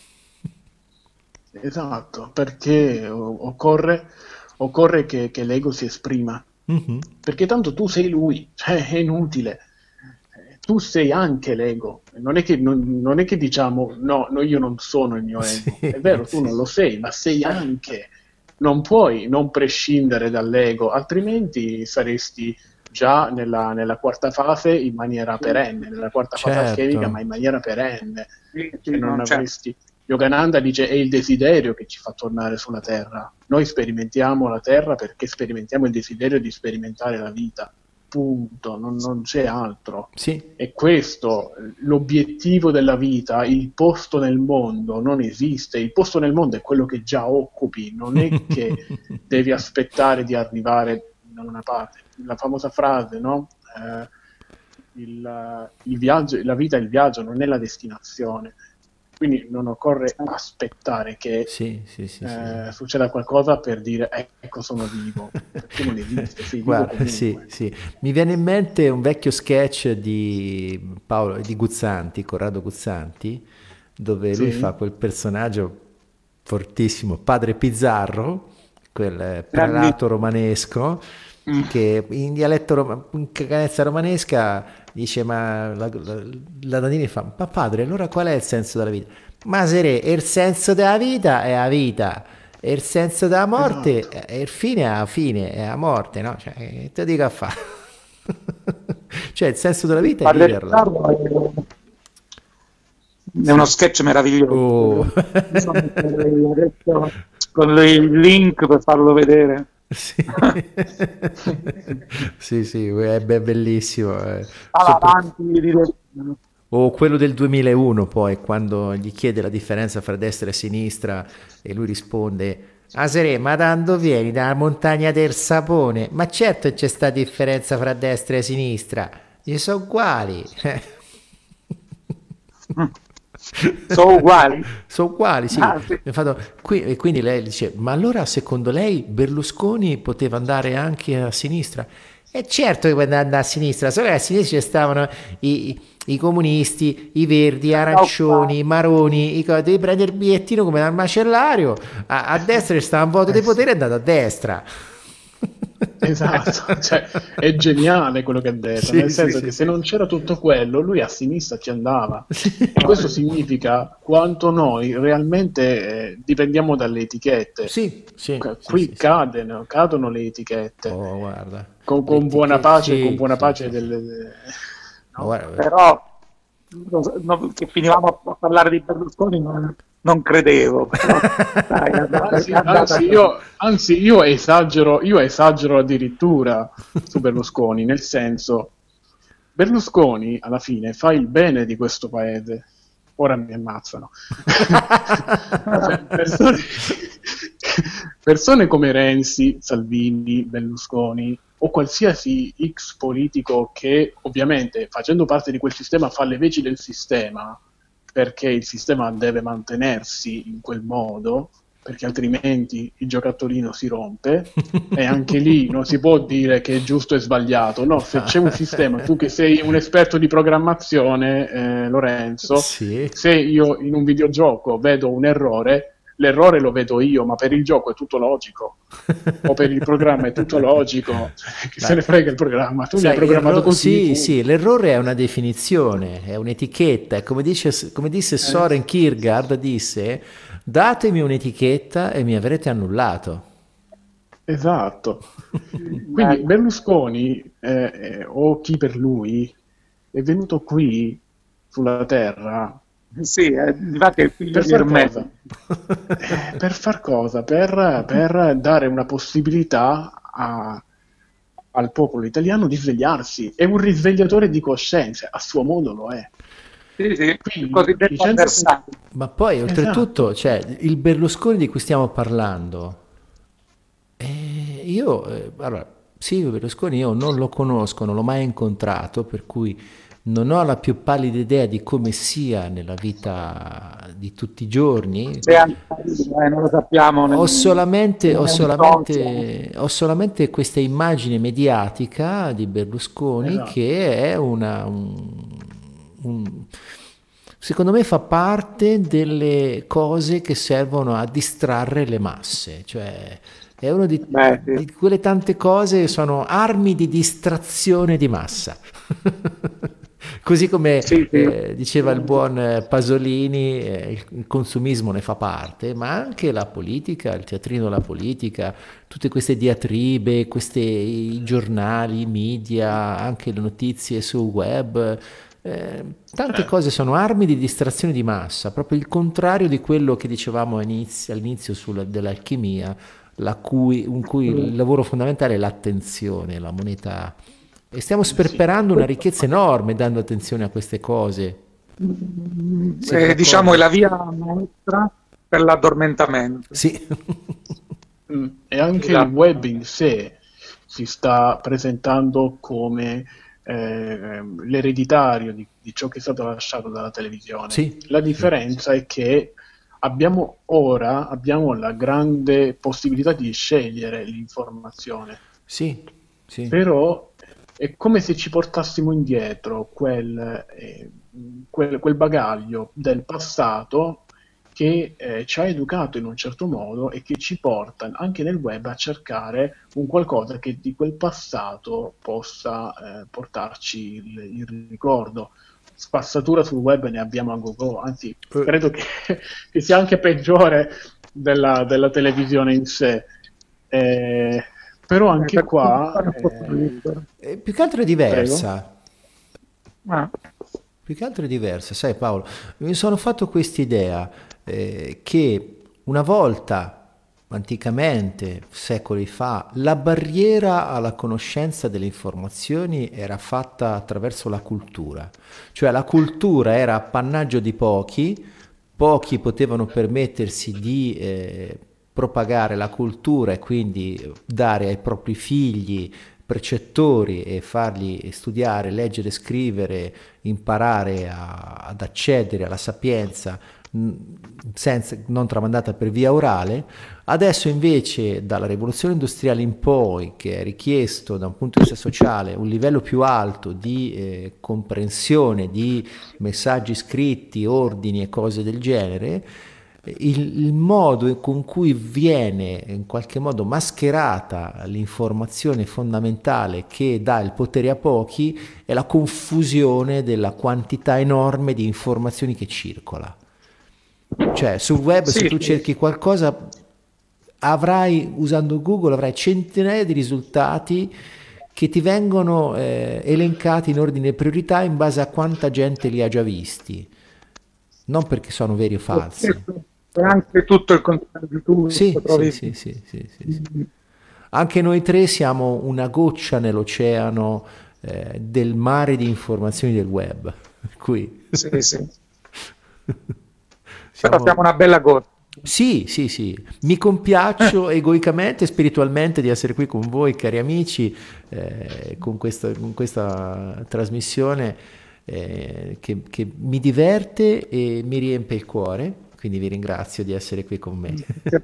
Esatto, perché o- occorre, occorre che, che l'ego si esprima, Mhm. perché tanto tu sei lui, cioè è inutile. Eh, Tu sei anche l'ego, non è che, non, non è che diciamo no, no, io non sono il mio Sì, ego, è vero, tu sì. non lo sei, ma sei anche, non puoi non prescindere dall'ego, altrimenti saresti già nella, nella quarta fase in maniera perenne, nella quarta fase alchemica, ma Certo. in maniera perenne. Sì, sì, Cioè non non c'è. avresti... Yogananda dice è il desiderio che ci fa tornare sulla Terra. Noi sperimentiamo la Terra perché sperimentiamo il desiderio di sperimentare la vita. Punto, non, non c'è altro. Sì, E questo, l'obiettivo della vita, il posto nel mondo non esiste. Il posto nel mondo è quello che già occupi, non è che devi aspettare di arrivare da una parte. La famosa frase, no? Eh, il, il viaggio, la vita è il viaggio, non è la destinazione. Quindi non occorre aspettare che sì, sì, sì, sì. eh, succeda qualcosa per dire "Eh, ecco sono vivo", perché non esiste, sei vivo Guarda, comunque. sì, sì. Mi viene in mente un vecchio sketch di Paolo, di Guzzanti, Corrado Guzzanti, dove lui Sì. fa quel personaggio fortissimo, Padre Pizzarro, quel eh, prelato romanesco, che in dialetto rom- in cadenza romanesca dice, ma la, la, la Danini fa, ma padre, allora qual è il senso della vita? Ma se il senso della vita è la vita, e il senso della morte Esatto. è il fine, è la fine, è la morte, no? Cioè, che te dico a fare? Cioè, il senso della vita è Padre viverla. Pizzarro è, è uno sketch meraviglioso. Oh. Bisogna mettere adesso con il link per farlo vedere. Sì. Sì, sì, è be- bellissimo. eh. Va Sopra- avanti di O quello del duemilauno, poi, quando gli chiede la differenza fra destra e sinistra e lui risponde: Asere, ma da dove vieni? Dalla montagna del sapone? Ma certo che c'è sta differenza fra destra e sinistra. Gli sono uguali. sono uguali. Sono uguali, sì. Ah, sì. Mi ha fatto- qui- e quindi lei dice: ma allora secondo lei Berlusconi poteva andare anche a sinistra? E certo che poteva andare a sinistra, solo che a sinistra ci stavano i, i- i comunisti, i verdi, i arancioni, i maroni, i co- devi prendere il bigliettino come dal macellario, a, a destra ci stava un voto di potere e è andato a destra. Esatto, cioè, è geniale quello che ha detto, Sì, nel sì, senso sì, che sì. se non c'era tutto quello, lui a sinistra ci andava. Sì. E questo significa quanto noi realmente eh, dipendiamo dalle etichette. Sì, sì, Qui sì, sì, sì. cadono, cadono le etichette. Oh, guarda. con, con Le buona etichette- pace, sì, con buona sì, pace sì, delle... Ma guarda, Però no, che finivamo a parlare di Berlusconi non, non credevo. Però, dai, è andata- Anzi, è andata anzi, così. io, anzi, io esagero, io esagero addirittura su Berlusconi, nel senso, Berlusconi alla fine fa il bene di questo paese. Ora mi ammazzano. Cioè, persone, persone come Renzi, Salvini, Berlusconi o qualsiasi ex politico che ovviamente facendo parte di quel sistema fa le veci del sistema, perché il sistema deve mantenersi in quel modo, perché altrimenti il giocattolino si rompe e anche lì non si può dire che è giusto e sbagliato. No, se c'è un sistema, tu che sei un esperto di programmazione, eh, Lorenzo, sì. se io in un videogioco vedo un errore, l'errore lo vedo io, ma per il gioco è tutto logico, o per il programma è tutto logico, chi se ne frega il programma, tu Sai, l'hai programmato erro- così. sì, tu- sì, l'errore è una definizione, è un'etichetta, è come dice, come disse Soren Kierkegaard, disse, datemi un'etichetta e mi avrete annullato. Esatto. Quindi Bello. Berlusconi, eh, eh, o chi per lui, è venuto qui sulla Terra Sì, eh, infatti è il figlio per di far Ermeto. cosa? Eh, per far cosa? Per, per dare una possibilità a- al popolo italiano di svegliarsi. È un risvegliatore di coscienze, a suo modo lo è. Sì, sì, il Quindi, cosiddetto dicendo- avversario. Ma poi, oltretutto, Esatto. cioè, il Berlusconi di cui stiamo parlando, eh, io, eh, allora, Silvio Berlusconi io non lo conosco, non l'ho mai incontrato, per cui non ho la più pallida idea di come sia nella vita di tutti i giorni. Se è ancora vivo, eh, non lo sappiamo. Ho nel- solamente, ho non è un solamente, ho solamente questa immagine mediatica di Berlusconi Esatto. che è una, un- un- secondo me fa parte delle cose che servono a distrarre le masse, cioè è uno di, Beh, sì. di quelle tante cose che sono armi di distrazione di massa. Così come Sì, sì. eh, diceva il buon eh, Pasolini, eh, il, il consumismo ne fa parte, ma anche la politica, il teatrino della politica, tutte queste diatribe, questi i giornali, i media, anche le notizie sul web, eh, tante cose sono armi di distrazione di massa, proprio il contrario di quello che dicevamo all'inizio, all'inizio sulla, dell'alchimia, la cui, in cui il lavoro fondamentale è l'attenzione, la moneta. E stiamo sperperando una ricchezza enorme dando attenzione a queste cose. Sì, Eh, d'accordo. diciamo è la via maestra per l'addormentamento. Sì. Mm, E anche Esatto. il web in sé si sta presentando come eh, l'ereditario di, di ciò che è stato lasciato dalla televisione. Sì. La differenza è che abbiamo ora abbiamo la grande possibilità di scegliere l'informazione, Sì, sì. però è come se ci portassimo indietro quel, eh, quel, quel bagaglio del passato che eh, ci ha educato in un certo modo e che ci porta anche nel web a cercare un qualcosa che di quel passato possa eh, portarci il, il ricordo. Spazzatura sul web ne abbiamo a go-go, anzi Eh. credo che, che sia anche peggiore della, della televisione in sé. Eh, però anche Per qua fare un po' più eh, libero. Eh, più che altro è diversa. Ah, Più che altro è diversa, sai Paolo, mi sono fatto quest'idea eh, che una volta, anticamente, secoli fa, la barriera alla conoscenza delle informazioni era fatta attraverso la cultura, cioè la cultura era appannaggio di pochi, pochi potevano permettersi di eh, propagare la cultura e quindi dare ai propri figli precettori e fargli studiare, leggere, scrivere, imparare a- ad accedere alla sapienza mh, senza, non tramandata per via orale. Adesso invece dalla rivoluzione industriale in poi, che è richiesto da un punto di vista sociale un livello più alto di eh, comprensione di messaggi scritti, ordini e cose del genere, il, il modo con cui viene in qualche modo mascherata l'informazione fondamentale che dà il potere a pochi è la confusione della quantità enorme di informazioni che circola. Cioè sul web Sì, se tu sì. cerchi qualcosa avrai, usando Google, avrai centinaia di risultati che ti vengono eh, elencati in ordine priorità in base a quanta gente li ha già visti, non perché sono veri o falsi. e anche tutto il contrario di tutto. Sì, sì, trovi- sì, sì, sì, sì, sì. Anche noi tre siamo una goccia nell'oceano eh, del mare di informazioni del web. Per cui Sì, sì. siamo- Però siamo una bella goccia. Sì, sì, sì. Mi compiaccio egoicamente e spiritualmente di essere qui con voi, cari amici, eh, con questa, con questa trasmissione eh, che, che mi diverte e mi riempie il cuore. Quindi vi ringrazio di essere qui con me.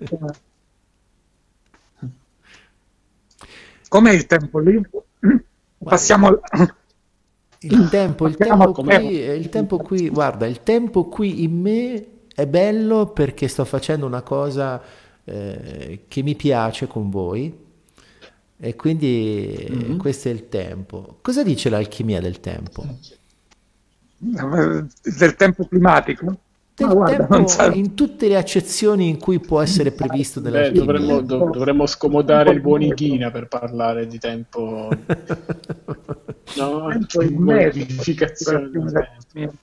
Com'è il tempo lì? Passiamo al- Il tempo, il Passiamo tempo al tema. qui, il tempo qui, guarda, il tempo qui in me è bello perché sto facendo una cosa eh, che mi piace con voi e quindi Mhm. questo è il tempo. Cosa dice l'alchimia del tempo? Del tempo climatico? Ma Del guarda, non tempo so. in tutte le accezioni in cui può essere previsto Beh, dovremmo, nell'alchimia. dov- dovremmo scomodare il buon Ighina per parlare di tempo, no? Tempo in Modificazione del tempo.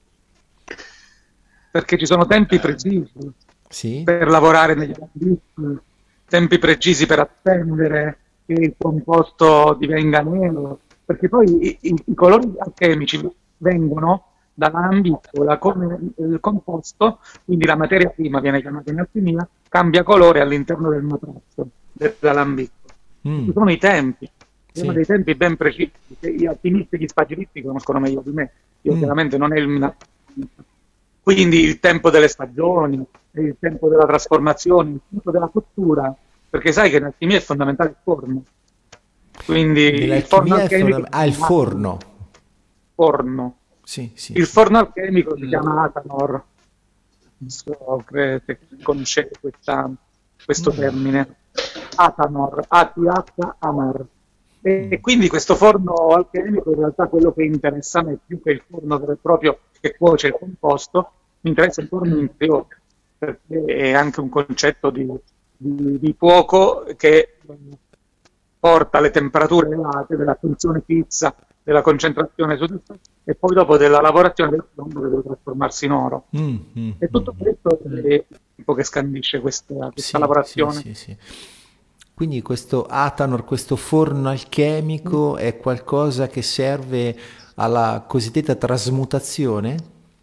perché ci sono tempi Eh, precisi Sì? per lavorare negli ambienti, tempi precisi per attendere che il composto divenga nero, perché poi i, i- i colori alchemici vengono dall'ambito, come il composto, quindi la materia prima viene chiamata in alchimia, cambia colore all'interno del matrazzo, dell'alambicco. Ci Mm, sono i tempi, ci sono sì. dei tempi ben precisi, che gli alchimisti e gli spagiristi conoscono meglio di me, io Mm, chiaramente non è il mio. Quindi il tempo delle stagioni, il tempo della trasformazione, il tempo della cottura, perché sai che in alchimia è fondamentale il forno. Quindi il forno nell'alchimia è alchemico fondamentale. Ah, il si chiama forno. forno. Sì, sì, Il sì. forno alchemico si mm, chiama Atanor. Non so che- se conoscete questa- questo Mm, termine. Atanor, A T H Amar. mm, E quindi questo forno alchemico in realtà quello che interessa a me più che il forno vero e proprio che cuoce il composto, mi interessa il forno interiore, perché è anche un concetto di, di- di fuoco che eh, porta alle temperature elevate, della tensione fissa, della concentrazione su tutto, e poi dopo della lavorazione del piombo che deve trasformarsi in oro. mm, mm, E mm. tutto questo mm. è il tempo che scandisce questa, questa Sì, sì, lavorazione. sì, sì. Quindi questo Atanor, questo forno alchemico è qualcosa che serve alla cosiddetta trasmutazione?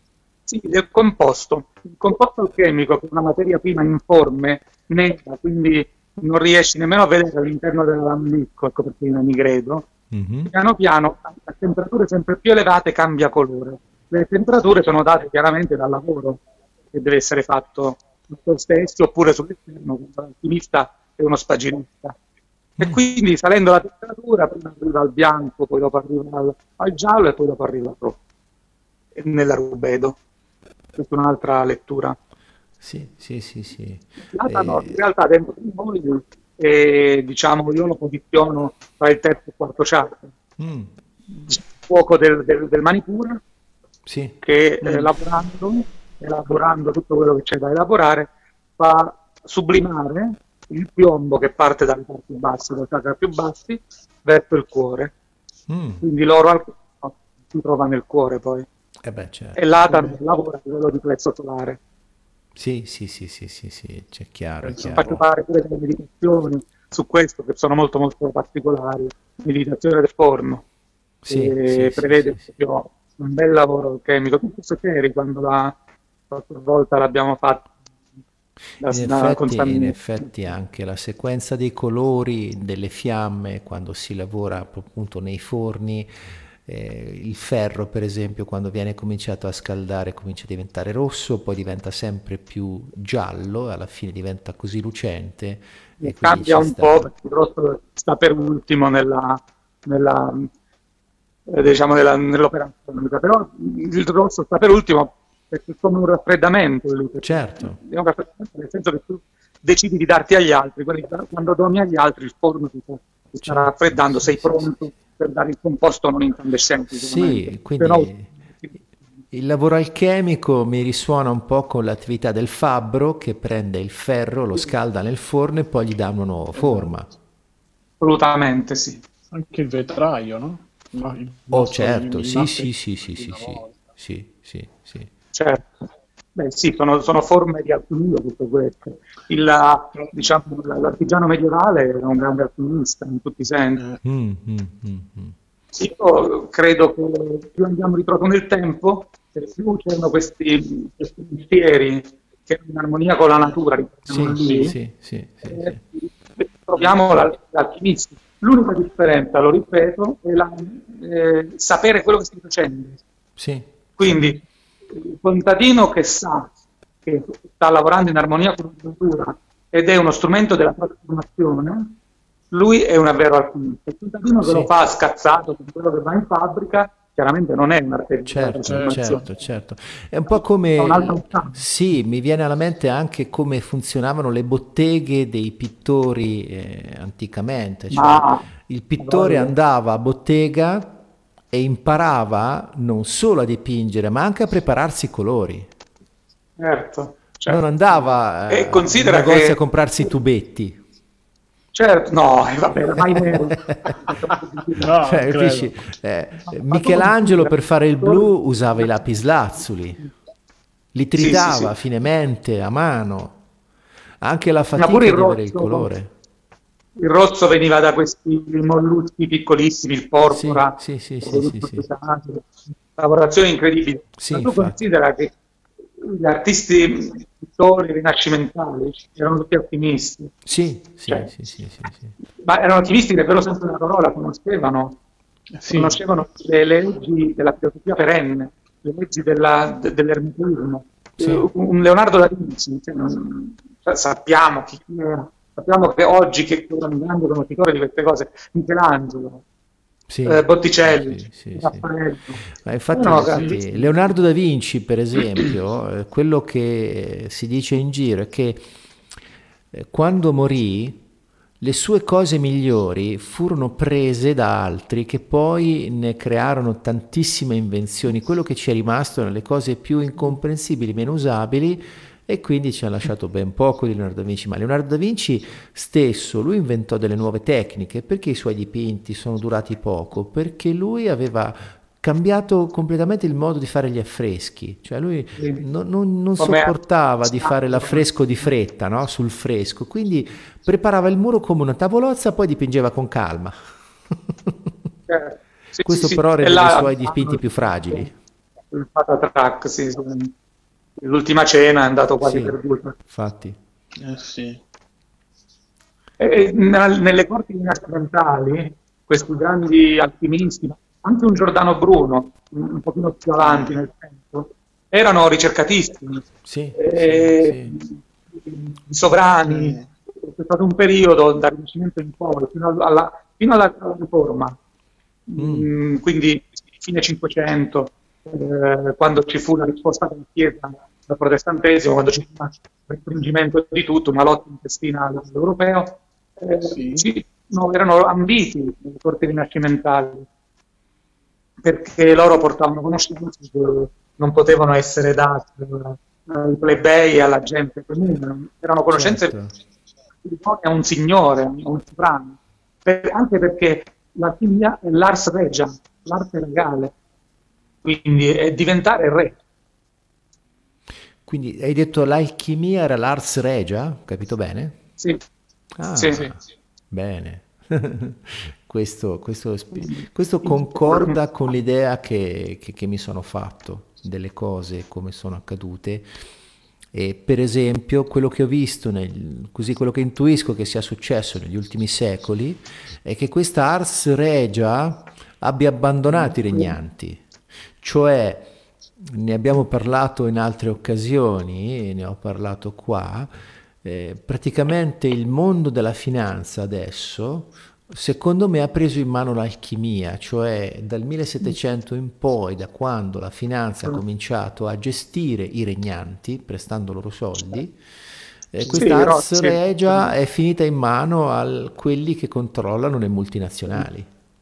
Sì, del composto. Il composto alchemico, che è una materia prima informe, netta, quindi non riesci nemmeno a vedere all'interno dell'alambicco, ecco perché io non mi credo, Mhm. piano piano a temperature sempre più elevate cambia colore. Le temperature sono date chiaramente dal lavoro che deve essere fatto su se stessi oppure sull'esterno, quando l'alchimista è uno spagirista. E Mm. quindi salendo la temperatura, prima arriva al bianco, poi dopo arriva al, al giallo e poi dopo arriva al rosso, e nella rubedo. Questa è un'altra lettura. Sì, sì, sì, sì. L'Atanor in Eh, realtà dentro di noi, eh, diciamo, io lo posiziono tra il terzo e il quarto chakra. mm, Il fuoco del, del, del Manipura, sì. che eh, Mm. lavorando, elaborando tutto quello che c'è da elaborare, fa sublimare il piombo che parte dalle parti basse, dai chakra più bassi, verso il cuore. Mm. Quindi l'oro al- si trova nel cuore poi. Eh beh, E certo. l'Atanor lavora a livello di plesso solare. Sì, sì, sì, sì, sì, sì, c'è chiaro, è Penso un Faccio chiaro. po'. fare pure delle meditazioni su questo che sono molto molto particolari. Meditazione del forno, Sì, sì, che sì, prevede sì, sì. proprio un bel lavoro chimico. Tu questo c'eri quando la qualche volta l'abbiamo fatto da, In da, con effetti, in Sammy. effetti anche la sequenza dei colori delle fiamme quando si lavora appunto nei forni, eh, il ferro per esempio quando viene cominciato a scaldare comincia a diventare rosso, poi diventa sempre più giallo, alla fine diventa così lucente e quindi Cambia ci un po' sta. perché il rosso sta per ultimo nella, nella, eh, diciamo nella, nell'operazione, però il rosso sta per ultimo perché è come un raffreddamento lì, perché Certo. è un raffreddamento nel senso che tu decidi di darti agli altri, quindi quando doni agli altri il forno ti sta, ti sta Certo, raffreddando, sì, sei sì, sì. pronto per dare il composto non incandescente, chiaramente. Sì, Se no, quindi il lavoro alchemico mi risuona un po' con l'attività del fabbro che prende il ferro, lo scalda nel forno e poi gli dà una nuova forma. Esatto. assolutamente sì. Anche il vetraio, no? Ma il Oh nostro certo, sì, illuminante sì, sì, sì, di sì, una sì, volta. sì, sì, sì. Certo. Beh, sì, sono, sono forme di alchimia tutte queste. Il, diciamo, l'artigiano medievale era un grande alchimista in tutti i sensi. Eh, Mm, mm, mm, mm. Sì, io credo che più andiamo ritroso nel tempo, e più c'erano questi, questi mestieri che erano in armonia con la natura, ripetiamo Sì, lì, sì, sì, sì, e sì. troviamo l'al- l'alchimista. L'unica differenza, lo ripeto, è la- eh, sapere quello che stai facendo. Sì, Quindi il contadino che sa che sta lavorando in armonia con la natura ed è uno strumento della trasformazione, lui è un vero alchimista. Il contadino che lo sì, fa scazzato con quello che va in fabbrica chiaramente non è un'arte di Certo, trasformazione. certo, certo. È un po' È come, un'altra cosa. sì, mi viene alla mente anche come funzionavano le botteghe dei pittori eh, anticamente, cioè Ma il pittore andava a bottega e imparava non solo a dipingere, ma anche a prepararsi i colori. certo, Non certo. E andava eh, in considera negozio a che, comprarsi i tubetti. certo, no, eh, vabbè, mai vero. No, Cioè, credo. capisci? Eh, Ma tu Michelangelo considera per che fare il pittori- blu usava i lapislazzuli, li Sì, sì, tritava sì. finemente a mano, anche la Ma pure fatica il di avere il rosso, colore. il rosso veniva da questi molluschi piccolissimi, il Sì, porpora, sì, sì, sì, sì, soprattutto sì, pesanti, lavorazioni incredibili. sì, Ma tu infatti. considera che gli artisti pittori rinascimentali erano tutti ottimisti, Sì, sì, cioè, sì, sì, sì, sì. ma erano ottimisti nel vero senso della parola, conoscevano, Sì, conoscevano le leggi della filosofia perenne, le leggi della- de- dell'ermetismo. Eh, Sì, Un Leonardo da Vinci, cioè, non- sa- sappiamo chi era, sappiamo che oggi che era un grande conoscitore di queste cose, Michelangelo, sì, eh, sì, Botticelli, sì, sì, sì. Raffaello, Ma infatti, erano infatti, grandissimi. Leonardo da Vinci, per esempio, eh, quello che si dice in giro è che eh, quando morì, le sue cose migliori furono prese da altri che poi ne crearono tantissime invenzioni. Quello che ci è rimasto erano le cose più incomprensibili, meno usabili, e quindi ci ha lasciato ben poco di Leonardo da Vinci. Ma Leonardo da Vinci stesso, lui inventò delle nuove tecniche. Perché i suoi dipinti sono durati poco? Perché lui aveva cambiato completamente il modo di fare gli affreschi, cioè lui Quindi, non, non- non come sopportava di fare l'affresco di fretta, no? Sul fresco, quindi preparava il muro come una tavolozza, poi dipingeva con calma. eh, sì, sì, Questo sì, però e rendeva i là suoi hanno dipinti più fragili. il patatrack, sì, sì. L'ultima cena è andato quasi Sì, perduto. infatti. eh sì. E nel- nelle corti rinascimentali, questi grandi alchimisti, anche un Giordano Bruno, un, un pochino più avanti nel tempo, erano ricercatissimi, Sì, sì, e, sì. sovrani. Eh, C'è stato un periodo dal Rinascimento in poi, fino alla, fino alla, alla Riforma, Mm, mm, quindi fine Cinquecento, eh, quando ci fu la risposta della Chiesa al protestantesimo, quando ci fu un restringimento di tutto, una lotta intestina all'europeo, eh, sì, sì, no, erano ambiti le corti rinascimentali, perché loro portavano conoscenze che non potevano essere date ai plebei e alla gente comune, erano conoscenze certo. a un signore, a un sovrano, per- anche perché l'alchimia è l'ars regia, l'arte regale, quindi è diventare re. Quindi hai detto l'alchimia era l'ars regia, capito bene? Sì, sì, Ah, bene. Questo, questo, spi- sì. questo concorda con l'idea che, che- che mi sono fatto delle cose come sono accadute. E per esempio, quello che ho visto, nel- così quello che intuisco che sia successo negli ultimi secoli, è che questa ars regia abbia abbandonato i regnanti. Cioè, ne abbiamo parlato in altre occasioni, e ne ho parlato qua, eh, praticamente il mondo della finanza adesso, secondo me, ha preso in mano l'alchimia, cioè dal millesettecento in poi, da quando la finanza ha cominciato a gestire i regnanti, prestando loro soldi, eh, questa Sì, no, ars sì. regia è finita in mano a quelli che controllano le multinazionali.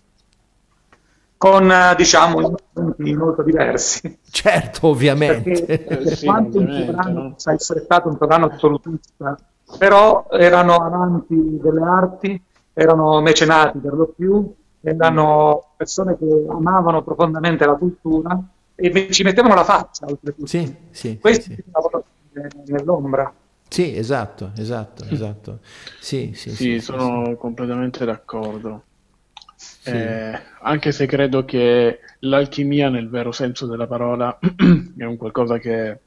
Con eh, diciamo punti molto diversi. Certo, Perché ovviamente. eh, per sì, quanto un ovviamente, sovrano no? possa essere stato un sovrano assolutista, però erano amanti delle arti, erano mecenati per lo più, erano persone che amavano profondamente la cultura e ci mettevano la faccia, oltretutto. Sì, sì, sì, Questi sì. lavorano nell'ombra. Sì, esatto, esatto, esatto. Sì, sì, sì, Sì, sì, sì. sono completamente d'accordo. Sì, Eh, anche se credo che l'alchimia, nel vero senso della parola, è un qualcosa che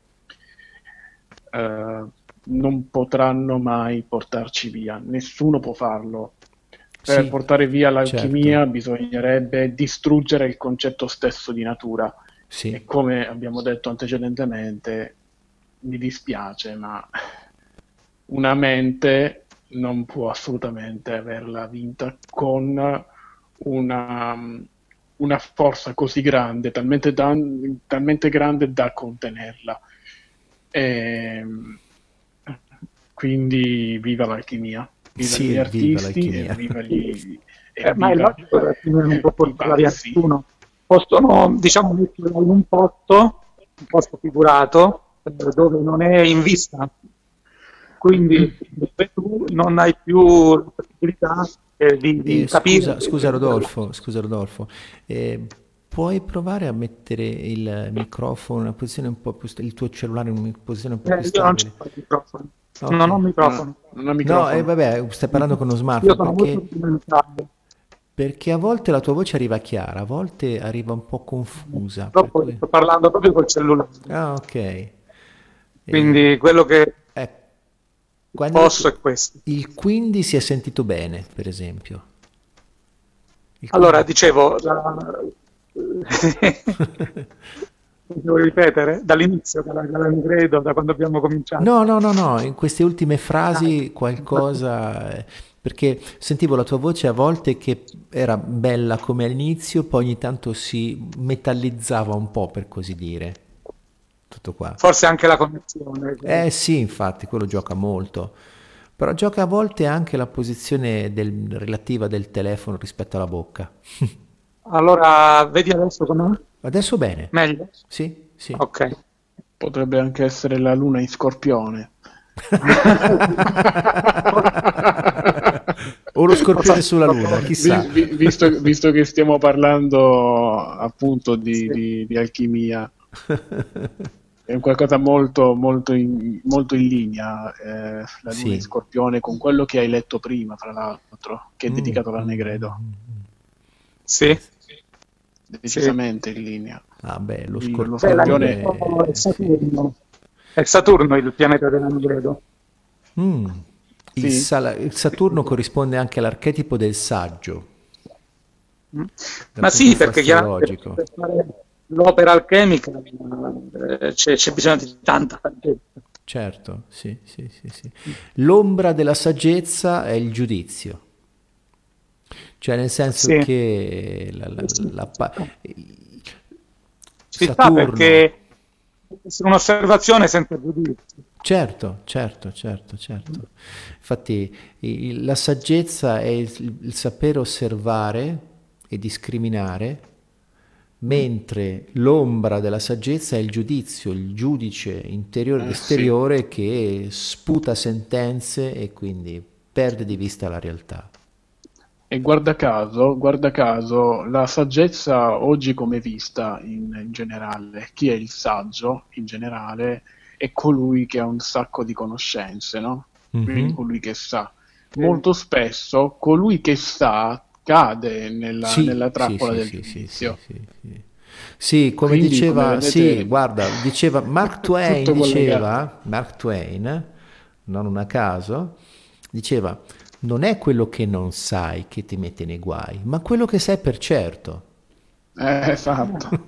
eh, non potranno mai portarci via. Nessuno può farlo. Per sì, portare via certo. l'alchimia bisognerebbe distruggere il concetto stesso di natura. Sì, E come abbiamo detto antecedentemente, mi dispiace, ma una mente non può assolutamente averla vinta con una, una forza così grande, talmente, da, talmente grande da contenerla. E, quindi viva l'alchimia, viva Sì, gli viva artisti, l'alchimia. e viva gli... Eh, ma è viva- logico che la fine non può portare a sì. nessuno. Possono, diciamo, metterla in un posto, un posto figurato, eh, dove non è in vista. Quindi dove tu non hai più la possibilità eh, di, di Eh, capire. scusa, scusa Rodolfo, scusa Rodolfo, eh, puoi provare a mettere il microfono in una posizione un po' più sta- il tuo cellulare in una posizione un po' Eh, più io non c'ho stabile? il microfono, Ok. non ho microfono. Non ho No, microfono. eh, vabbè, stai parlando con uno Io smartphone sono molto perché, rudimentale. perché a volte la tua voce arriva chiara, a volte arriva un po' confusa. Per Purtroppo cui... sto parlando proprio col cellulare. Ah, ok. Eh, Quindi quello che ecco. Quando posso detto- è questo. il quindi si è sentito bene, per esempio. Il Allora, quindi- dicevo, la... devo ripetere dall'inizio, dalla, dalla credo, da quando abbiamo cominciato. No, no, no, no, in queste ultime frasi qualcosa, eh, perché sentivo la tua voce a volte che era bella come all'inizio, poi ogni tanto si metallizzava un po', per così dire. Tutto qua. Forse anche la connessione. Eh sì, infatti, quello gioca molto. Però gioca a volte anche la posizione del- relativa del telefono rispetto alla bocca. Allora, vedi adesso com'è? Adesso bene. Meglio? Sì, sì. Ok. Potrebbe anche essere la luna in Scorpione. O lo scorpione sulla luna, chissà. Vi- vi- visto, visto che stiamo parlando appunto di, Sì. di- di alchimia, è un qualcosa molto, molto, in, molto in linea, eh, la luna Sì. in Scorpione, con quello che hai letto prima, fra l'altro, che è Mm. dedicato alla Negredo. Sì. Decisamente in linea. Ah beh, lo Sì, lo Beh, la scorpione... Negredo è Saturno. È Saturno il pianeta della Negredo. Mm. Il, Sì. Sala- il Saturno corrisponde anche all'archetipo del saggio. Mm. Dal Ma sì, punto perché astrologico. chiaramente per fare l'opera alchemica eh, c'è, c'è bisogno di tanta saggezza. Certo, sì, sì, sì, sì. L'ombra della saggezza è il giudizio. Cioè nel senso Sì. che la, la- la pa- Ci sta Saturno, perché è un'osservazione senza giudizio. certo, certo, certo, certo. Infatti il- la saggezza è il, il sapere osservare e discriminare, mentre l'ombra della saggezza è il giudizio, il giudice interiore ed Eh, esteriore che sputa sentenze e quindi perde di vista la realtà. E guarda caso, guarda caso, la saggezza oggi come vista in, in generale, chi è il saggio in generale è colui che ha un sacco di conoscenze, no? Quindi Mhm. colui che sa. Molto spesso colui che sa cade nella, Sì, nella sì, trappola sì, del sì, sì, giudizio. sì, sì, sì. Sì, come Quindi, diceva, come vedete, sì, guarda, diceva Mark Twain, tutto collegato. diceva, Mark Twain, non un a caso, diceva, non è quello che non sai che ti mette nei guai, ma quello che sai per certo. Eh, esatto.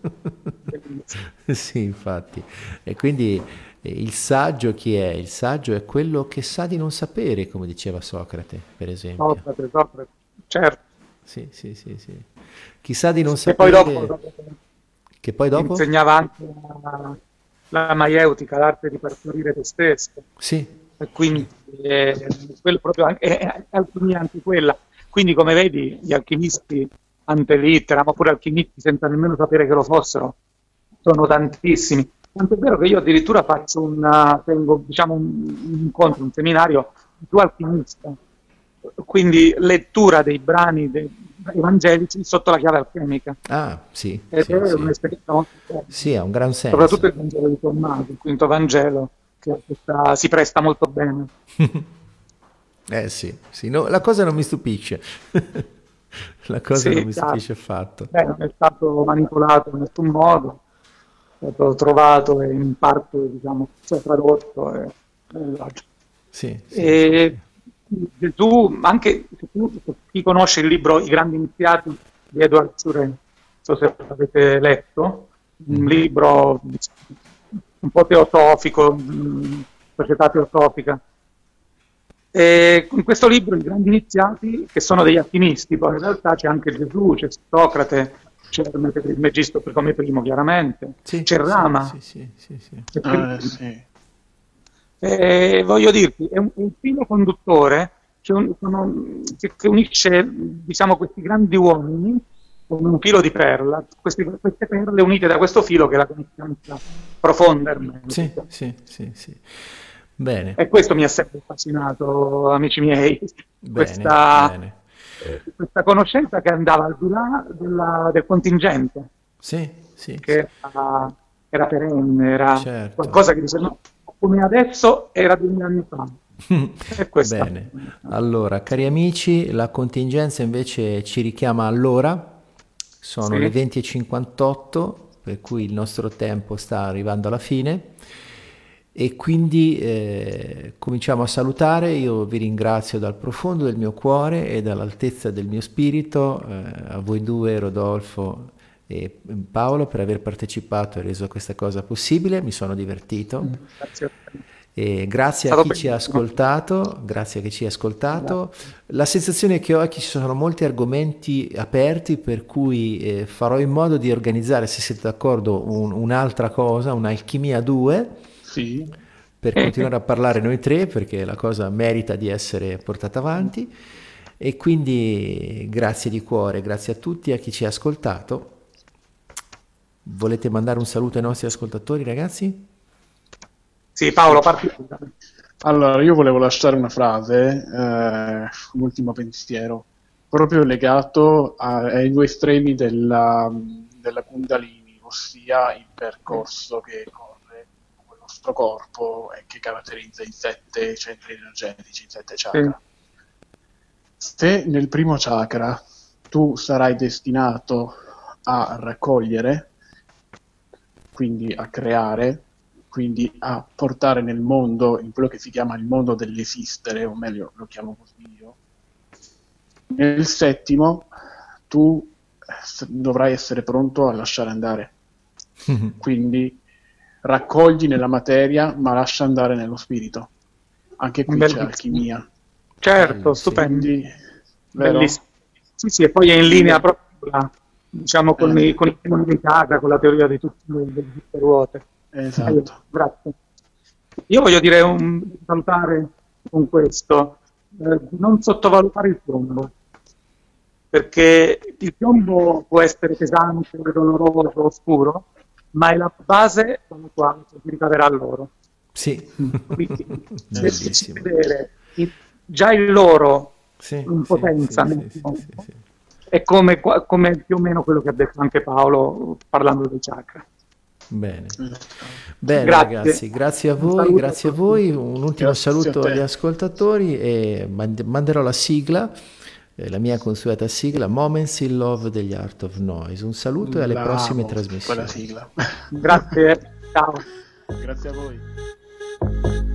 Sì, infatti. E quindi eh, il saggio chi è? Il saggio è quello che sa di non sapere, come diceva Socrate, per esempio. Socrate, Socrate. Certo. Sì, sì, sì, sì. Chi sa di non E poi sapere, dopo che poi dopo? insegnava anche la, la maieutica, l'arte di partorire te stesso. Sì, E quindi eh, quello proprio anche, è, è alchimia anche quella. Quindi, come vedi, gli alchimisti ante litteram, oppure alchimisti senza nemmeno sapere che lo fossero, sono tantissimi. Tanto è vero che io addirittura faccio un, tengo, diciamo, un, un incontro, un seminario su alchimista. Quindi lettura dei brani dei evangelici sotto la chiave alchemica. ah, sì, Ed sì, è sì. un'esperienza molto bella. Sì, ha un gran senso. Soprattutto il Vangelo di Tommaso, il quinto Vangelo, che questa- si presta molto bene. Eh sì, sì, no, la cosa non mi stupisce. La cosa Sì, non mi chiaro. stupisce affatto. Beh, non è stato manipolato in nessun modo, è stato trovato e in parte, diciamo, cioè, tradotto. E, e logico. Sì, sì, E Gesù, anche se tu, se chi conosce il libro I grandi iniziati di Edward Surrey, non so se l'avete letto, un libro un po' teosofico, mh, società teosofica. E in questo libro I grandi iniziati, che sono degli alchimisti, poi in realtà c'è anche Gesù, c'è Socrate, c'è il Megistro come primo, chiaramente, Sì, c'è sì, Rama, sì, sì, sì, sì. c'è Ah, Krishna. sì. E voglio dirti, è un, un filo conduttore che, un- sono- che- che unisce, diciamo, questi grandi uomini come un filo di perla, questi- queste perle unite da questo filo che è la conoscenza profonda Sì, ermeneutica. sì, sì, sì. Bene, E questo mi ha sempre affascinato, amici miei, bene, questa, bene. questa conoscenza che andava al di là della- del contingente, Sì, sì, sì. che era, era perenne, era Certo. qualcosa che dice no, come adesso era duemila anni fa. E questa. Bene, allora cari amici, la contingenza invece ci richiama all'ora, sono le Sì. venti e cinquantotto, per cui il nostro tempo sta arrivando alla fine e quindi eh, cominciamo a salutare. Io vi ringrazio dal profondo del mio cuore e dall'altezza del mio spirito, eh, a voi due, Rodolfo e Paolo, per aver partecipato e reso questa cosa possibile, mi sono divertito. Grazie a te. E È grazie a stato chi ci ha bellissimo. ascoltato, grazie a chi ci ha ascoltato. Grazie. La sensazione che ho è che ci sono molti argomenti aperti, per cui eh, farò in modo di organizzare, se siete d'accordo, un- un'altra cosa, un'alchimia due, Sì. per continuare a parlare noi tre, perché la cosa merita di essere portata avanti. E quindi grazie di cuore, grazie a tutti, a chi ci ha ascoltato. Volete mandare un saluto ai nostri ascoltatori, ragazzi? Sì, Paolo, parti tu. Allora, io volevo lasciare una frase, eh, un ultimo pensiero, proprio legato a- ai due estremi della, della Kundalini, ossia il percorso che corre con il nostro corpo e che caratterizza i sette centri energetici, i sette chakra. Se nel primo chakra tu sarai destinato a raccogliere, quindi a creare, quindi a portare nel mondo, in quello che si chiama il mondo dell'esistere, o meglio lo chiamo così io, nel settimo tu eh, dovrai essere pronto a lasciare andare, quindi raccogli nella materia ma lascia andare nello spirito. Anche qui c'è Bellissimo. alchimia. Certo, Bello, sì. stupendo. Quindi, vero? Bellissimo. Sì, sì, e poi è in linea proprio con la- diciamo, con, Eh. i, con il fenomeno di casa, con la teoria di tutte le le tutte ruote. Esatto. Eh, grazie. Io voglio dire un, salutare con questo, eh, di non sottovalutare il piombo, perché il piombo può essere pesante, doloroso, oscuro, ma è la base dalla quale si ricaverà l'oro. Sì. Quindi, se Bellissimo. vedere il- già il loro Sì, in sì, potenza sì, nel sì, mondo, sì, sì, sì. è come, qua- come più o meno quello che ha detto anche Paolo parlando dei chakra. Bene. Esatto. Bene Grazie. ragazzi, grazie a Un voi, saluto grazie a a tutti. voi, un ultimo Grazie saluto a te. agli ascoltatori e mand- manderò la sigla, eh, la mia consueta sigla, Moments in Love degli Art of Noise. Un saluto e alle La prossime amo, trasmissioni. quella sigla. Grazie, ciao. Grazie a voi.